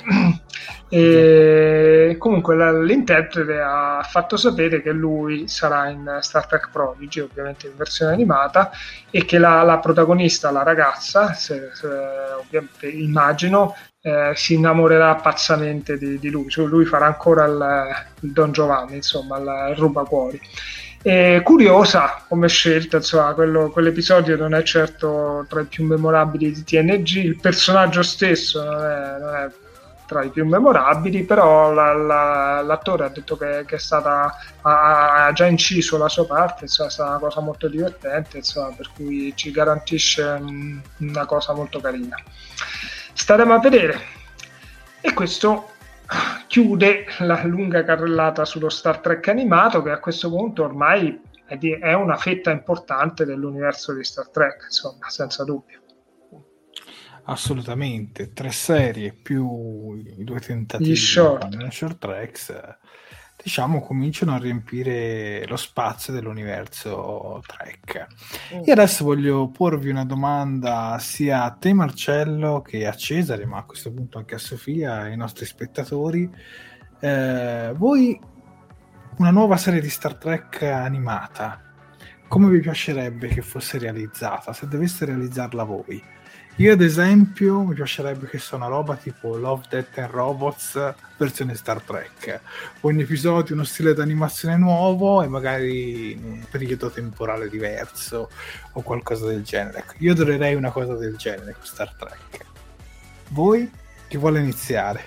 E comunque la, l'interprete ha fatto sapere che lui sarà in Star Trek Prodigy, ovviamente in versione animata, e che la, la protagonista, la ragazza, se, se, ovviamente immagino, eh, si innamorerà pazzamente di, di lui. Cioè, lui farà ancora il, il Don Giovanni, insomma, il, il rubacuori. E curiosa come scelta, insomma, quello, quell'episodio non è certo tra i più memorabili di T N G, il personaggio stesso non è, non è tra i più memorabili, però la, la, l'attore ha detto che, che è stata, ha, ha già inciso la sua parte, insomma, è stata una cosa molto divertente, insomma, per cui ci garantisce um, una cosa molto carina. Staremo a vedere. E questo chiude la lunga carrellata sullo Star Trek animato, che a questo punto ormai è, di, è una fetta importante dell'universo di Star Trek, insomma, senza dubbio. Assolutamente, tre serie più i due tentativi di short, di short tracks, diciamo, cominciano a riempire lo spazio dell'universo Trek. Mm. E adesso voglio porvi una domanda sia a te, Marcello, che a Cesare, ma a questo punto anche a Sofia e ai nostri spettatori. Eh, voi, una nuova serie di Star Trek animata, come vi piacerebbe che fosse realizzata, se doveste realizzarla voi? Io ad esempio mi piacerebbe che sia una roba tipo Love, Death and Robots versione Star Trek, ogni episodio uno stile d'animazione nuovo e magari in un periodo temporale diverso o qualcosa del genere. Io adorerei una cosa del genere con Star Trek. Voi? Chi vuole iniziare?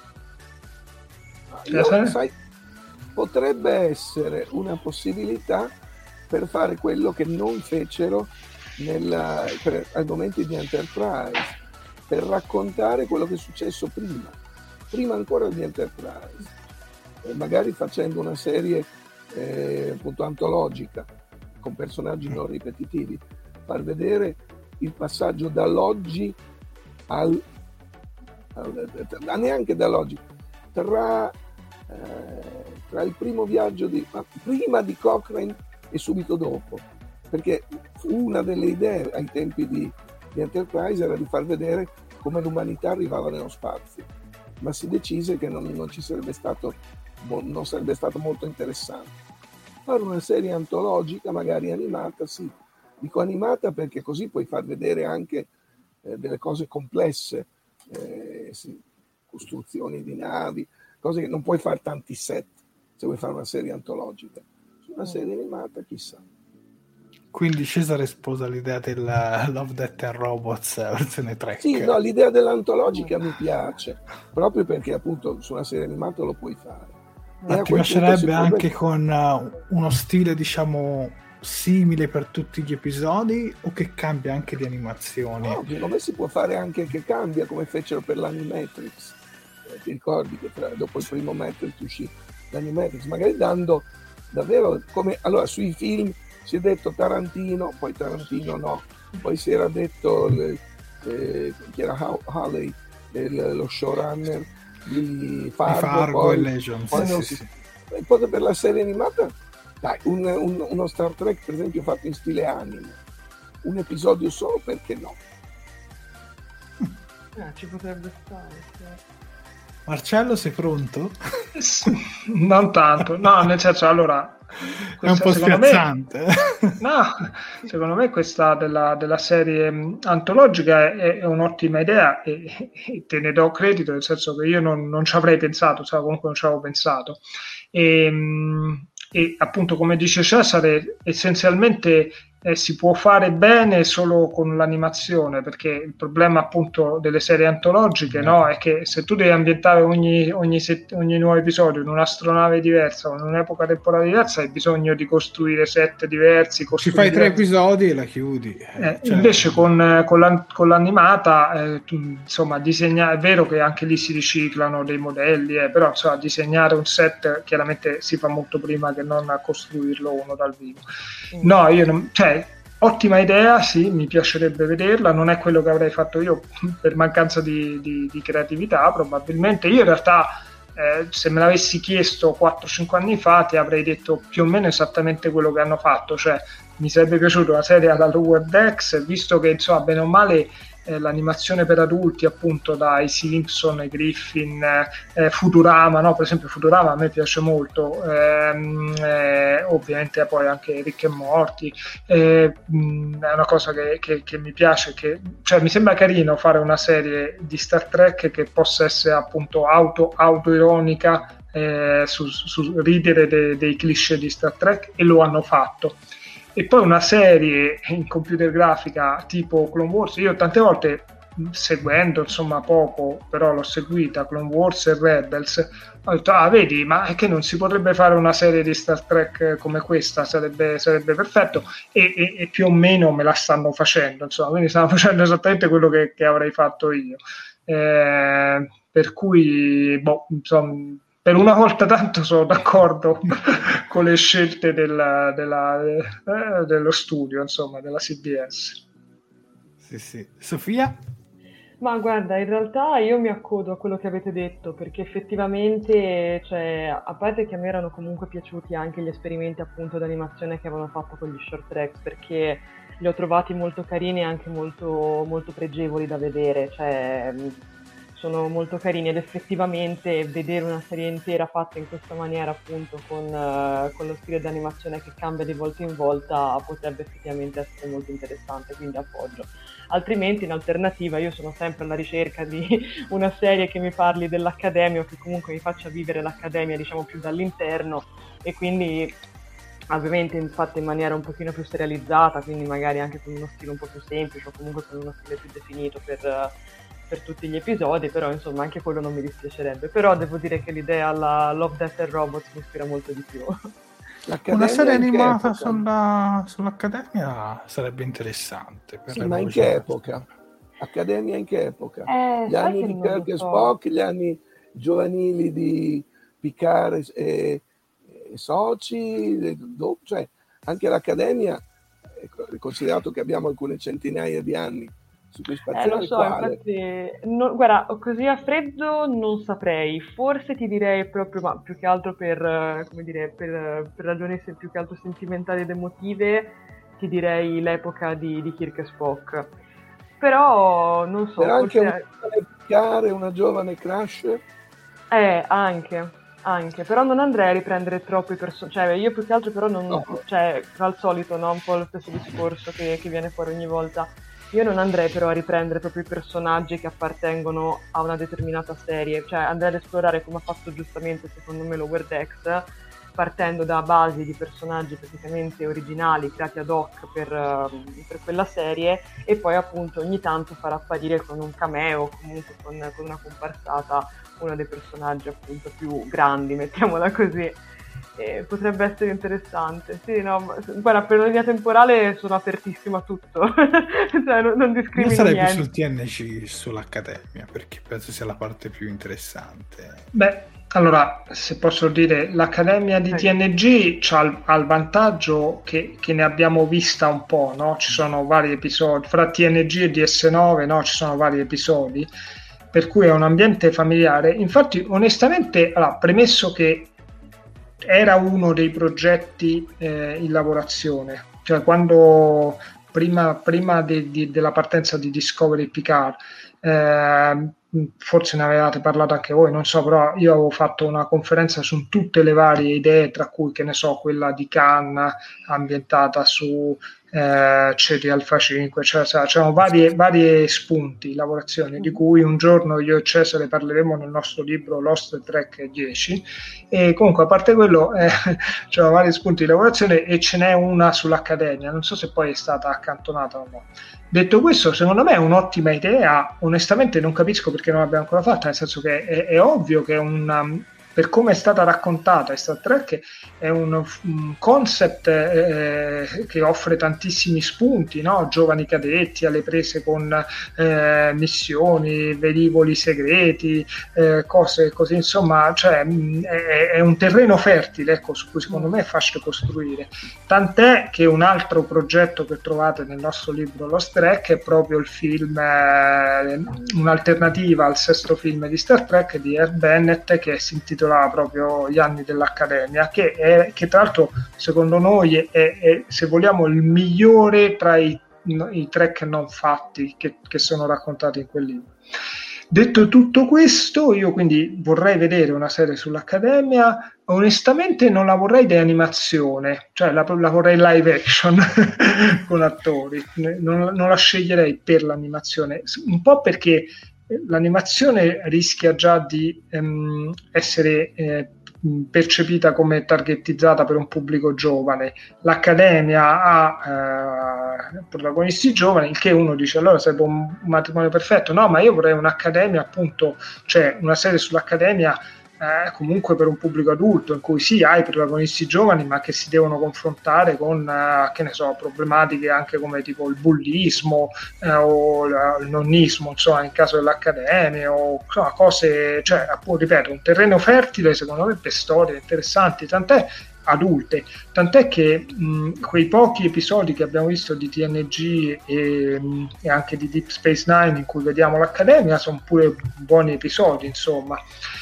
Io, sai, potrebbe essere una possibilità per fare quello che non fecero Nella, per, ai momenti di Enterprise, per raccontare quello che è successo prima prima ancora di Enterprise, e magari facendo una serie eh, appunto antologica con personaggi non ripetitivi, far vedere il passaggio dall'oggi al, al, al neanche dall'oggi tra, eh, tra il primo viaggio di prima di Cochrane e subito dopo, perché una delle idee ai tempi di, di Enterprise era di far vedere come l'umanità arrivava nello spazio, ma si decise che non, non ci sarebbe stato non sarebbe stato molto interessante fare una serie antologica, magari animata. Sì, dico animata perché così puoi far vedere anche eh, delle cose complesse, eh, sì, costruzioni di navi, cose che non puoi fare tanti set se vuoi fare una serie antologica. Su una serie animata, chissà. Quindi Cesare sposa l'idea della Love, Death and Robots versione Trek. Sì, no, l'idea dell'antologica mi piace, proprio perché appunto su una serie animata lo puoi fare. Ma ti piacerebbe anche con uh, uno stile, diciamo, simile per tutti gli episodi, o che cambia anche di animazione? No, secondo me si può fare anche che cambia, come fecero per l'Animatrix. Eh, ti ricordi che tra, dopo il primo Matrix uscì l'Animatrix, magari dando davvero come... Allora, sui film si è detto Tarantino, poi Tarantino no, poi si era detto le, eh, chi era Hawley, il, lo showrunner di Fargo, Fargo poi, e Legends, poi, sì, non sì, si, sì. poi per la serie animata, dai, un, un, uno Star Trek per esempio fatto in stile anime, un episodio solo, perché no? Eh, ci potrebbe stare, sì. Marcello, sei pronto? Non tanto, no, nel senso, allora è un po' spiazzante. Me, no, secondo me questa della, della serie antologica è, è un'ottima idea e, e te ne do credito, nel senso che io non, non ci avrei pensato, cioè, comunque non ci avevo pensato. E, e appunto, come dice Cesare, essenzialmente eh, si può fare bene solo con l'animazione, perché il problema appunto delle serie antologiche, no, è che se tu devi ambientare ogni, ogni, set, ogni nuovo episodio in un'astronave diversa o in un'epoca temporale diversa, hai bisogno di costruire set diversi, ci fai tre episodi e la chiudi, eh, cioè... invece con, con, la, con l'animata eh, tu, insomma disegna, è vero che anche lì si riciclano dei modelli, eh, però insomma disegnare un set chiaramente si fa molto prima che non a costruirlo uno dal vivo. No, io non, cioè ottima idea, sì, mi piacerebbe vederla, non è quello che avrei fatto io per mancanza di, di, di creatività probabilmente. Io in realtà eh, se me l'avessi chiesto quattro cinque anni fa ti avrei detto più o meno esattamente quello che hanno fatto, cioè mi sarebbe piaciuta una serie alla Lower Decks, visto che insomma bene o male eh, l'animazione per adulti appunto dai Simpson, i Griffin, eh, Futurama, no? Per esempio Futurama a me piace molto, ehm, eh, ovviamente poi anche Rick e Morty, eh, mh, è una cosa che, che, che mi piace, che, cioè mi sembra carino fare una serie di Star Trek che possa essere appunto auto, autoironica, eh, su, su ridere de, dei cliché di Star Trek, e lo hanno fatto. E poi una serie in computer grafica tipo Clone Wars, io tante volte seguendo insomma poco, però l'ho seguita, Clone Wars e Rebels, ho detto ah vedi, ma è che non si potrebbe fare una serie di Star Trek come questa, sarebbe, sarebbe perfetto, e, e, e più o meno me la stanno facendo, insomma, quindi stanno facendo esattamente quello che, che avrei fatto io, eh, per cui boh, insomma, per una volta tanto sono d'accordo con le scelte della, della, eh, dello studio, insomma, della C B S. Sì, sì. Sofia? Ma guarda, in realtà io mi accodo a quello che avete detto, perché effettivamente, cioè, a parte che a me erano comunque piaciuti anche gli esperimenti appunto d'animazione che avevano fatto con gli short tracks, perché li ho trovati molto carini e anche molto, molto pregevoli da vedere, cioè sono molto carini, ed effettivamente vedere una serie intera fatta in questa maniera appunto con, uh, con lo stile di animazione che cambia di volta in volta potrebbe effettivamente essere molto interessante, quindi appoggio. Altrimenti in alternativa io sono sempre alla ricerca di una serie che mi parli dell'Accademia o che comunque mi faccia vivere l'Accademia diciamo più dall'interno, e quindi ovviamente fatta in maniera un pochino più serializzata, quindi magari anche con uno stile un po' più semplice o comunque con uno stile più definito per... Uh, per tutti gli episodi, però insomma anche quello non mi dispiacerebbe, però devo dire che l'idea alla Love, Death and Robots mi ispira molto di più. Una serie animata sulla, sull'Accademia sarebbe interessante. Per sì, ma in che epoca? Accademia in che epoca? Eh, gli anni di Kirk e so. Spock, gli anni giovanili di Picard e, e soci, cioè anche l'Accademia, considerato che abbiamo alcune centinaia di anni su cui spaziare, eh, lo so, quale? infatti, no, guarda, così a freddo non saprei, forse ti direi proprio, ma più che altro per, come dire, per, per ragioni più che altro sentimentali ed emotive, ti direi l'epoca di, di Kirk e Spock, però non so. Però anche forse... una giovane Picard, una giovane Crash? Eh, anche, anche, però non andrei a riprendere troppo i personaggi, cioè io più che altro però non, No. cioè al solito, no, un po' lo stesso discorso che, che viene fuori ogni volta. Io non andrei però a riprendere proprio i personaggi che appartengono a una determinata serie, cioè andrei ad esplorare, come ha fatto giustamente secondo me Lower Decks, partendo da basi di personaggi praticamente originali creati ad hoc per, uh, per quella serie, e poi appunto ogni tanto far apparire con un cameo o comunque con, con una comparsata uno dei personaggi appunto più grandi, mettiamola così. Eh, potrebbe essere interessante. Sì, no, guarda, per la linea temporale sono apertissima a tutto, cioè non, non discrimino Io sarei niente. più sul T N G, sull'Accademia, perché penso sia la parte più interessante. Beh, allora, se posso dire, l'Accademia di Eh. T N G c'ha il, ha il vantaggio che, che ne abbiamo vista un po', no? Ci sono vari episodi, fra T N G e D S nove, no? Ci sono vari episodi, per cui è un ambiente familiare. Infatti, onestamente, allora, premesso che era uno dei progetti eh, in lavorazione, cioè quando prima, prima de, de, della partenza di Discovery Picard, eh, forse ne avevate parlato anche voi, non so, però io avevo fatto una conferenza su tutte le varie idee, tra cui, che ne so, quella di Khan ambientata su eh, C E T Alfa cinque, cioè c'erano varie, varie spunti, lavorazioni, di cui un giorno io e Cesare parleremo nel nostro libro Lost Trek dieci, e comunque a parte quello eh, c'erano vari spunti di lavorazione, e ce n'è una sull'Accademia, non so se poi è stata accantonata o no. Detto questo, secondo me è un'ottima idea, onestamente non capisco perché non l'abbiamo ancora fatta, nel senso che è, è ovvio che è un per come è stata raccontata Star Trek è un, un concept eh, che offre tantissimi spunti, no? Giovani cadetti alle prese con eh, missioni, velivoli segreti, eh, cose così, insomma, cioè, mh, è, è un terreno fertile, ecco, su cui secondo me è facile costruire, tant'è che un altro progetto che trovate nel nostro libro Lost Trek è proprio il film, eh, un'alternativa al sesto film di Star Trek di Herb Bennett, che si intitola proprio Gli anni dell'Accademia, che, è, che tra l'altro secondo noi è, è, se vogliamo, il migliore tra i, i Trek non fatti che, che sono raccontati in quel libro. Detto tutto questo, io quindi vorrei vedere una serie sull'Accademia. Onestamente non la vorrei di animazione, cioè la, la vorrei live action con attori, non, non la sceglierei per l'animazione, un po' perché l'animazione rischia già di ehm, essere eh, percepita come targetizzata per un pubblico giovane. L'Accademia ha eh, protagonisti giovani, il che uno dice allora sarebbe un matrimonio perfetto. No, ma io vorrei un'Accademia, appunto, cioè una serie sull'Accademia eh, comunque per un pubblico adulto, in cui sì, hai protagonisti giovani ma che si devono confrontare con eh, che ne so, problematiche anche come tipo il bullismo eh, o la, il nonnismo, insomma, in caso dell'Accademia, o insomma, cose, cioè appunto, ripeto, un terreno fertile secondo me per storie interessanti, tant'è adulte, tant'è che mh, quei pochi episodi che abbiamo visto di T N G e, mh, e anche di Deep Space Nine in cui vediamo l'Accademia sono pure buoni episodi, insomma.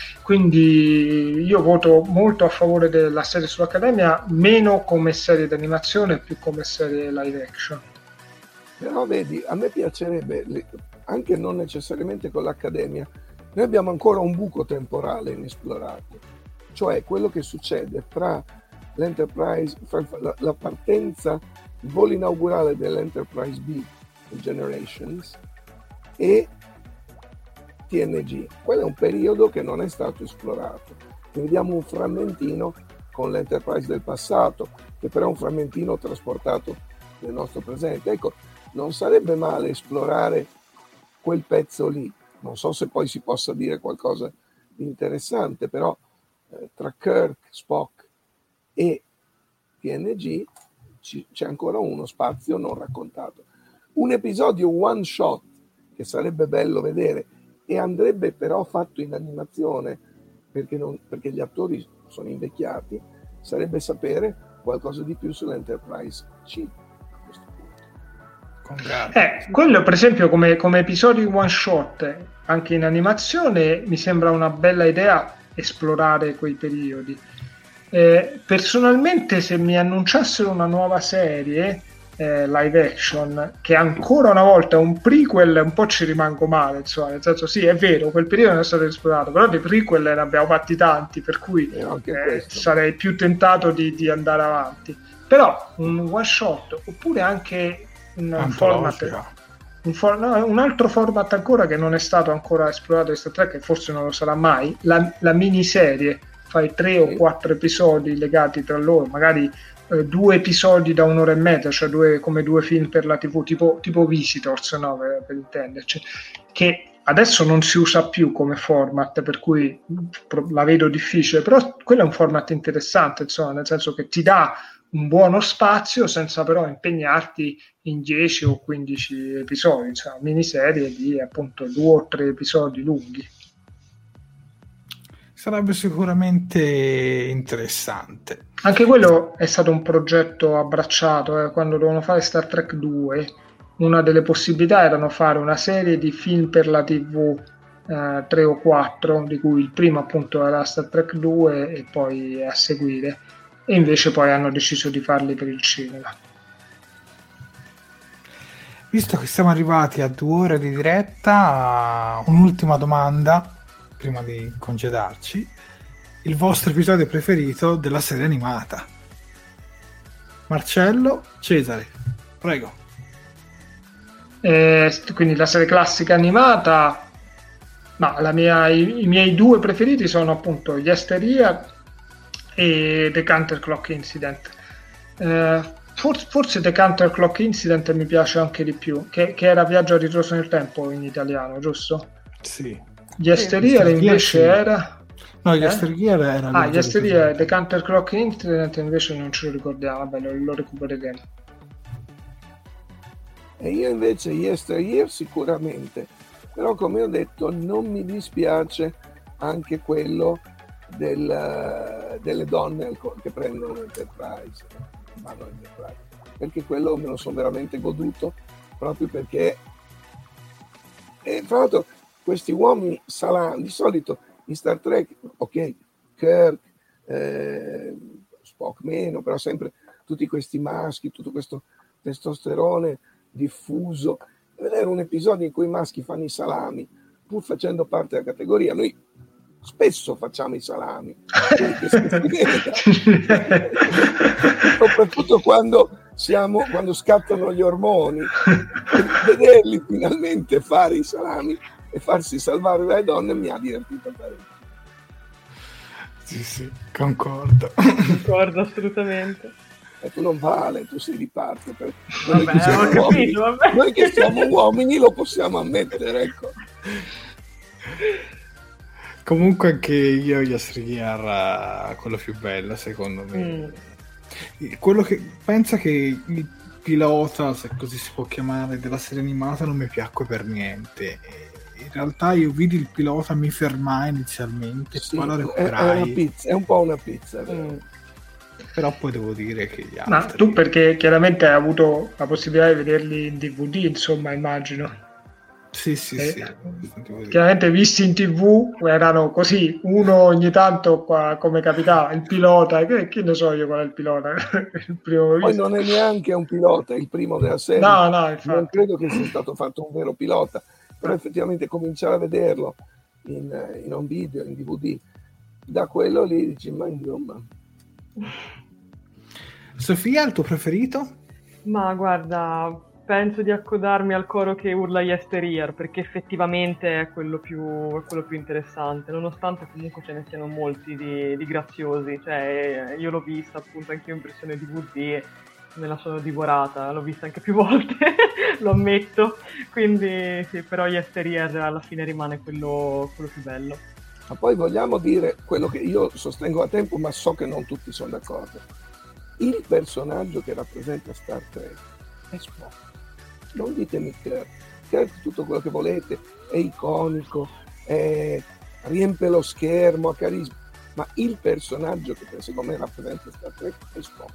Quindi io voto molto a favore della serie sull'Accademia, meno come serie d'animazione, più come serie live action. Però vedi, a me piacerebbe, anche non necessariamente con l'Accademia, noi abbiamo ancora un buco temporale inesplorato, cioè quello che succede fra l'Enterprise, fra la, la partenza, il volo inaugurale dell'Enterprise B, Generations, e T N G. Quello è un periodo che non è stato esplorato. Ne vediamo un frammentino con l'Enterprise del passato, che però è un frammentino trasportato nel nostro presente. Ecco, non sarebbe male esplorare quel pezzo lì. Non so se poi si possa dire qualcosa di interessante, però eh, tra Kirk, Spock e T N G ci, c'è ancora uno spazio non raccontato. Un episodio one shot che sarebbe bello vedere, e andrebbe però fatto in animazione perché, non, perché gli attori sono invecchiati, sarebbe sapere qualcosa di più sull'Enterprise C a questo punto. Eh, quello per esempio come, come episodi one shot anche in animazione mi sembra una bella idea, esplorare quei periodi. Eh, personalmente se mi annunciassero una nuova serie Eh, live action che ancora una volta è un prequel, un po' ci rimango male, insomma, nel senso, sì, è vero, quel periodo non è stato esplorato, però di prequel ne abbiamo fatti tanti, per cui eh, eh, sarei più tentato di, di andare avanti. Però un one shot oppure anche un format, un, for- no, un altro format ancora che non è stato ancora esplorato di Star Trek, che forse non lo sarà mai, la, la miniserie, fai tre o quattro episodi legati tra loro, magari Eh, due episodi da un'ora e mezza, cioè due, come due film per la tivù, tipo, tipo Visitors, no, per, per intenderci, che adesso non si usa più come format, per cui la vedo difficile, però quello è un format interessante, insomma, nel senso che ti dà un buono spazio senza però impegnarti in dieci o quindici episodi, insomma, miniserie di appunto due o tre episodi lunghi. Sarebbe sicuramente interessante. Anche quello è stato un progetto abbracciato, eh, quando dovevano fare Star Trek due, una delle possibilità erano fare una serie di film per la tivù, eh, tre o quattro, di cui il primo appunto era Star Trek due e poi a seguire, e invece poi hanno deciso di farli per il cinema. Visto che siamo arrivati a due ore di diretta, un'ultima domanda prima di congedarci: il vostro episodio preferito della serie animata? Marcello, Cesare, prego. Eh, quindi la serie classica animata, ma la mia, i, i miei due preferiti sono appunto Histeria e The Counter Clock Incident. Eh, forse, forse The Counter Clock Incident mi piace anche di più, che, che era Viaggio a ritroso nel tempo in italiano, giusto? Sì. Histeria sì, invece sì. era... No, Eh? Yesteryear era Ah, Viaggio Yesteryear, del The Counter Clock Incident invece non ce lo ricordiamo, vabbè, lo, lo recupereremo. E io invece Yesteryear sicuramente, però come ho detto non mi dispiace anche quello del, delle donne che prendono l'Enterprise, vanno all'Enterprise, perché quello me lo sono veramente goduto, proprio perché e tra l'altro questi uomini salami, di solito in Star Trek, ok, Kirk, eh, Spock meno, però sempre tutti questi maschi, tutto questo testosterone diffuso. Vedere un episodio in cui i maschi fanno i salami, pur facendo parte della categoria, noi spesso facciamo i salami, che si veda. Soprattutto quando, siamo, quando scattano gli ormoni, vederli finalmente fare i salami e farsi salvare dalle donne mi ha divertito parecchio. Sì, sì, concordo. Concordo assolutamente. E tu non vale, tu sei di parte. Per... Vabbè, noi, che siamo ho capito, uomini, vabbè. noi che siamo uomini lo possiamo ammettere, ecco. Comunque anche io Yesteryear uh, quello più bello secondo me. Mm. Quello che pensa che il pilota, se così si può chiamare, della serie animata non mi piacque per niente. In realtà io vidi il pilota, mi fermai inizialmente, sì, poi lo recuperai. È, una pizza, è un po' una pizza. Mm. Però poi devo dire che gli altri... Ma tu perché chiaramente hai avuto la possibilità di vederli in D V D, insomma, immagino. Sì, sì, eh, sì. Chiaramente visti in tivù erano così, uno ogni tanto qua, come capitava, il pilota, che, che ne so io qual è il pilota. Il primo Poi non è neanche un pilota, è il primo della serie. No, no, infatti. Non credo che sia stato fatto un vero pilota, però effettivamente cominciare a vederlo in, in un video, in D V D, da quello lì dici, ma insomma... Sofia, il tuo preferito? Ma guarda, penso di accodarmi al coro che urla Yesteryear, perché effettivamente è quello più, è quello più interessante, nonostante comunque ce ne siano molti di, di graziosi. Cioè, io l'ho vista appunto anche in versione D V D e me la sono divorata, l'ho vista anche più volte, lo ammetto, quindi sì, però Yesteryear alla fine rimane quello, quello più bello. Ma poi vogliamo dire quello che io sostengo a tempo, ma so che non tutti sono d'accordo. Il personaggio che rappresenta Star Trek è Spock. Non ditemi Kirk. Kirk tutto quello che volete, è iconico, è... riempie lo schermo, ha carisma, ma il personaggio che secondo me rappresenta Star Trek è Spock.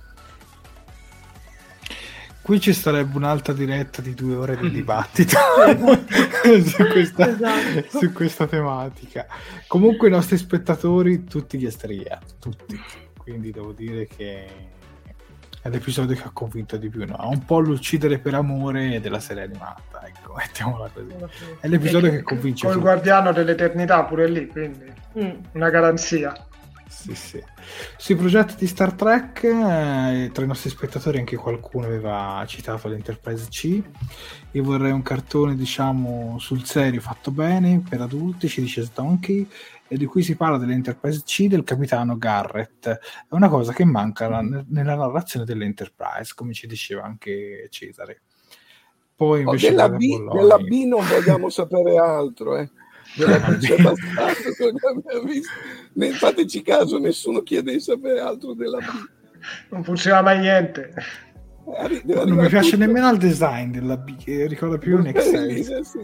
Qui ci sarebbe un'altra diretta di due ore di dibattito su, questa, esatto. su questa tematica. Comunque i nostri spettatori, tutti gli Yesteryear, tutti. Quindi devo dire che è l'episodio che ha convinto di più, no? È un po' l'uccidere per amore della serie animata, ecco, mettiamola così. È l'episodio che convince. Col Guardiano dell'Eternità pure lì, quindi mm. una garanzia. Sì, sì. Sui progetti di Star Trek, eh, tra i nostri spettatori anche qualcuno aveva citato l'Enterprise C. Io vorrei un cartone, diciamo, sul serio fatto bene, per adulti, ci dice Sdonkey, e di cui si parla dell'Enterprise C del capitano Garrett. È una cosa che manca la, nella narrazione dell'Enterprise, come ci diceva anche Cesare. Poi invece oh, della, B, della B non vogliamo sapere altro, eh. Della B c'è bastato, ne fateci caso, nessuno chiede di sapere altro della B. Non funziona mai niente. Eh, non mi piace tutto. Nemmeno il design della B, che ricorda più un Excel. Sì.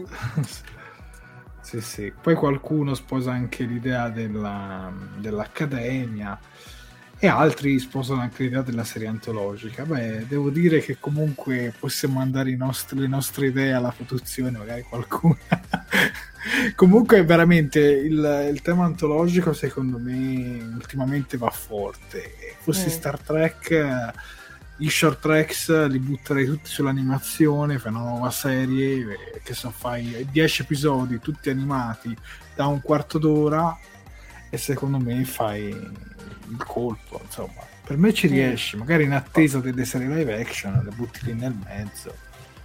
Sì, sì. Poi qualcuno sposa anche l'idea della, dell'Accademia e altri sposano anche l'idea della serie antologica. Beh, devo dire che comunque possiamo mandare i nostri, le nostre idee alla produzione, magari qualcuno. Comunque veramente il, il tema antologico secondo me ultimamente va forte. Fossi mm. Star Trek, gli short tracks li butterei tutti sull'animazione, fai una nuova serie che so, fai dieci episodi tutti animati da un quarto d'ora e secondo me fai il colpo, insomma. Per me ci riesci, magari in attesa delle serie live action le butti lì nel mezzo.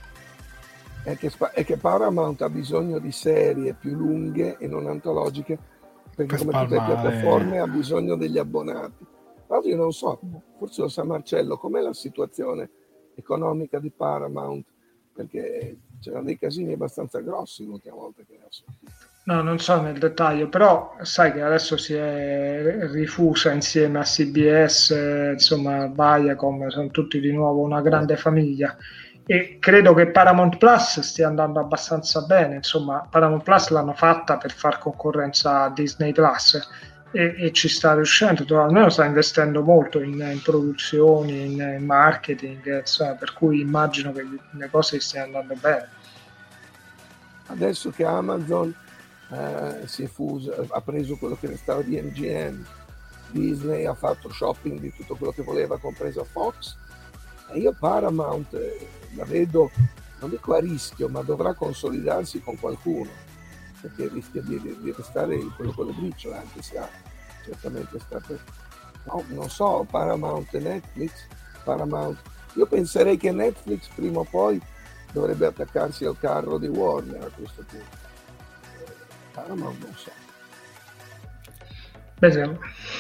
È che, è che Paramount ha bisogno di serie più lunghe e non antologiche, perché per come tutte le piattaforme ha bisogno degli abbonati. Però io non so, forse lo sa Marcello, com'è la situazione economica di Paramount, perché c'erano dei casini abbastanza grossi l'ultima volta che era sortito. No, non so nel dettaglio, però sai che adesso si è rifusa insieme a C B S, eh, insomma, Viacom, sono tutti di nuovo una grande famiglia e credo che Paramount Plus stia andando abbastanza bene, insomma, Paramount Plus l'hanno fatta per far concorrenza a Disney Plus e, e ci sta riuscendo, almeno sta investendo molto in, in produzioni, in, in marketing, insomma, per cui immagino che le cose stiano andando bene. Adesso che Amazon Eh, si è fusa, ha preso quello che restava di M G M, Disney ha fatto shopping di tutto quello che voleva, compresa Fox, e io Paramount eh, la vedo, non dico a rischio, ma dovrà consolidarsi con qualcuno, perché rischia di, di restare quello con le briciole, anche se ha certamente stato, no, non so, Paramount e Netflix, Paramount, io penserei che Netflix prima o poi dovrebbe attaccarsi al carro di Warner a questo punto. Paramount non so. Vediamo.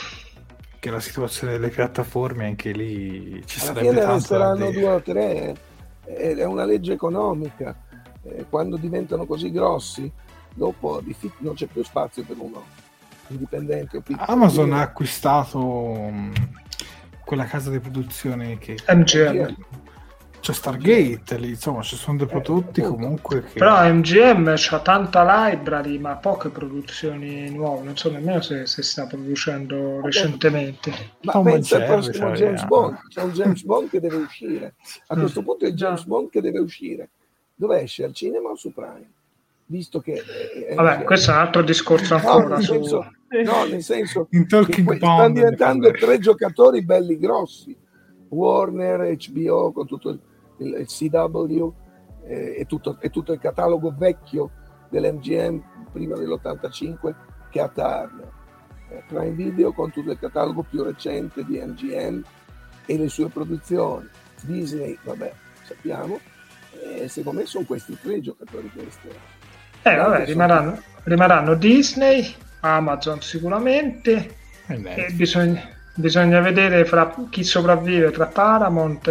Che la situazione delle piattaforme anche lì ci alla sarebbe fine tanto resteranno da due o tre, eh, è una legge economica, eh, quando diventano così grossi dopo non c'è più spazio per uno indipendente o piccolo. Amazon ha acquistato um, quella casa di produzione che M G M. c'è Stargate lì, insomma ci sono dei prodotti eh, comunque che... Però M G M c'ha tanta library ma poche produzioni nuove, non so nemmeno se, se sta producendo okay. recentemente. Ma Tom pensa al Jerry, prossimo cioè, James eh. Bond, c'è un James Bond che deve uscire, a questo punto è il James Bond che deve uscire, dove esce, al cinema o su Prime? Visto che è vabbè, M G M. questo è un altro discorso no, ancora nel su... senso, no, nel senso in Talking che Bond stanno diventando tre giocatori belli grossi, Warner, H B O con tutto il il C W eh, e, tutto, e tutto il catalogo vecchio dell'M G M prima dell'ottantacinque che ha Turner, eh, Prime Video con tutto il catalogo più recente di M G M e le sue produzioni, Disney, vabbè, sappiamo, e secondo me sono questi tre giocatori che resteranno. Eh vabbè, rimarranno, rimarranno Disney, Amazon sicuramente e bisogna Bisogna vedere fra chi sopravvive tra Paramount,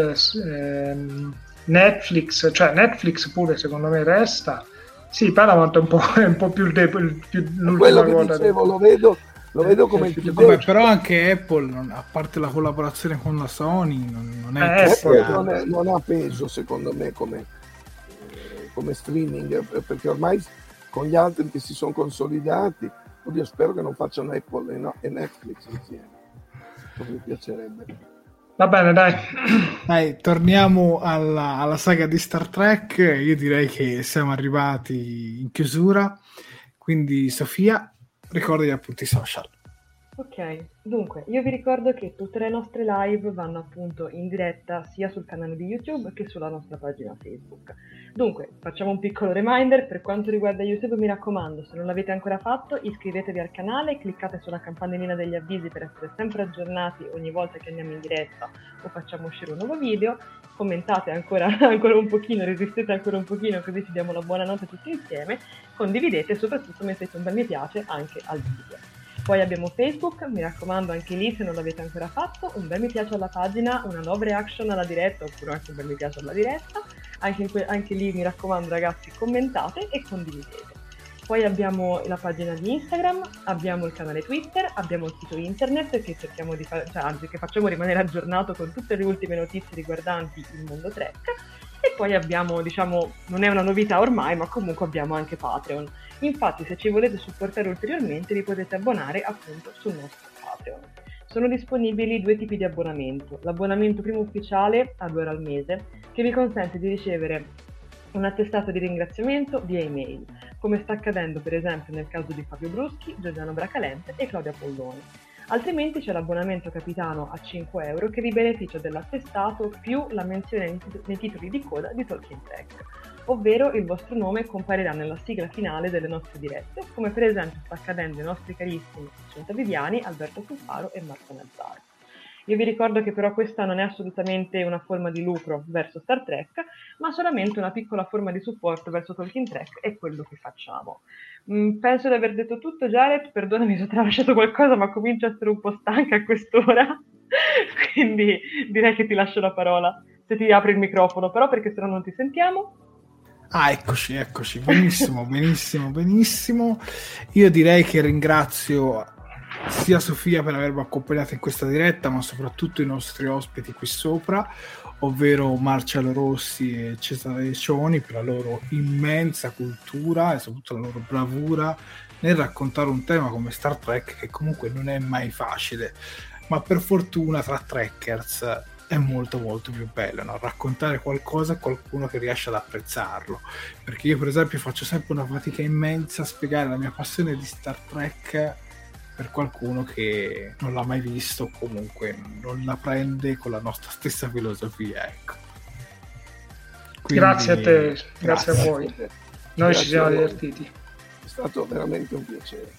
ehm, Netflix, cioè Netflix pure secondo me resta. Sì, Paramount è un po', è un po' più, de- più l'ultima quello che cosa dicevo, de- lo vedo, lo vedo come il più Vabbè, però anche Apple, non, a parte la collaborazione con la Sony, non, non è Eh, che Apple sia... non, è, non ha peso secondo me come, eh, come streaming, perché ormai con gli altri che si sono consolidati, oddio, spero che non facciano Apple e, no, e Netflix insieme. Mi piacerebbe. Va bene, dai. Dai, torniamo alla, alla saga di Star Trek. Io direi che siamo arrivati in chiusura. Quindi, Sofia, ricorda gli appunti social. Ok, dunque, io vi ricordo che tutte le nostre live vanno appunto in diretta sia sul canale di YouTube che sulla nostra pagina Facebook. Dunque, facciamo un piccolo reminder, per quanto riguarda YouTube mi raccomando, se non l'avete ancora fatto iscrivetevi al canale, cliccate sulla campanellina degli avvisi per essere sempre aggiornati ogni volta che andiamo in diretta o facciamo uscire un nuovo video, commentate ancora, ancora un pochino, resistete ancora un pochino così ci diamo la buonanotte tutti insieme, condividete e soprattutto mettete un bel mi piace anche al video. Poi abbiamo Facebook, mi raccomando anche lì se non l'avete ancora fatto, un bel mi piace alla pagina, una love reaction alla diretta oppure anche un bel mi piace alla diretta, anche, in que- anche lì mi raccomando ragazzi commentate e condividete. Poi abbiamo la pagina di Instagram, abbiamo il canale Twitter, abbiamo il sito internet che cerchiamo di fare, cioè anzi che facciamo rimanere aggiornato con tutte le ultime notizie riguardanti il mondo Trek. E poi abbiamo, diciamo, non è una novità ormai, ma comunque abbiamo anche Patreon. Infatti, se ci volete supportare ulteriormente, vi potete abbonare appunto sul nostro Patreon. Sono disponibili due tipi di abbonamento. L'abbonamento primo ufficiale a due euro al mese, che vi consente di ricevere un attestato di ringraziamento via email, come sta accadendo per esempio nel caso di Fabio Bruschi, Giuliano Bracalente e Claudia Polloni. Altrimenti c'è l'abbonamento capitano a cinque euro che vi beneficia dell'attestato più la menzione nei titoli di coda di Talking Trek, ovvero il vostro nome comparirà nella sigla finale delle nostre dirette, come per esempio sta accadendo ai nostri carissimi Cinta Viviani, Alberto Cuffaro e Marco Nazzaro. Io vi ricordo che però questa non è assolutamente una forma di lucro verso Star Trek, ma solamente una piccola forma di supporto verso Talking Trek e quello che facciamo. Mm, penso di aver detto tutto, Jared, perdonami se ho tralasciato qualcosa, ma comincio a essere un po' stanca a quest'ora, quindi direi che ti lascio la parola, se ti apri il microfono, però perché sennò non ti sentiamo. Ah, eccoci, eccoci, benissimo, benissimo, benissimo. Io direi che ringrazio sia Sofia per avermi accompagnato in questa diretta, ma soprattutto i nostri ospiti qui sopra, ovvero Marcello Rossi e Cesare Cioni, per la loro immensa cultura e soprattutto la loro bravura nel raccontare un tema come Star Trek, che comunque non è mai facile, ma per fortuna tra trekkers è molto molto più bello, no? Raccontare qualcosa a qualcuno che riesce ad apprezzarlo, perché io per esempio faccio sempre una fatica immensa a spiegare la mia passione di Star Trek per qualcuno che non l'ha mai visto o comunque non la prende con la nostra stessa filosofia, ecco. Quindi, grazie a te, grazie, grazie a voi, a noi grazie ci siamo a divertiti, è stato veramente un piacere.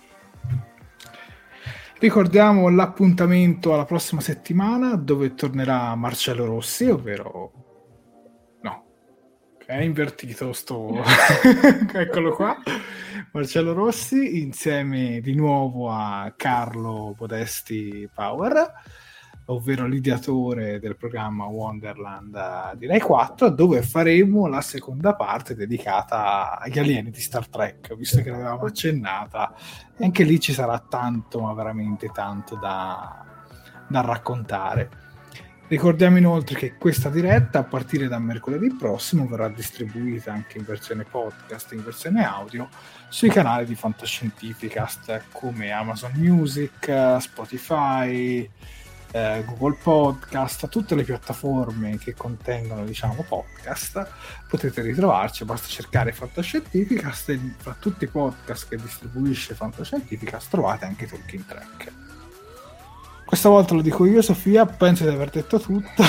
Ricordiamo l'appuntamento alla prossima settimana, dove tornerà Marcello Rossi, ovvero no, è invertito sto eccolo qua, Marcello Rossi insieme di nuovo a Carlo Podesti Power, ovvero l'ideatore del programma Wonderland di Rai quattro, dove faremo la seconda parte dedicata agli alieni di Star Trek, visto che l'avevamo accennata. Anche lì ci sarà tanto, ma veramente tanto da, da raccontare. Ricordiamo inoltre che questa diretta, a partire da mercoledì prossimo, verrà distribuita anche in versione podcast, in versione audio, sui canali di Fantascientificast come Amazon Music, Spotify, eh, Google Podcast, tutte le piattaforme che contengono, diciamo, podcast. Potete ritrovarci, basta cercare Fantascientificast e fra tutti i podcast che distribuisce Fantascientificast trovate anche Talking Trek. Questa volta lo dico io, Sofia, penso di aver detto tutto.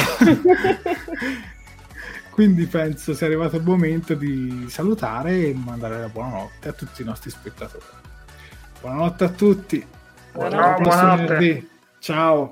Quindi penso sia arrivato il momento di salutare e mandare la buonanotte a tutti i nostri spettatori. Buonanotte a tutti. Buonanotte. Buonanotte. Ciao.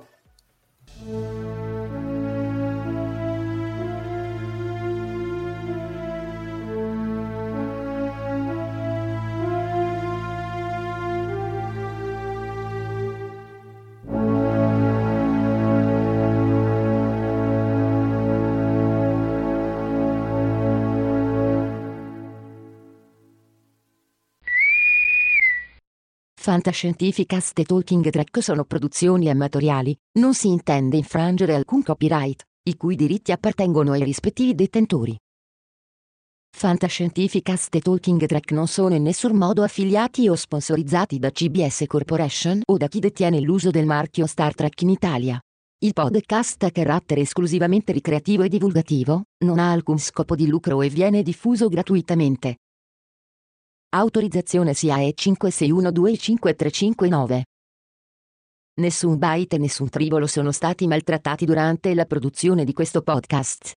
Fantascientificast e Talking Trek sono produzioni amatoriali, non si intende infrangere alcun copyright, i cui diritti appartengono ai rispettivi detentori. Fantascientificast e Talking Trek non sono in nessun modo affiliati o sponsorizzati da C B S Corporation o da chi detiene l'uso del marchio Star Trek in Italia. Il podcast ha carattere esclusivamente ricreativo e divulgativo, non ha alcun scopo di lucro e viene diffuso gratuitamente. Autorizzazione S I A E cinque sei uno due cinque tre cinque nove. Nessun byte e nessun tribolo sono stati maltrattati durante la produzione di questo podcast.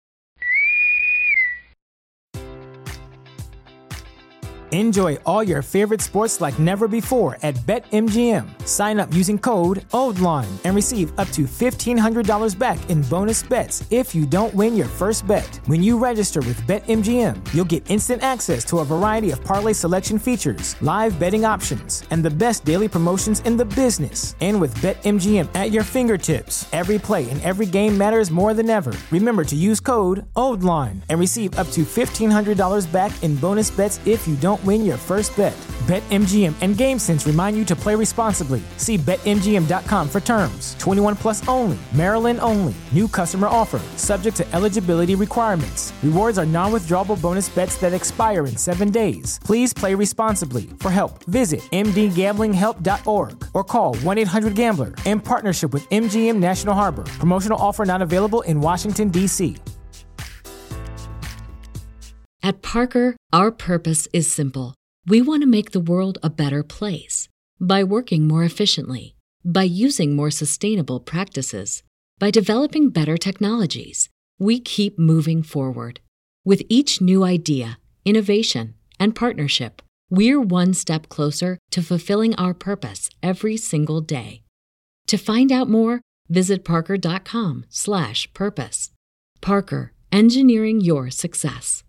Enjoy all your favorite sports like never before at BetMGM. Sign up using code OLDLINE and receive up to fifteen hundred dollars back in bonus bets if you don't win your first bet. When you register with BetMGM, you'll get instant access to a variety of parlay selection features, live betting options, and the best daily promotions in the business. And with BetMGM at your fingertips, every play and every game matters more than ever. Remember to use code OLDLINE and receive up to fifteen hundred dollars back in bonus bets if you don't win your first bet. BetMGM and GameSense remind you to play responsibly. See Bet M G M dot com for terms. twenty-one plus only. Maryland only. New customer offer. Subject to eligibility requirements. Rewards are non-withdrawable bonus bets that expire in seven days. Please play responsibly. For help, visit M D gambling help dot org or call one eight hundred gambler in partnership with M G M National Harbor. Promotional offer not available in Washington, D C At Parker, our purpose is simple. We want to make the world a better place. By working more efficiently, by using more sustainable practices, by developing better technologies, we keep moving forward. With each new idea, innovation, and partnership, we're one step closer to fulfilling our purpose every single day. To find out more, visit parker dot com slash purpose. Parker, engineering your success.